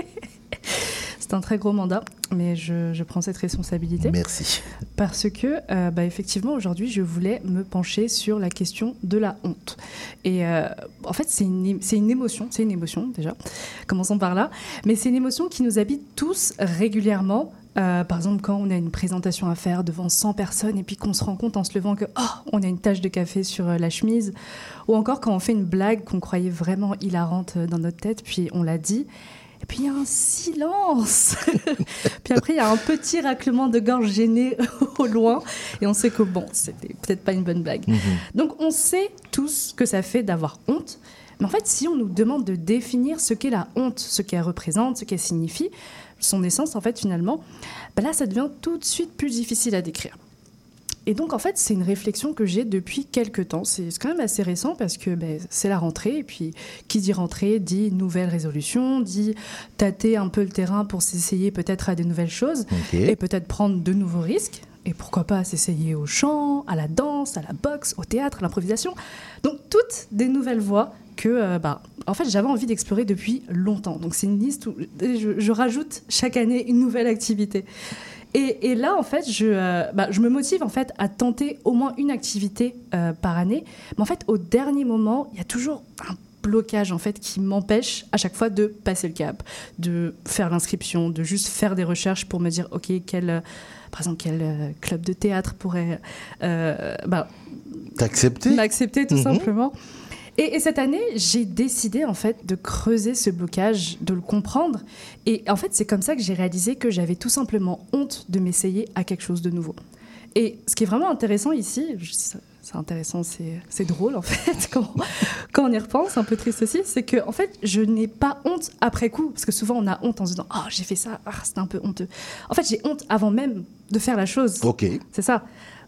C'est un très gros mandat, mais je, je prends cette responsabilité. Merci. Parce que, euh, bah, effectivement, aujourd'hui, je voulais me pencher sur la question de la honte. Et euh, en fait, c'est une, c'est une émotion, c'est une émotion déjà, commençons par là, mais c'est une émotion qui nous habite tous régulièrement. Euh, par exemple, quand on a une présentation à faire devant cent personnes et puis qu'on se rend compte en se levant que oh, on a une tache de café sur euh, la chemise, ou encore quand on fait une blague qu'on croyait vraiment hilarante euh, dans notre tête, puis on l'a dit, et puis il y a un silence. Puis après, il y a un petit raclement de gorge gêné au loin, et on sait que bon, c'était peut-être pas une bonne blague. Mmh. Donc on sait tous que ça fait d'avoir honte. Mais en fait, si on nous demande de définir ce qu'est la honte, ce qu'elle représente, ce qu'elle signifie, son essence, en fait, finalement, ben là, ça devient tout de suite plus difficile à décrire. Et donc, en fait, c'est une réflexion que j'ai depuis quelques temps. C'est quand même assez récent parce que ben, c'est la rentrée. Et puis, qui dit rentrée dit nouvelle résolution, dit tâter un peu le terrain pour s'essayer peut-être à de nouvelles choses okay. et peut-être prendre de nouveaux risques. Et pourquoi pas s'essayer au chant, à la danse, à la boxe, au théâtre, à l'improvisation. Donc, toutes des nouvelles voies que, euh, bah, en fait, j'avais envie d'explorer depuis longtemps. Donc, c'est une liste où je, je rajoute chaque année une nouvelle activité. Et, et là, en fait, je, euh, bah, je me motive en fait, à tenter au moins une activité euh, par année. Mais en fait, au dernier moment, il y a toujours un blocage en fait, qui m'empêche à chaque fois de passer le cap, de faire l'inscription, de juste faire des recherches pour me dire, OK, quel, euh, par exemple, quel euh, club de théâtre pourrait euh, bah, t'accepter m'accepter tout mm-hmm. simplement. Et, et cette année, j'ai décidé en fait de creuser ce blocage, de le comprendre. Et en fait, c'est comme ça que j'ai réalisé que j'avais tout simplement honte de m'essayer à quelque chose de nouveau. Et ce qui est vraiment intéressant ici, c'est intéressant, c'est, c'est drôle en fait, quand, quand on y repense, un peu triste aussi, c'est que en fait, je n'ai pas honte après coup, parce que souvent on a honte en se disant « Ah, oh, j'ai fait ça, ah, c'était un peu honteux ». En fait, j'ai honte avant même de faire la chose. Ok. C'est ça.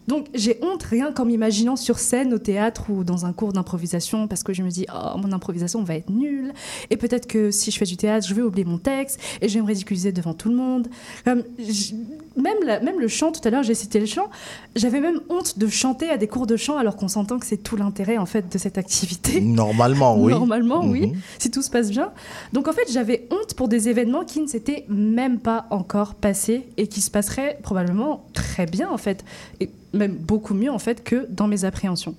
Donc j'ai honte rien qu'en m'imaginant sur scène au théâtre ou dans un cours d'improvisation parce que je me dis oh mon improvisation va être nulle et peut-être que si je fais du théâtre je vais oublier mon texte et je vais me ridiculiser devant tout le monde. Comme, je, même, la, même le chant, tout à l'heure j'ai cité le chant, j'avais même honte de chanter à des cours de chant alors qu'on s'entend que c'est tout l'intérêt en fait de cette activité. Normalement oui. Normalement mm-hmm. oui, si tout se passe bien. Donc en fait j'avais honte pour des événements qui ne s'étaient même pas encore passés et qui se passeraient probablement très bien en fait. Et même beaucoup mieux en fait que dans mes appréhensions.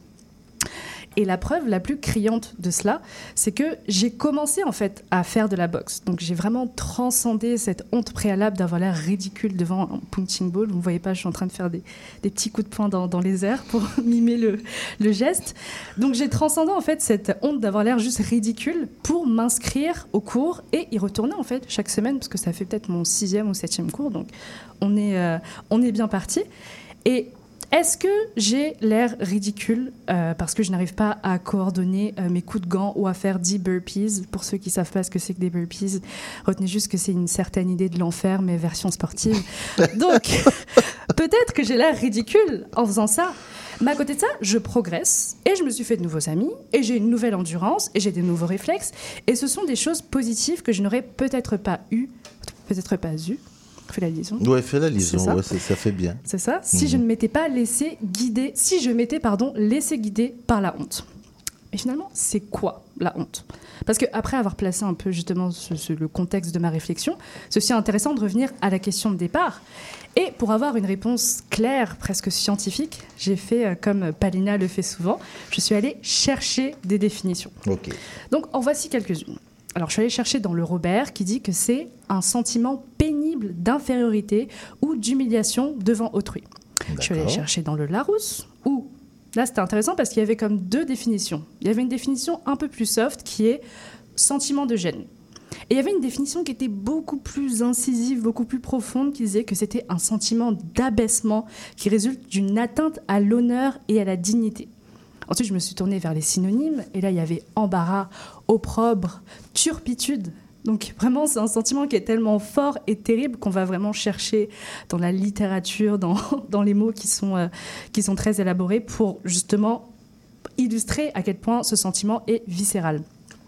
Et la preuve la plus criante de cela, c'est que j'ai commencé en fait à faire de la boxe. Donc j'ai vraiment transcendé cette honte préalable d'avoir l'air ridicule devant un punching ball. Vous ne voyez pas, je suis en train de faire des, des petits coups de poing dans, dans les airs pour mimer le, le geste. Donc j'ai transcendé en fait cette honte d'avoir l'air juste ridicule pour m'inscrire au cours et y retourner en fait chaque semaine parce que ça fait peut-être mon sixième ou septième cours. Donc on est, euh, on est bien parti. Et est-ce que j'ai l'air ridicule euh, parce que je n'arrive pas à coordonner euh, mes coups de gants ou à faire dix burpees? Pour ceux qui ne savent pas ce que c'est que des burpees, retenez juste que c'est une certaine idée de l'enfer, mais version sportive. Donc, peut-être que j'ai l'air ridicule en faisant ça. Mais à côté de ça, je progresse et je me suis fait de nouveaux amis et j'ai une nouvelle endurance et j'ai des nouveaux réflexes. Et ce sont des choses positives que je n'aurais peut-être pas eu, peut-être pas eu. Fais la liaison. Ouais, fais la liaison, ça. Ouais, ça fait bien. C'est ça. Si mmh. je ne m'étais pas laissé guider, si je m'étais, pardon, laissé guider par la honte. Et finalement, c'est quoi la honte? Parce qu'après avoir placé un peu justement ce, ce, le contexte de ma réflexion, c'est aussi intéressant de revenir à la question de départ. Et pour avoir une réponse claire, presque scientifique, j'ai fait euh, comme Palina le fait souvent, je suis allée chercher des définitions. Okay. Donc, en voici quelques-unes. Alors, je suis allée chercher dans le Robert qui dit que c'est un sentiment pénible d'infériorité ou d'humiliation devant autrui. D'accord. Je suis allée chercher dans le Larousse où, là, c'était intéressant parce qu'il y avait comme deux définitions. Il y avait une définition un peu plus soft qui est sentiment de gêne. Et il y avait une définition qui était beaucoup plus incisive, beaucoup plus profonde, qui disait que c'était un sentiment d'abaissement qui résulte d'une atteinte à l'honneur et à la dignité. Ensuite, je me suis tournée vers les synonymes, et là, il y avait embarras, opprobre, turpitude. Donc, vraiment, c'est un sentiment qui est tellement fort et terrible qu'on va vraiment chercher dans la littérature, dans, dans les mots qui sont, euh, qui sont très élaborés pour, justement, illustrer à quel point ce sentiment est viscéral.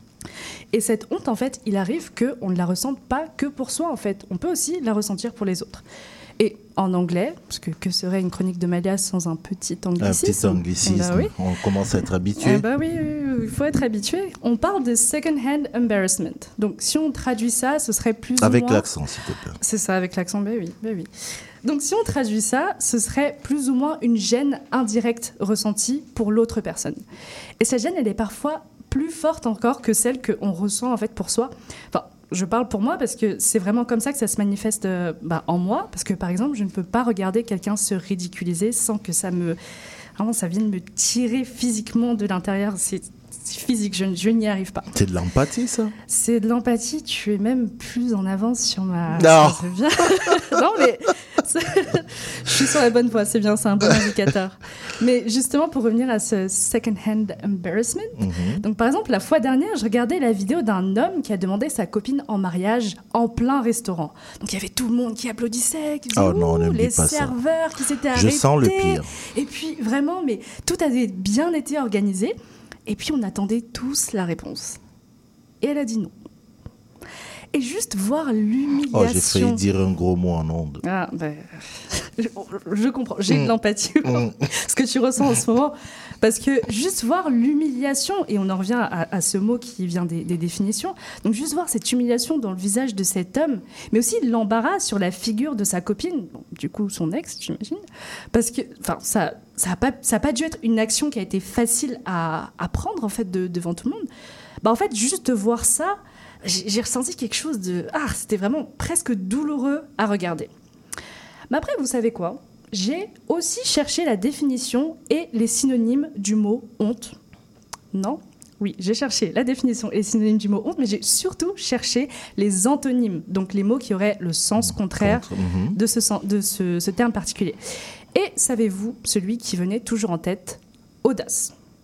Et cette honte, en fait, il arrive qu'on ne la ressente pas que pour soi, en fait. On peut aussi la ressentir pour les autres. Et en anglais, parce que que serait une chronique de Malia sans un petit anglicisme? Un petit anglicisme, bah oui. On commence à être habitué. Eh bah oui, oui, il faut être habitué. On parle de second-hand embarrassment. Donc si on traduit ça, ce serait plus avec ou moins... l'accent, s'il te plaît. C'est ça, avec l'accent, bah oui, bah oui. Donc si on traduit ça, ce serait plus ou moins une gêne indirecte ressentie pour l'autre personne. Et cette gêne, elle est parfois plus forte encore que celle qu'on ressent en fait pour soi. Enfin, je parle pour moi parce que c'est vraiment comme ça que ça se manifeste euh, bah, en moi. Parce que, par exemple, je ne peux pas regarder quelqu'un se ridiculiser sans que ça me... Vraiment, ça vienne me tirer physiquement de l'intérieur. C'est, c'est physique, je, je n'y arrive pas. C'est de l'empathie, ça? C'est de l'empathie. Tu es même plus en avance sur ma... Non, c'est bien. Non, mais... je suis sur la bonne voie, c'est bien, c'est un bon indicateur. Mais justement, pour revenir à ce second-hand embarrassment, mm-hmm. donc par exemple, la fois dernière, je regardais la vidéo d'un homme qui a demandé sa copine en mariage en plein restaurant. Donc il y avait tout le monde qui applaudissait, qui disait, oh non, ne les pas serveurs ça. Qui s'étaient arrêtés. Je sens le pire. Et puis vraiment, mais tout avait bien été organisé. Et puis on attendait tous la réponse. Et elle a dit non. Et juste voir l'humiliation... Oh, j'ai failli dire un gros mot en ondes. Ah, ben... je, je comprends, j'ai mmh. de l'empathie. Mmh. Ce que tu ressens en ce moment. Parce que juste voir l'humiliation, et on en revient à, à ce mot qui vient des, des définitions, donc juste voir cette humiliation dans le visage de cet homme, mais aussi l'embarras sur la figure de sa copine, bon, du coup son ex, j'imagine, parce que ça ça n'a pas, ça a pas dû être une action qui a été facile à, à prendre en fait, de, devant tout le monde. Bah, en fait, juste de voir ça, j'ai, j'ai ressenti quelque chose de... Ah, c'était vraiment presque douloureux à regarder. Mais après, vous savez quoi ? J'ai aussi cherché la définition et les synonymes du mot « honte ». Non ? Oui, j'ai cherché la définition et les synonymes du mot « honte », mais j'ai surtout cherché les antonymes, donc les mots qui auraient le sens contraire Contre, mm-hmm. de, ce, de ce, ce terme particulier. Et savez-vous, celui qui venait toujours en tête ? Audace.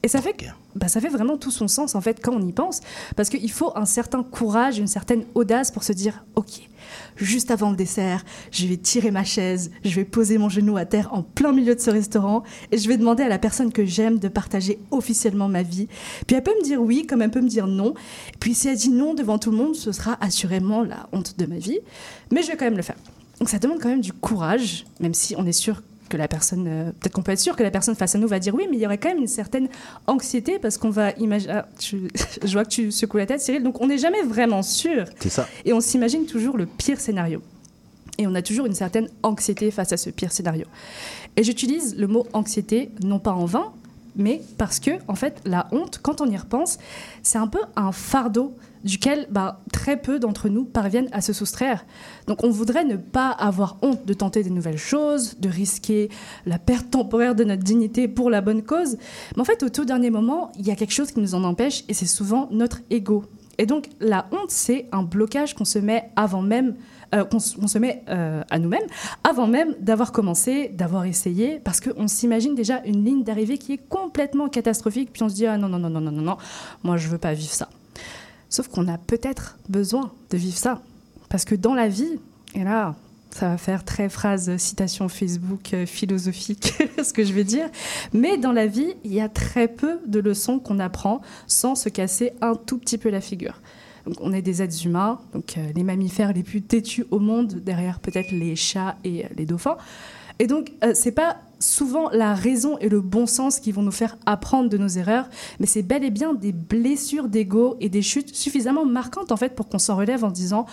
Et ça fait, que, bah, ça fait vraiment tout son sens, en fait, quand on y pense, parce qu'il faut un certain courage, une certaine audace pour se dire « Ok, juste avant le dessert, je vais tirer ma chaise, je vais poser mon genou à terre en plein milieu de ce restaurant et je vais demander à la personne que j'aime de partager officiellement ma vie. Puis elle peut me dire oui, comme elle peut me dire non. Et puis si elle dit non devant tout le monde, ce sera assurément la honte de ma vie. Mais je vais quand même le faire. » Donc ça demande quand même du courage, même si on est sûr que la personne, euh, peut-être qu'on peut être sûr que la personne face à nous va dire oui, mais il y aurait quand même une certaine anxiété parce qu'on va imaginer. Ah, je, je vois que tu secoues la tête, Cyril. Donc on n'est jamais vraiment sûr. C'est ça. Et on s'imagine toujours le pire scénario. Et on a toujours une certaine anxiété face à ce pire scénario. Et j'utilise le mot anxiété non pas en vain, mais parce que en fait la honte, quand on y repense, c'est un peu un fardeau duquel bah, très peu d'entre nous parviennent à se soustraire. Donc on voudrait ne pas avoir honte de tenter de nouvelles choses, de risquer la perte temporaire de notre dignité pour la bonne cause. Mais en fait, au tout dernier moment, il y a quelque chose qui nous en empêche et c'est souvent notre ego. Et donc la honte, c'est un blocage qu'on se met avant même, euh, qu'on, qu'on se met euh, à nous-mêmes, avant même d'avoir commencé, d'avoir essayé, parce qu'on s'imagine déjà une ligne d'arrivée qui est complètement catastrophique, puis on se dit « Ah non, non, non, non, non, non, non, moi je veux pas vivre ça ». Sauf qu'on a peut-être besoin de vivre ça. Parce que dans la vie, et là, ça va faire très phrase citation Facebook euh, philosophique, ce que je vais dire, mais dans la vie, il y a très peu de leçons qu'on apprend sans se casser un tout petit peu la figure. Donc, on est des êtres humains, donc euh, les mammifères les plus têtus au monde, derrière peut-être les chats et euh, les dauphins. Et donc, euh, c'est pas souvent la raison et le bon sens qui vont nous faire apprendre de nos erreurs, mais c'est bel et bien des blessures d'ego et des chutes suffisamment marquantes en fait pour qu'on s'en relève en disant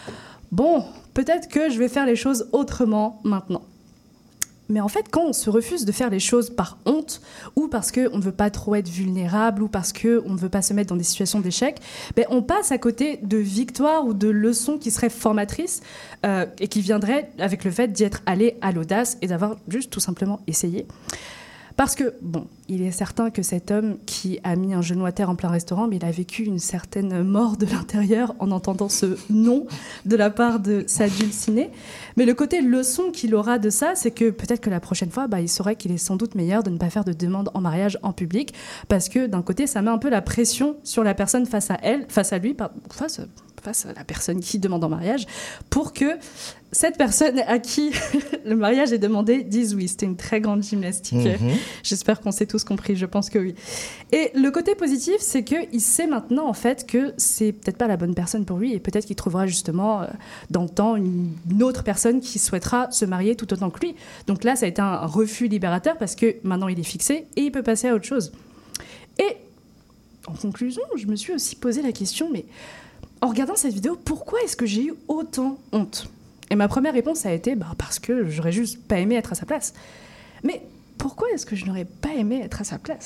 « Bon, peut-être que je vais faire les choses autrement maintenant ». Mais en fait, quand on se refuse de faire les choses par honte, ou parce qu'on ne veut pas trop être vulnérable, ou parce qu'on ne veut pas se mettre dans des situations d'échec, ben on passe à côté de victoires ou de leçons qui seraient formatrices euh, et qui viendraient avec le fait d'y être allé à l'audace et d'avoir juste tout simplement essayé. Parce que, bon, il est certain que cet homme qui a mis un genou à terre en plein restaurant, mais il a vécu une certaine mort de l'intérieur en entendant ce non de la part de sa dulcinée. Mais le côté leçon qu'il aura de ça, c'est que peut-être que la prochaine fois, bah, il saurait qu'il est sans doute meilleur de ne pas faire de demande en mariage en public, parce que d'un côté, ça met un peu la pression sur la personne face à elle, face à lui, face, face à la personne qui demande en mariage, pour que cette personne à qui le mariage est demandé dise oui. C'était une très grande gymnastique. Mmh. J'espère qu'on s'est tous compris, je pense que oui. Et le côté positif, c'est qu'il sait maintenant en fait que c'est peut-être pas la bonne personne pour lui et peut-être qu'il trouvera justement euh, dans le temps une, une autre personne qui souhaitera se marier tout autant que lui. Donc là, ça a été un refus libérateur parce que maintenant il est fixé et il peut passer à autre chose. Et en conclusion, je me suis aussi posé la question, mais en regardant cette vidéo, pourquoi est-ce que j'ai eu autant honte ? Et ma première réponse a été bah, parce que j'aurais juste pas aimé être à sa place. Mais pourquoi est-ce que je n'aurais pas aimé être à sa place ?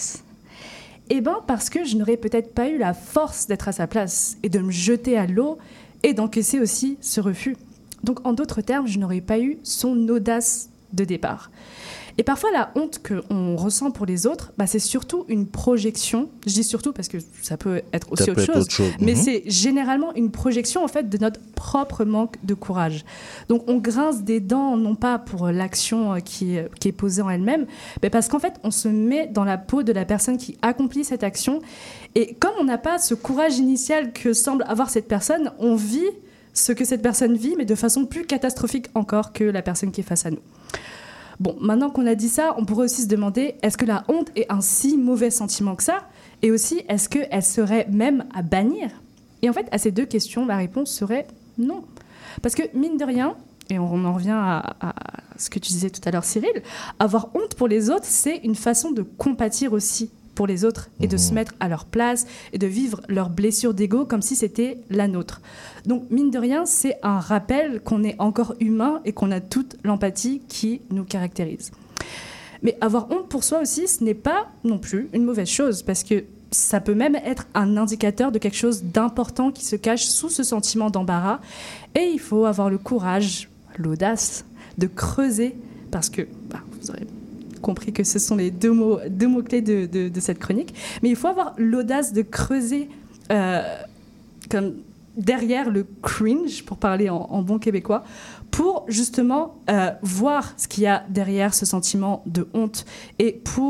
Eh bien, parce que je n'aurais peut-être pas eu la force d'être à sa place et de me jeter à l'eau et d'encaisser aussi ce refus. Donc, en d'autres termes, je n'aurais pas eu son audace de départ. Et parfois, la honte qu'on ressent pour les autres, bah, c'est surtout une projection. Je dis surtout parce que ça peut être aussi ça autre, peut chose, être autre chose, mais mm-hmm. c'est généralement une projection en fait, de notre propre manque de courage. Donc, on grince des dents, non pas pour l'action qui est, qui est posée en elle-même, mais parce qu'en fait, on se met dans la peau de la personne qui accomplit cette action. Et comme on n'a pas ce courage initial que semble avoir cette personne, on vit ce que cette personne vit, mais de façon plus catastrophique encore que la personne qui est face à nous. Bon, maintenant qu'on a dit ça, on pourrait aussi se demander, est-ce que la honte est un si mauvais sentiment que ça ? Et aussi, est-ce qu'elle serait même à bannir ? Et en fait, à ces deux questions, la réponse serait non. Parce que, mine de rien, et on en revient à, à ce que tu disais tout à l'heure, Cyril, avoir honte pour les autres, c'est une façon de compatir aussi pour les autres et de mmh. se mettre à leur place et de vivre leurs blessures d'ego comme si c'était la nôtre. Donc, mine de rien, c'est un rappel qu'on est encore humain et qu'on a toute l'empathie qui nous caractérise. Mais avoir honte pour soi aussi, ce n'est pas non plus une mauvaise chose parce que ça peut même être un indicateur de quelque chose d'important qui se cache sous ce sentiment d'embarras. Et il faut avoir le courage, l'audace de creuser parce que, bah, vous aurez compris que ce sont les deux mots, deux mots-clés de, de, de cette chronique. Mais il faut avoir l'audace de creuser euh, comme derrière le cringe, pour parler en, en bon québécois, pour justement euh, voir ce qu'il y a derrière ce sentiment de honte et pour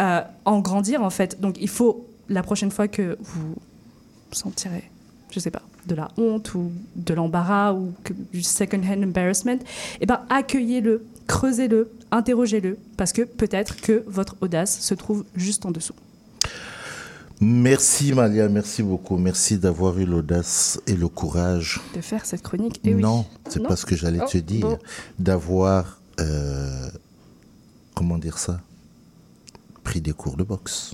euh, en grandir, en fait. Donc, il faut, la prochaine fois que vous sentirez, je sais pas, de la honte ou de l'embarras ou que, du second-hand embarrassment, eh ben, accueillez-le, creusez-le, interrogez-le, parce que peut-être que votre audace se trouve juste en dessous. Merci Malia, merci beaucoup. Merci d'avoir eu l'audace et le courage. De faire cette chronique. Eh oui. Non, c'est Non. pas ce que j'allais Oh, te dire. bon. D'avoir, euh, comment dire ça, pris des cours de boxe.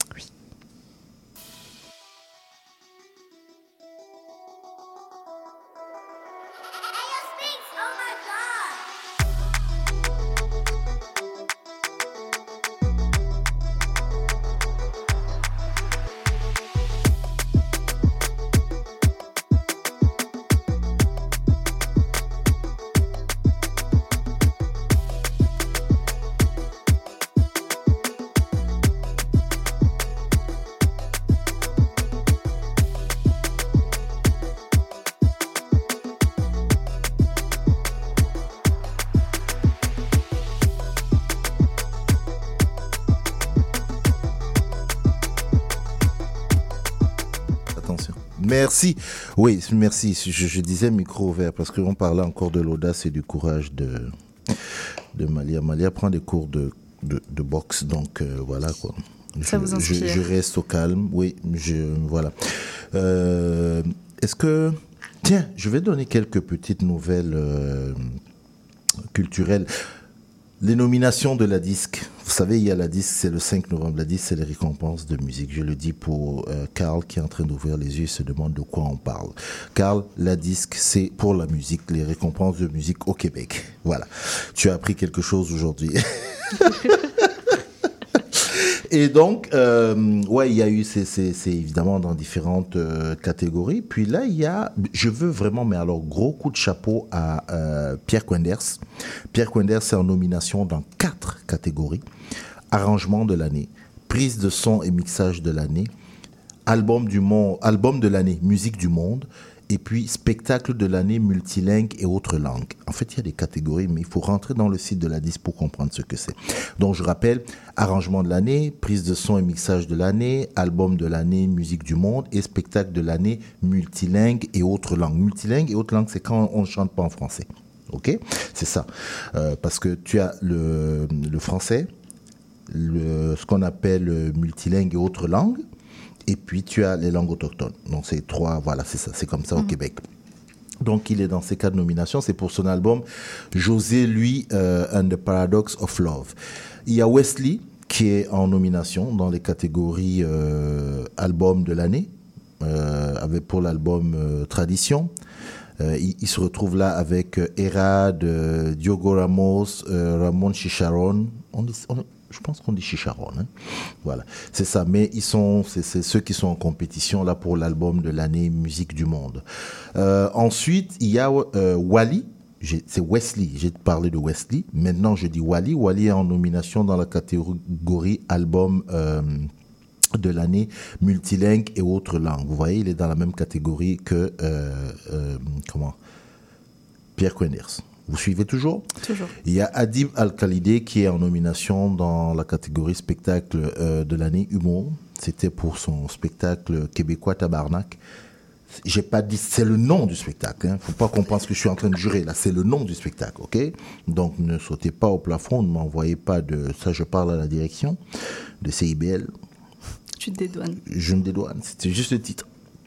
Merci. Oui, merci. Je, je disais micro ouvert parce qu'on parlait encore de l'audace et du courage de, de Malia. Malia prend des cours de, de, de boxe, donc euh, voilà quoi. Ça je, vous inspire. je, je reste au calme, oui, je, voilà. Euh, est-ce que... Tiens, je vais donner quelques petites nouvelles euh, culturelles. Les nominations de la disque. Vous savez, il y a la disque, c'est le cinq novembre. La disque, c'est les récompenses de musique. Je le dis pour euh, Carl qui est en train d'ouvrir les yeux et se demande de quoi on parle. Carl, la disque, c'est pour la musique, les récompenses de musique au Québec. Voilà. Tu as appris quelque chose aujourd'hui. Et donc, euh, ouais, il y a eu, c'est, c'est, c'est évidemment dans différentes euh, catégories. Puis là, il y a, je veux vraiment, mais alors, gros coup de chapeau à euh, Pierre Quenders. Pierre Quenders est en nomination dans quatre catégories. Arrangement de l'année, prise de son et mixage de l'année, album du monde, album de l'année, musique du monde, et puis spectacle de l'année multilingue et autres langues. En fait, il y a des catégories, mais il faut rentrer dans le site de la disque pour comprendre ce que c'est. Donc, je rappelle, arrangement de l'année, prise de son et mixage de l'année, album de l'année, musique du monde, et spectacle de l'année multilingue et autres langues. Multilingue et autres langues, c'est quand on ne chante pas en français. OK ? C'est ça. Euh, parce que tu as le, le français, le, ce qu'on appelle multilingue et autres langues, et puis tu as les langues autochtones. Donc c'est trois, voilà, c'est ça, c'est comme ça au mmh. Québec. Donc il est dans ces quatre nominations, c'est pour son album José Lui euh, and the Paradox of Love. Il y a Wesley qui est en nomination dans les catégories euh, album de l'année, euh, avec pour l'album euh, Tradition. Euh, il, il se retrouve là avec euh, Erad, euh, Diogo Ramos, euh, Ramon Chicharon. On dit, on, je pense qu'on dit Chicharon, hein. Voilà, c'est ça. Mais ils sont, c'est, c'est ceux qui sont en compétition là pour l'album de l'année musique du monde. Euh, ensuite, il y a euh, Wally. J'ai, c'est Wesley. J'ai parlé de Wesley. Maintenant, je dis Wally. Wally est en nomination dans la catégorie album euh, de l'année multilingue et autres langues. Vous voyez, il est dans la même catégorie que euh, euh, comment Pierre Quenders. Vous suivez toujours ? Toujours. Il y a Adib Al-Khalidé qui est en nomination dans la catégorie spectacle euh, de l'année humour. C'était pour son spectacle québécois Tabarnak. J'ai pas dit, c'est le nom du spectacle. Hein. Faut pas qu'on pense que je suis en train de jurer. Là, c'est le nom du spectacle, ok ? Donc, ne sautez pas au plafond, ne m'envoyez pas de... Ça, je parle à la direction de C I B L. Tu te dédouanes. Je me dédouane, c'était juste le titre.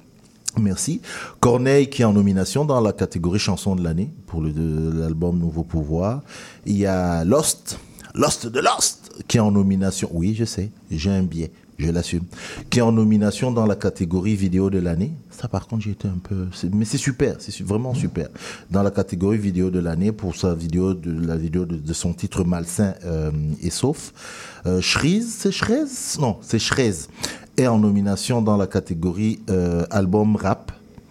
Merci. Corneille qui est en nomination dans la catégorie chanson de l'année pour le, de, l'album Nouveau Pouvoir. Il y a Lost, Lost de Lost qui est en nomination. Oui, je sais, j'ai un biais, je l'assume. Qui est en nomination dans la catégorie vidéo de l'année. Ça, par contre, j'ai été un peu... C'est, mais c'est super, c'est vraiment super. Dans la catégorie vidéo de l'année pour sa vidéo, de la vidéo de, de son titre Malsain euh, et Sauf. Euh, Shreeze, c'est Shreeze ? Non, c'est Shreeze. Est en nomination dans la catégorie euh, album rap.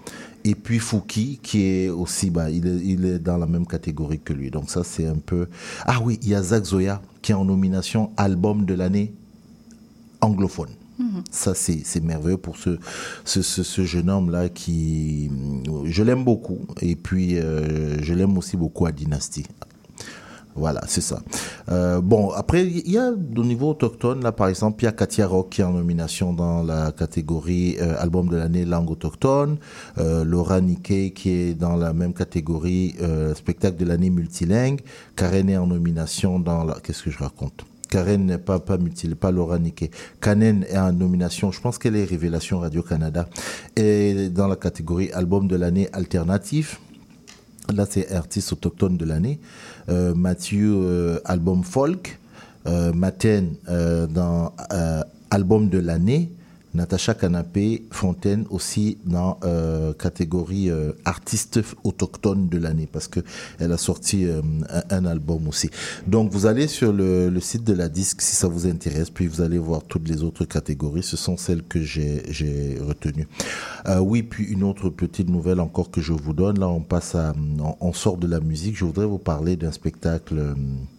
Et puis Fouki, qui est aussi, bah, il est, il est dans la même catégorie que lui. Donc ça, c'est un peu... Ah oui, il y a Zach Zoya, qui est en nomination album de l'année anglophone. Mm-hmm. Ça, c'est, c'est merveilleux pour ce, ce, ce, ce jeune homme-là qui... Je l'aime beaucoup. Et puis, euh, je l'aime aussi beaucoup à Dynasty. Voilà, c'est ça. Euh, bon, après, il y a au niveau autochtone, là, par exemple, il y a Katia Rock qui est en nomination dans la catégorie euh, album de l'année langue autochtone, euh, Laura Nikkei qui est dans la même catégorie euh, spectacle de l'année multilingue, Karen est en nomination dans la... Qu'est-ce que je raconte? Karen n'est pas, pas multilingue, pas Laura Nikkei. Kanen est en nomination, je pense qu'elle est Révélation Radio-Canada, et dans la catégorie album de l'année alternatif. Là, c'est artiste autochtone de l'année. Euh, Mathieu, euh, album folk. Euh, Maten, euh, dans euh, album de l'année. Natacha Canapé Fontaine aussi dans euh, catégorie euh, artiste autochtone de l'année parce que elle a sorti euh, un, un album aussi. Donc vous allez sur le, le site de la disque si ça vous intéresse, puis vous allez voir toutes les autres catégories. Ce sont celles que j'ai, j'ai retenues. Euh, oui, puis une autre petite nouvelle encore que je vous donne. Là, on passe à, on, on sort de la musique. Je voudrais vous parler d'un spectacle. Euh,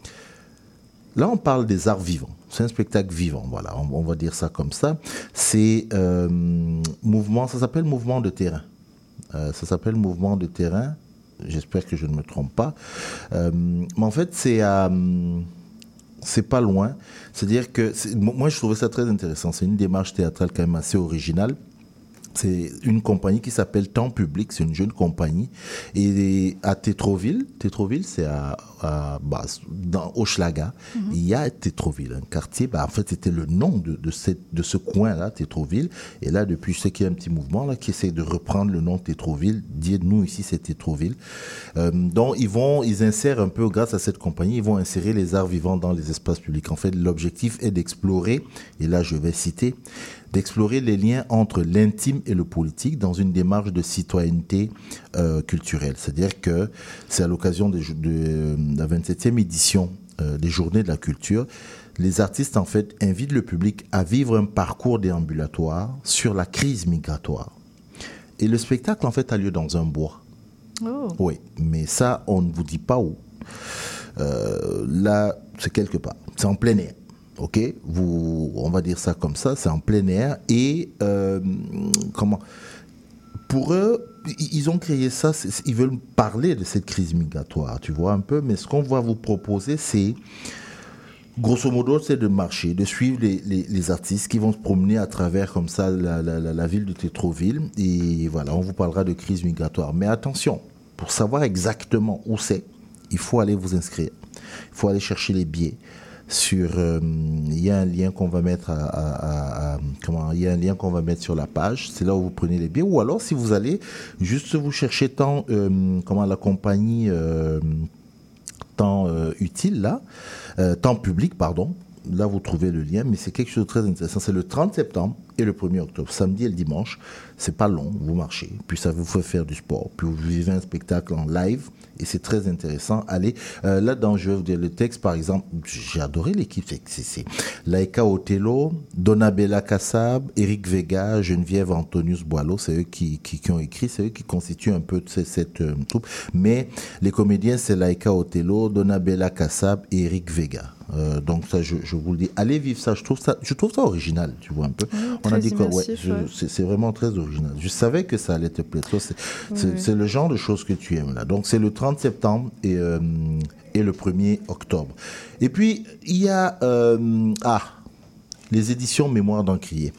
Là, on parle des arts vivants. C'est un spectacle vivant, voilà, on, on va dire ça comme ça. C'est euh, mouvement, ça s'appelle mouvement de terrain. Euh, ça s'appelle mouvement de terrain. J'espère que je ne me trompe pas. Euh, mais en fait, c'est à, c'est pas loin. C'est-à-dire que c'est, moi, je trouvais ça très intéressant. C'est une démarche théâtrale quand même assez originale. C'est une compagnie qui s'appelle Temps Public, c'est une jeune compagnie. Et à Tétroville, Tétroville c'est à, à bah, dans Hochelaga, mm-hmm. il y a Tétroville, un quartier, bah, en fait c'était le nom de, de, cette, de ce coin-là, Tétroville. Et là, depuis, je sais qu'il y a un petit mouvement là, qui essaie de reprendre le nom Tétroville, dire nous ici c'est Tétroville. Euh, donc ils vont, ils insèrent un peu, grâce à cette compagnie, ils vont insérer les arts vivants dans les espaces publics. En fait, l'objectif est d'explorer, et là je vais citer, d'explorer les liens entre l'intime et le politique dans une démarche de citoyenneté euh, culturelle. C'est-à-dire que c'est à l'occasion de, de, de la vingt-septième édition euh, des Journées de la Culture. Les artistes, en fait, invitent le public à vivre un parcours déambulatoire sur la crise migratoire. Et le spectacle, en fait, a lieu dans un bois. Oh. Oui, mais ça, on ne vous dit pas où. Euh, là, c'est quelque part. C'est en plein air. Ok, vous, on va dire ça comme ça, c'est en plein air et euh, comment pour eux, ils ont créé ça, ils veulent parler de cette crise migratoire, tu vois un peu, mais ce qu'on va vous proposer, c'est grosso modo, c'est de marcher, de suivre les, les, les artistes qui vont se promener à travers comme ça la, la, la, la ville de Tétroville et voilà, on vous parlera de crise migratoire. Mais attention, pour savoir exactement où c'est, il faut aller vous inscrire, il faut aller chercher les billets. Sur, il euh, y a un lien qu'on va mettre à, à, à, à comment, il y a un lien qu'on va mettre sur la page. C'est là où vous prenez les billets. Ou alors, si vous allez juste vous chercher tant, euh, comment la compagnie euh, temps euh, utile là, euh, temps public pardon. Là, vous trouvez le lien, mais c'est quelque chose de très intéressant. C'est le trente septembre et le premier octobre, samedi et le dimanche. C'est pas long, vous marchez, puis ça vous fait faire du sport, puis vous vivez un spectacle en live, et c'est très intéressant. Allez, euh, là-dedans, je vais vous dire le texte, par exemple, j'ai adoré l'équipe, c'est, c'est, c'est Laïka Otelo, Donabella Kassab, Eric Vega, Geneviève Antonius Boileau, c'est eux qui, qui, qui ont écrit, c'est eux qui constituent un peu cette, cette euh, troupe, mais les comédiens, c'est Laïka Otelo, Donabella Kassab et Eric Vega. Euh, donc ça, je, je vous le dis, allez vivre ça. Je trouve ça, je trouve ça original, tu vois un peu. Oui, on a dit quoi, ouais, je, ouais. c'est, c'est vraiment très original. Je savais que ça allait te plaire. Toi, c'est, oui. c'est, c'est le genre de choses que tu aimes là. Donc c'est le trente septembre et euh, et le premier octobre. Et puis il y a euh, ah les éditions Mémoire d'Encrier.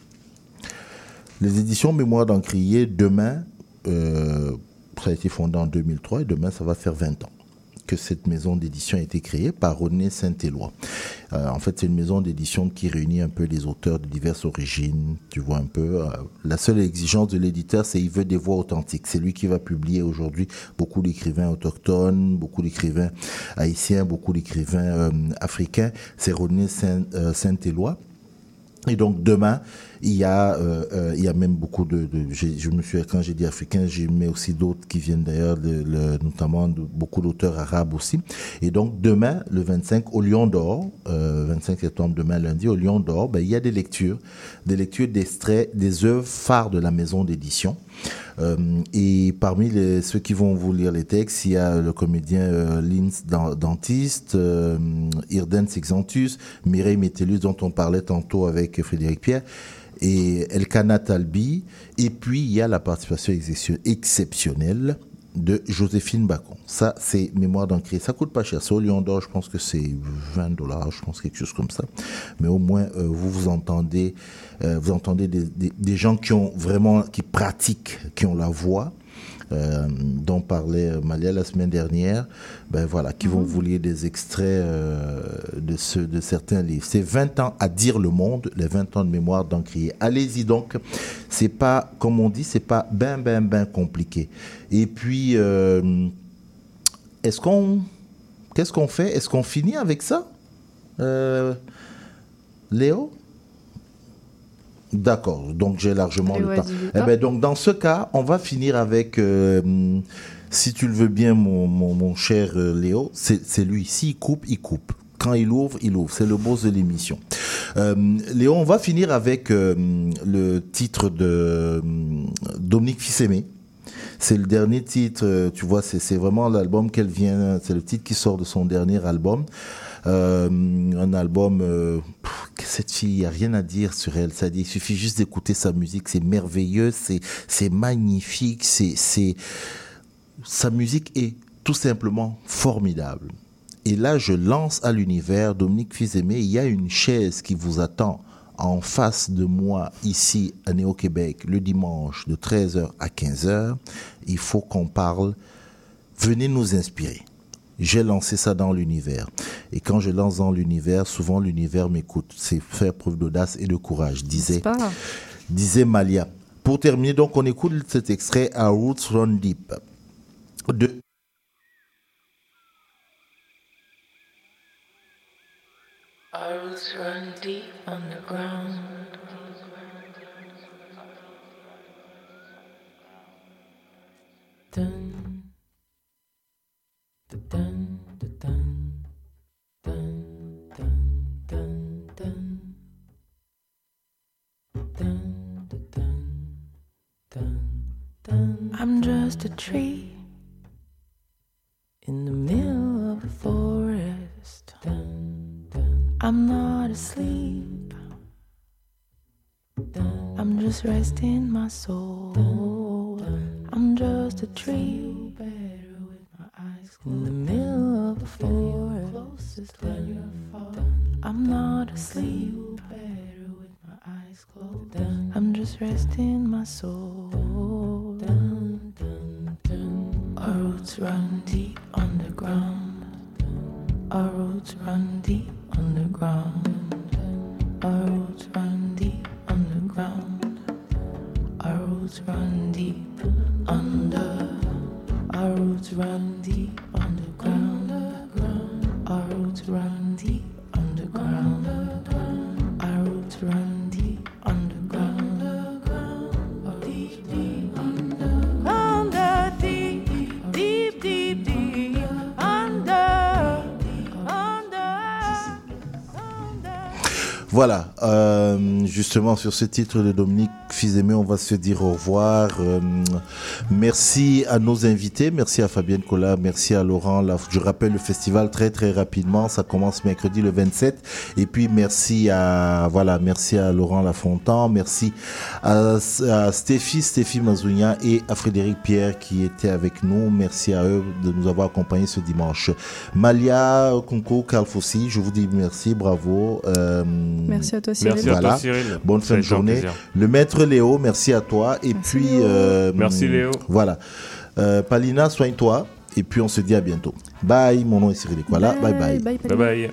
Les éditions Mémoire d'Encrier demain, euh, ça a été fondé en deux mille trois et demain ça va faire vingt ans que cette maison d'édition a été créée par René Saint-Éloi. Euh, en fait, c'est une maison d'édition qui réunit un peu les auteurs de diverses origines, tu vois un peu. Euh, la seule exigence de l'éditeur, c'est qu'il veut des voix authentiques. C'est lui qui va publier aujourd'hui beaucoup d'écrivains autochtones, beaucoup d'écrivains haïtiens, beaucoup d'écrivains euh, africains. C'est René Saint, euh, Saint-Éloi. Et donc demain, il y a, euh, euh, il y a même beaucoup de, de je me suis, quand j'ai dit africain, j'ai mis aussi d'autres qui viennent d'ailleurs, de, le, notamment de, beaucoup d'auteurs arabes aussi. Et donc demain, le vingt-cinq, au Lion d'Or, euh, vingt-cinq septembre, demain lundi, au Lion d'Or, ben, il y a des lectures, des lectures d'extraits des œuvres phares de la maison d'édition. Euh, et parmi les, ceux qui vont vous lire les textes, il y a le comédien euh, Linz Dentiste, euh, Irden Sexantus, Mireille Métellus, dont on parlait tantôt avec Frédéric Pierre, et Elkana Talbi. Et puis, il y a la participation exceptionnelle de Joséphine Bacon. Ça, c'est Mémoire d'Encrier. Ça coûte pas cher. C'est au Lion d'Or, je pense que c'est vingt dollars, je pense quelque chose comme ça. Mais au moins, euh, vous vous entendez, euh, vous entendez des, des, des gens qui ont vraiment, qui pratiquent, qui ont la voix. Euh, dont parlait Malia la semaine dernière, ben voilà, qui vont vous lire des extraits euh, de, ce, de certains livres. C'est vingt ans à dire le monde, les vingt ans de Mémoire d'Encrier. Allez-y donc, c'est pas, comme on dit, c'est pas ben, ben, ben compliqué. Et puis, euh, est-ce qu'on, qu'est-ce qu'on fait? Est-ce qu'on finit avec ça? Euh, Léo? D'accord, donc j'ai largement Léo le temps. Eh ben, donc dans ce cas, on va finir avec, euh, si tu le veux bien, mon, mon, mon cher euh, Léo, c'est, c'est lui. S'il coupe, il coupe. Quand il ouvre, il ouvre. C'est le boss de l'émission. Euh, Léo, on va finir avec euh, le titre de euh, Dominique Fils-Aimé. C'est le dernier titre, tu vois, c'est, c'est vraiment l'album qu'elle vient, c'est le titre qui sort de son dernier album. Euh, un album, euh, pff, cette fille, il n'y a rien à dire sur elle. Ça dit, il suffit juste d'écouter sa musique, c'est merveilleux, c'est, c'est magnifique, c'est, c'est, sa musique est tout simplement formidable. Et là, je lance à l'univers, Dominique Fils-Aimé, il y a une chaise qui vous attend en face de moi, ici à Néo-Québec, le dimanche de treize heures à quinze heures. Il faut qu'on parle. Venez nous inspirer. J'ai lancé ça dans l'univers. Et quand je lance dans l'univers, souvent l'univers m'écoute. C'est faire preuve d'audace et de courage, disait, disait Malia. Pour terminer, donc, on écoute cet extrait à Roots Run Deep. De Our roots run deep underground. Dun, dun, dun, dun, dun, dun, dun, dun, dun, dun, dun. I'm just a tree in the middle of the forest. Dun, dun. I'm not asleep. Dun, I'm just resting my soul. Dun, dun. I'm just a tree better with my eyes closed. In the middle of the forest. Dun, I'm not asleep. Better with my eyes closed. Dun, I'm just resting my soul. Dun, dun, dun. Our roots run deep underground. Our roots run deep underground. Our roots run deep underground. Our roots run deep under. Our roots run deep underground. Our roots run deep underground. Our roots run deep underground. Deep, deep under. Under, deep, deep, deep, deep under. Voilà, euh, justement sur ce titre de Dominique Fils-Aimé, on va se dire au revoir. Euh, merci à nos invités, merci à Fabienne Collat, merci à Laurent. Là, je rappelle le festival très très rapidement, ça commence mercredi le vingt-sept. Et puis merci à voilà, merci à Laurent Lafontaine, merci à, à Stéphie, Stéphie Mazounia et à Frédéric Pierre qui étaient avec nous. Merci à eux de nous avoir accompagnés ce dimanche. Malia, Kunko, Carl Fossi, je vous dis merci, bravo. Euh, Merci à toi, Cyril. Merci voilà. à toi, Cyril. Bonne fin de journée. Le maître Léo, merci à toi. Et merci puis, Léo. Euh, merci Léo. Voilà. Euh, Palina, soigne-toi. Et puis, on se dit à bientôt. Bye. Mon nom est Cyril Ekwala. Bye bye. Bye bye. bye.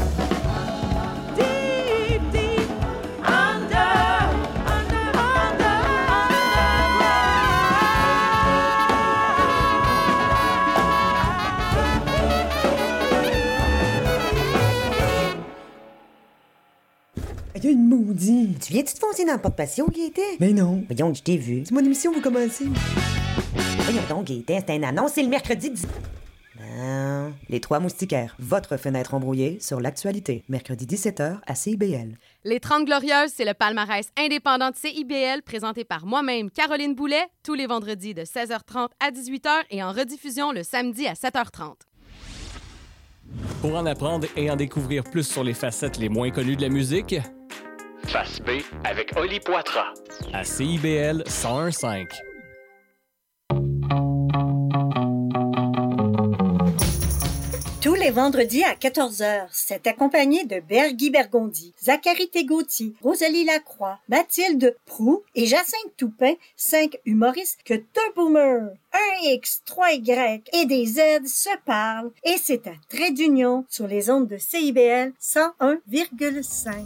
Deep, deep under, under, under. Tu viens-tu te foncer dans le porte-patio, Gaëtan? Mais non. Voyons, je t'ai vu. C'est mon émission, vous commencez. Voyons donc, Gaëtan, c'est une annonce, c'est le mercredi dix... Ben, les Trois Moustiquaires, votre fenêtre embrouillée sur l'actualité. Mercredi dix-sept heures à C I B L. Les trente Glorieuses, c'est le palmarès indépendant de C I B L présenté par moi-même, Caroline Boulet, tous les vendredis de seize heures trente à dix-huit heures et en rediffusion le samedi à sept heures trente. Pour en apprendre et en découvrir plus sur les facettes les moins connues de la musique, Face B avec Oli Poitras à C I B L cent un virgule cinq. Tous les vendredis à quatorze heures, c'est accompagné de Bergui Bergondi, Zachary Tégauti, Rosalie Lacroix, Mathilde Proux et Jacinthe Toupin, cinq humoristes que deux boomers, un X, trois Y et des Z se parlent et c'est à Trait d'Union sur les ondes de C I B L cent un virgule cinq.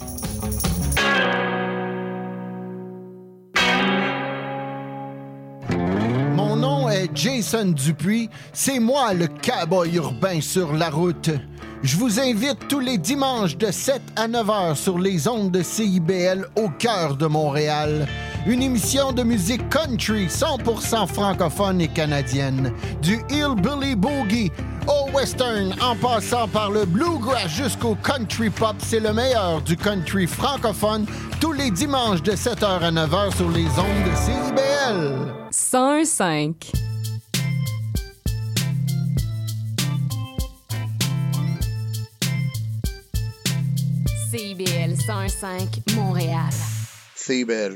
Mon nom est Jason Dupuis, c'est moi le cowboy urbain sur la route. Je vous invite tous les dimanches de sept à neuf heures sur les ondes de C I B L au cœur de Montréal. Une émission de musique country cent pour cent francophone et canadienne. Du hillbilly boogie au western en passant par le bluegrass jusqu'au country pop, c'est le meilleur du country francophone tous les dimanches de sept heures à neuf heures sur les ondes de C I B L. cent un virgule cinq. C I B L cent un virgule cinq Montréal. C I B L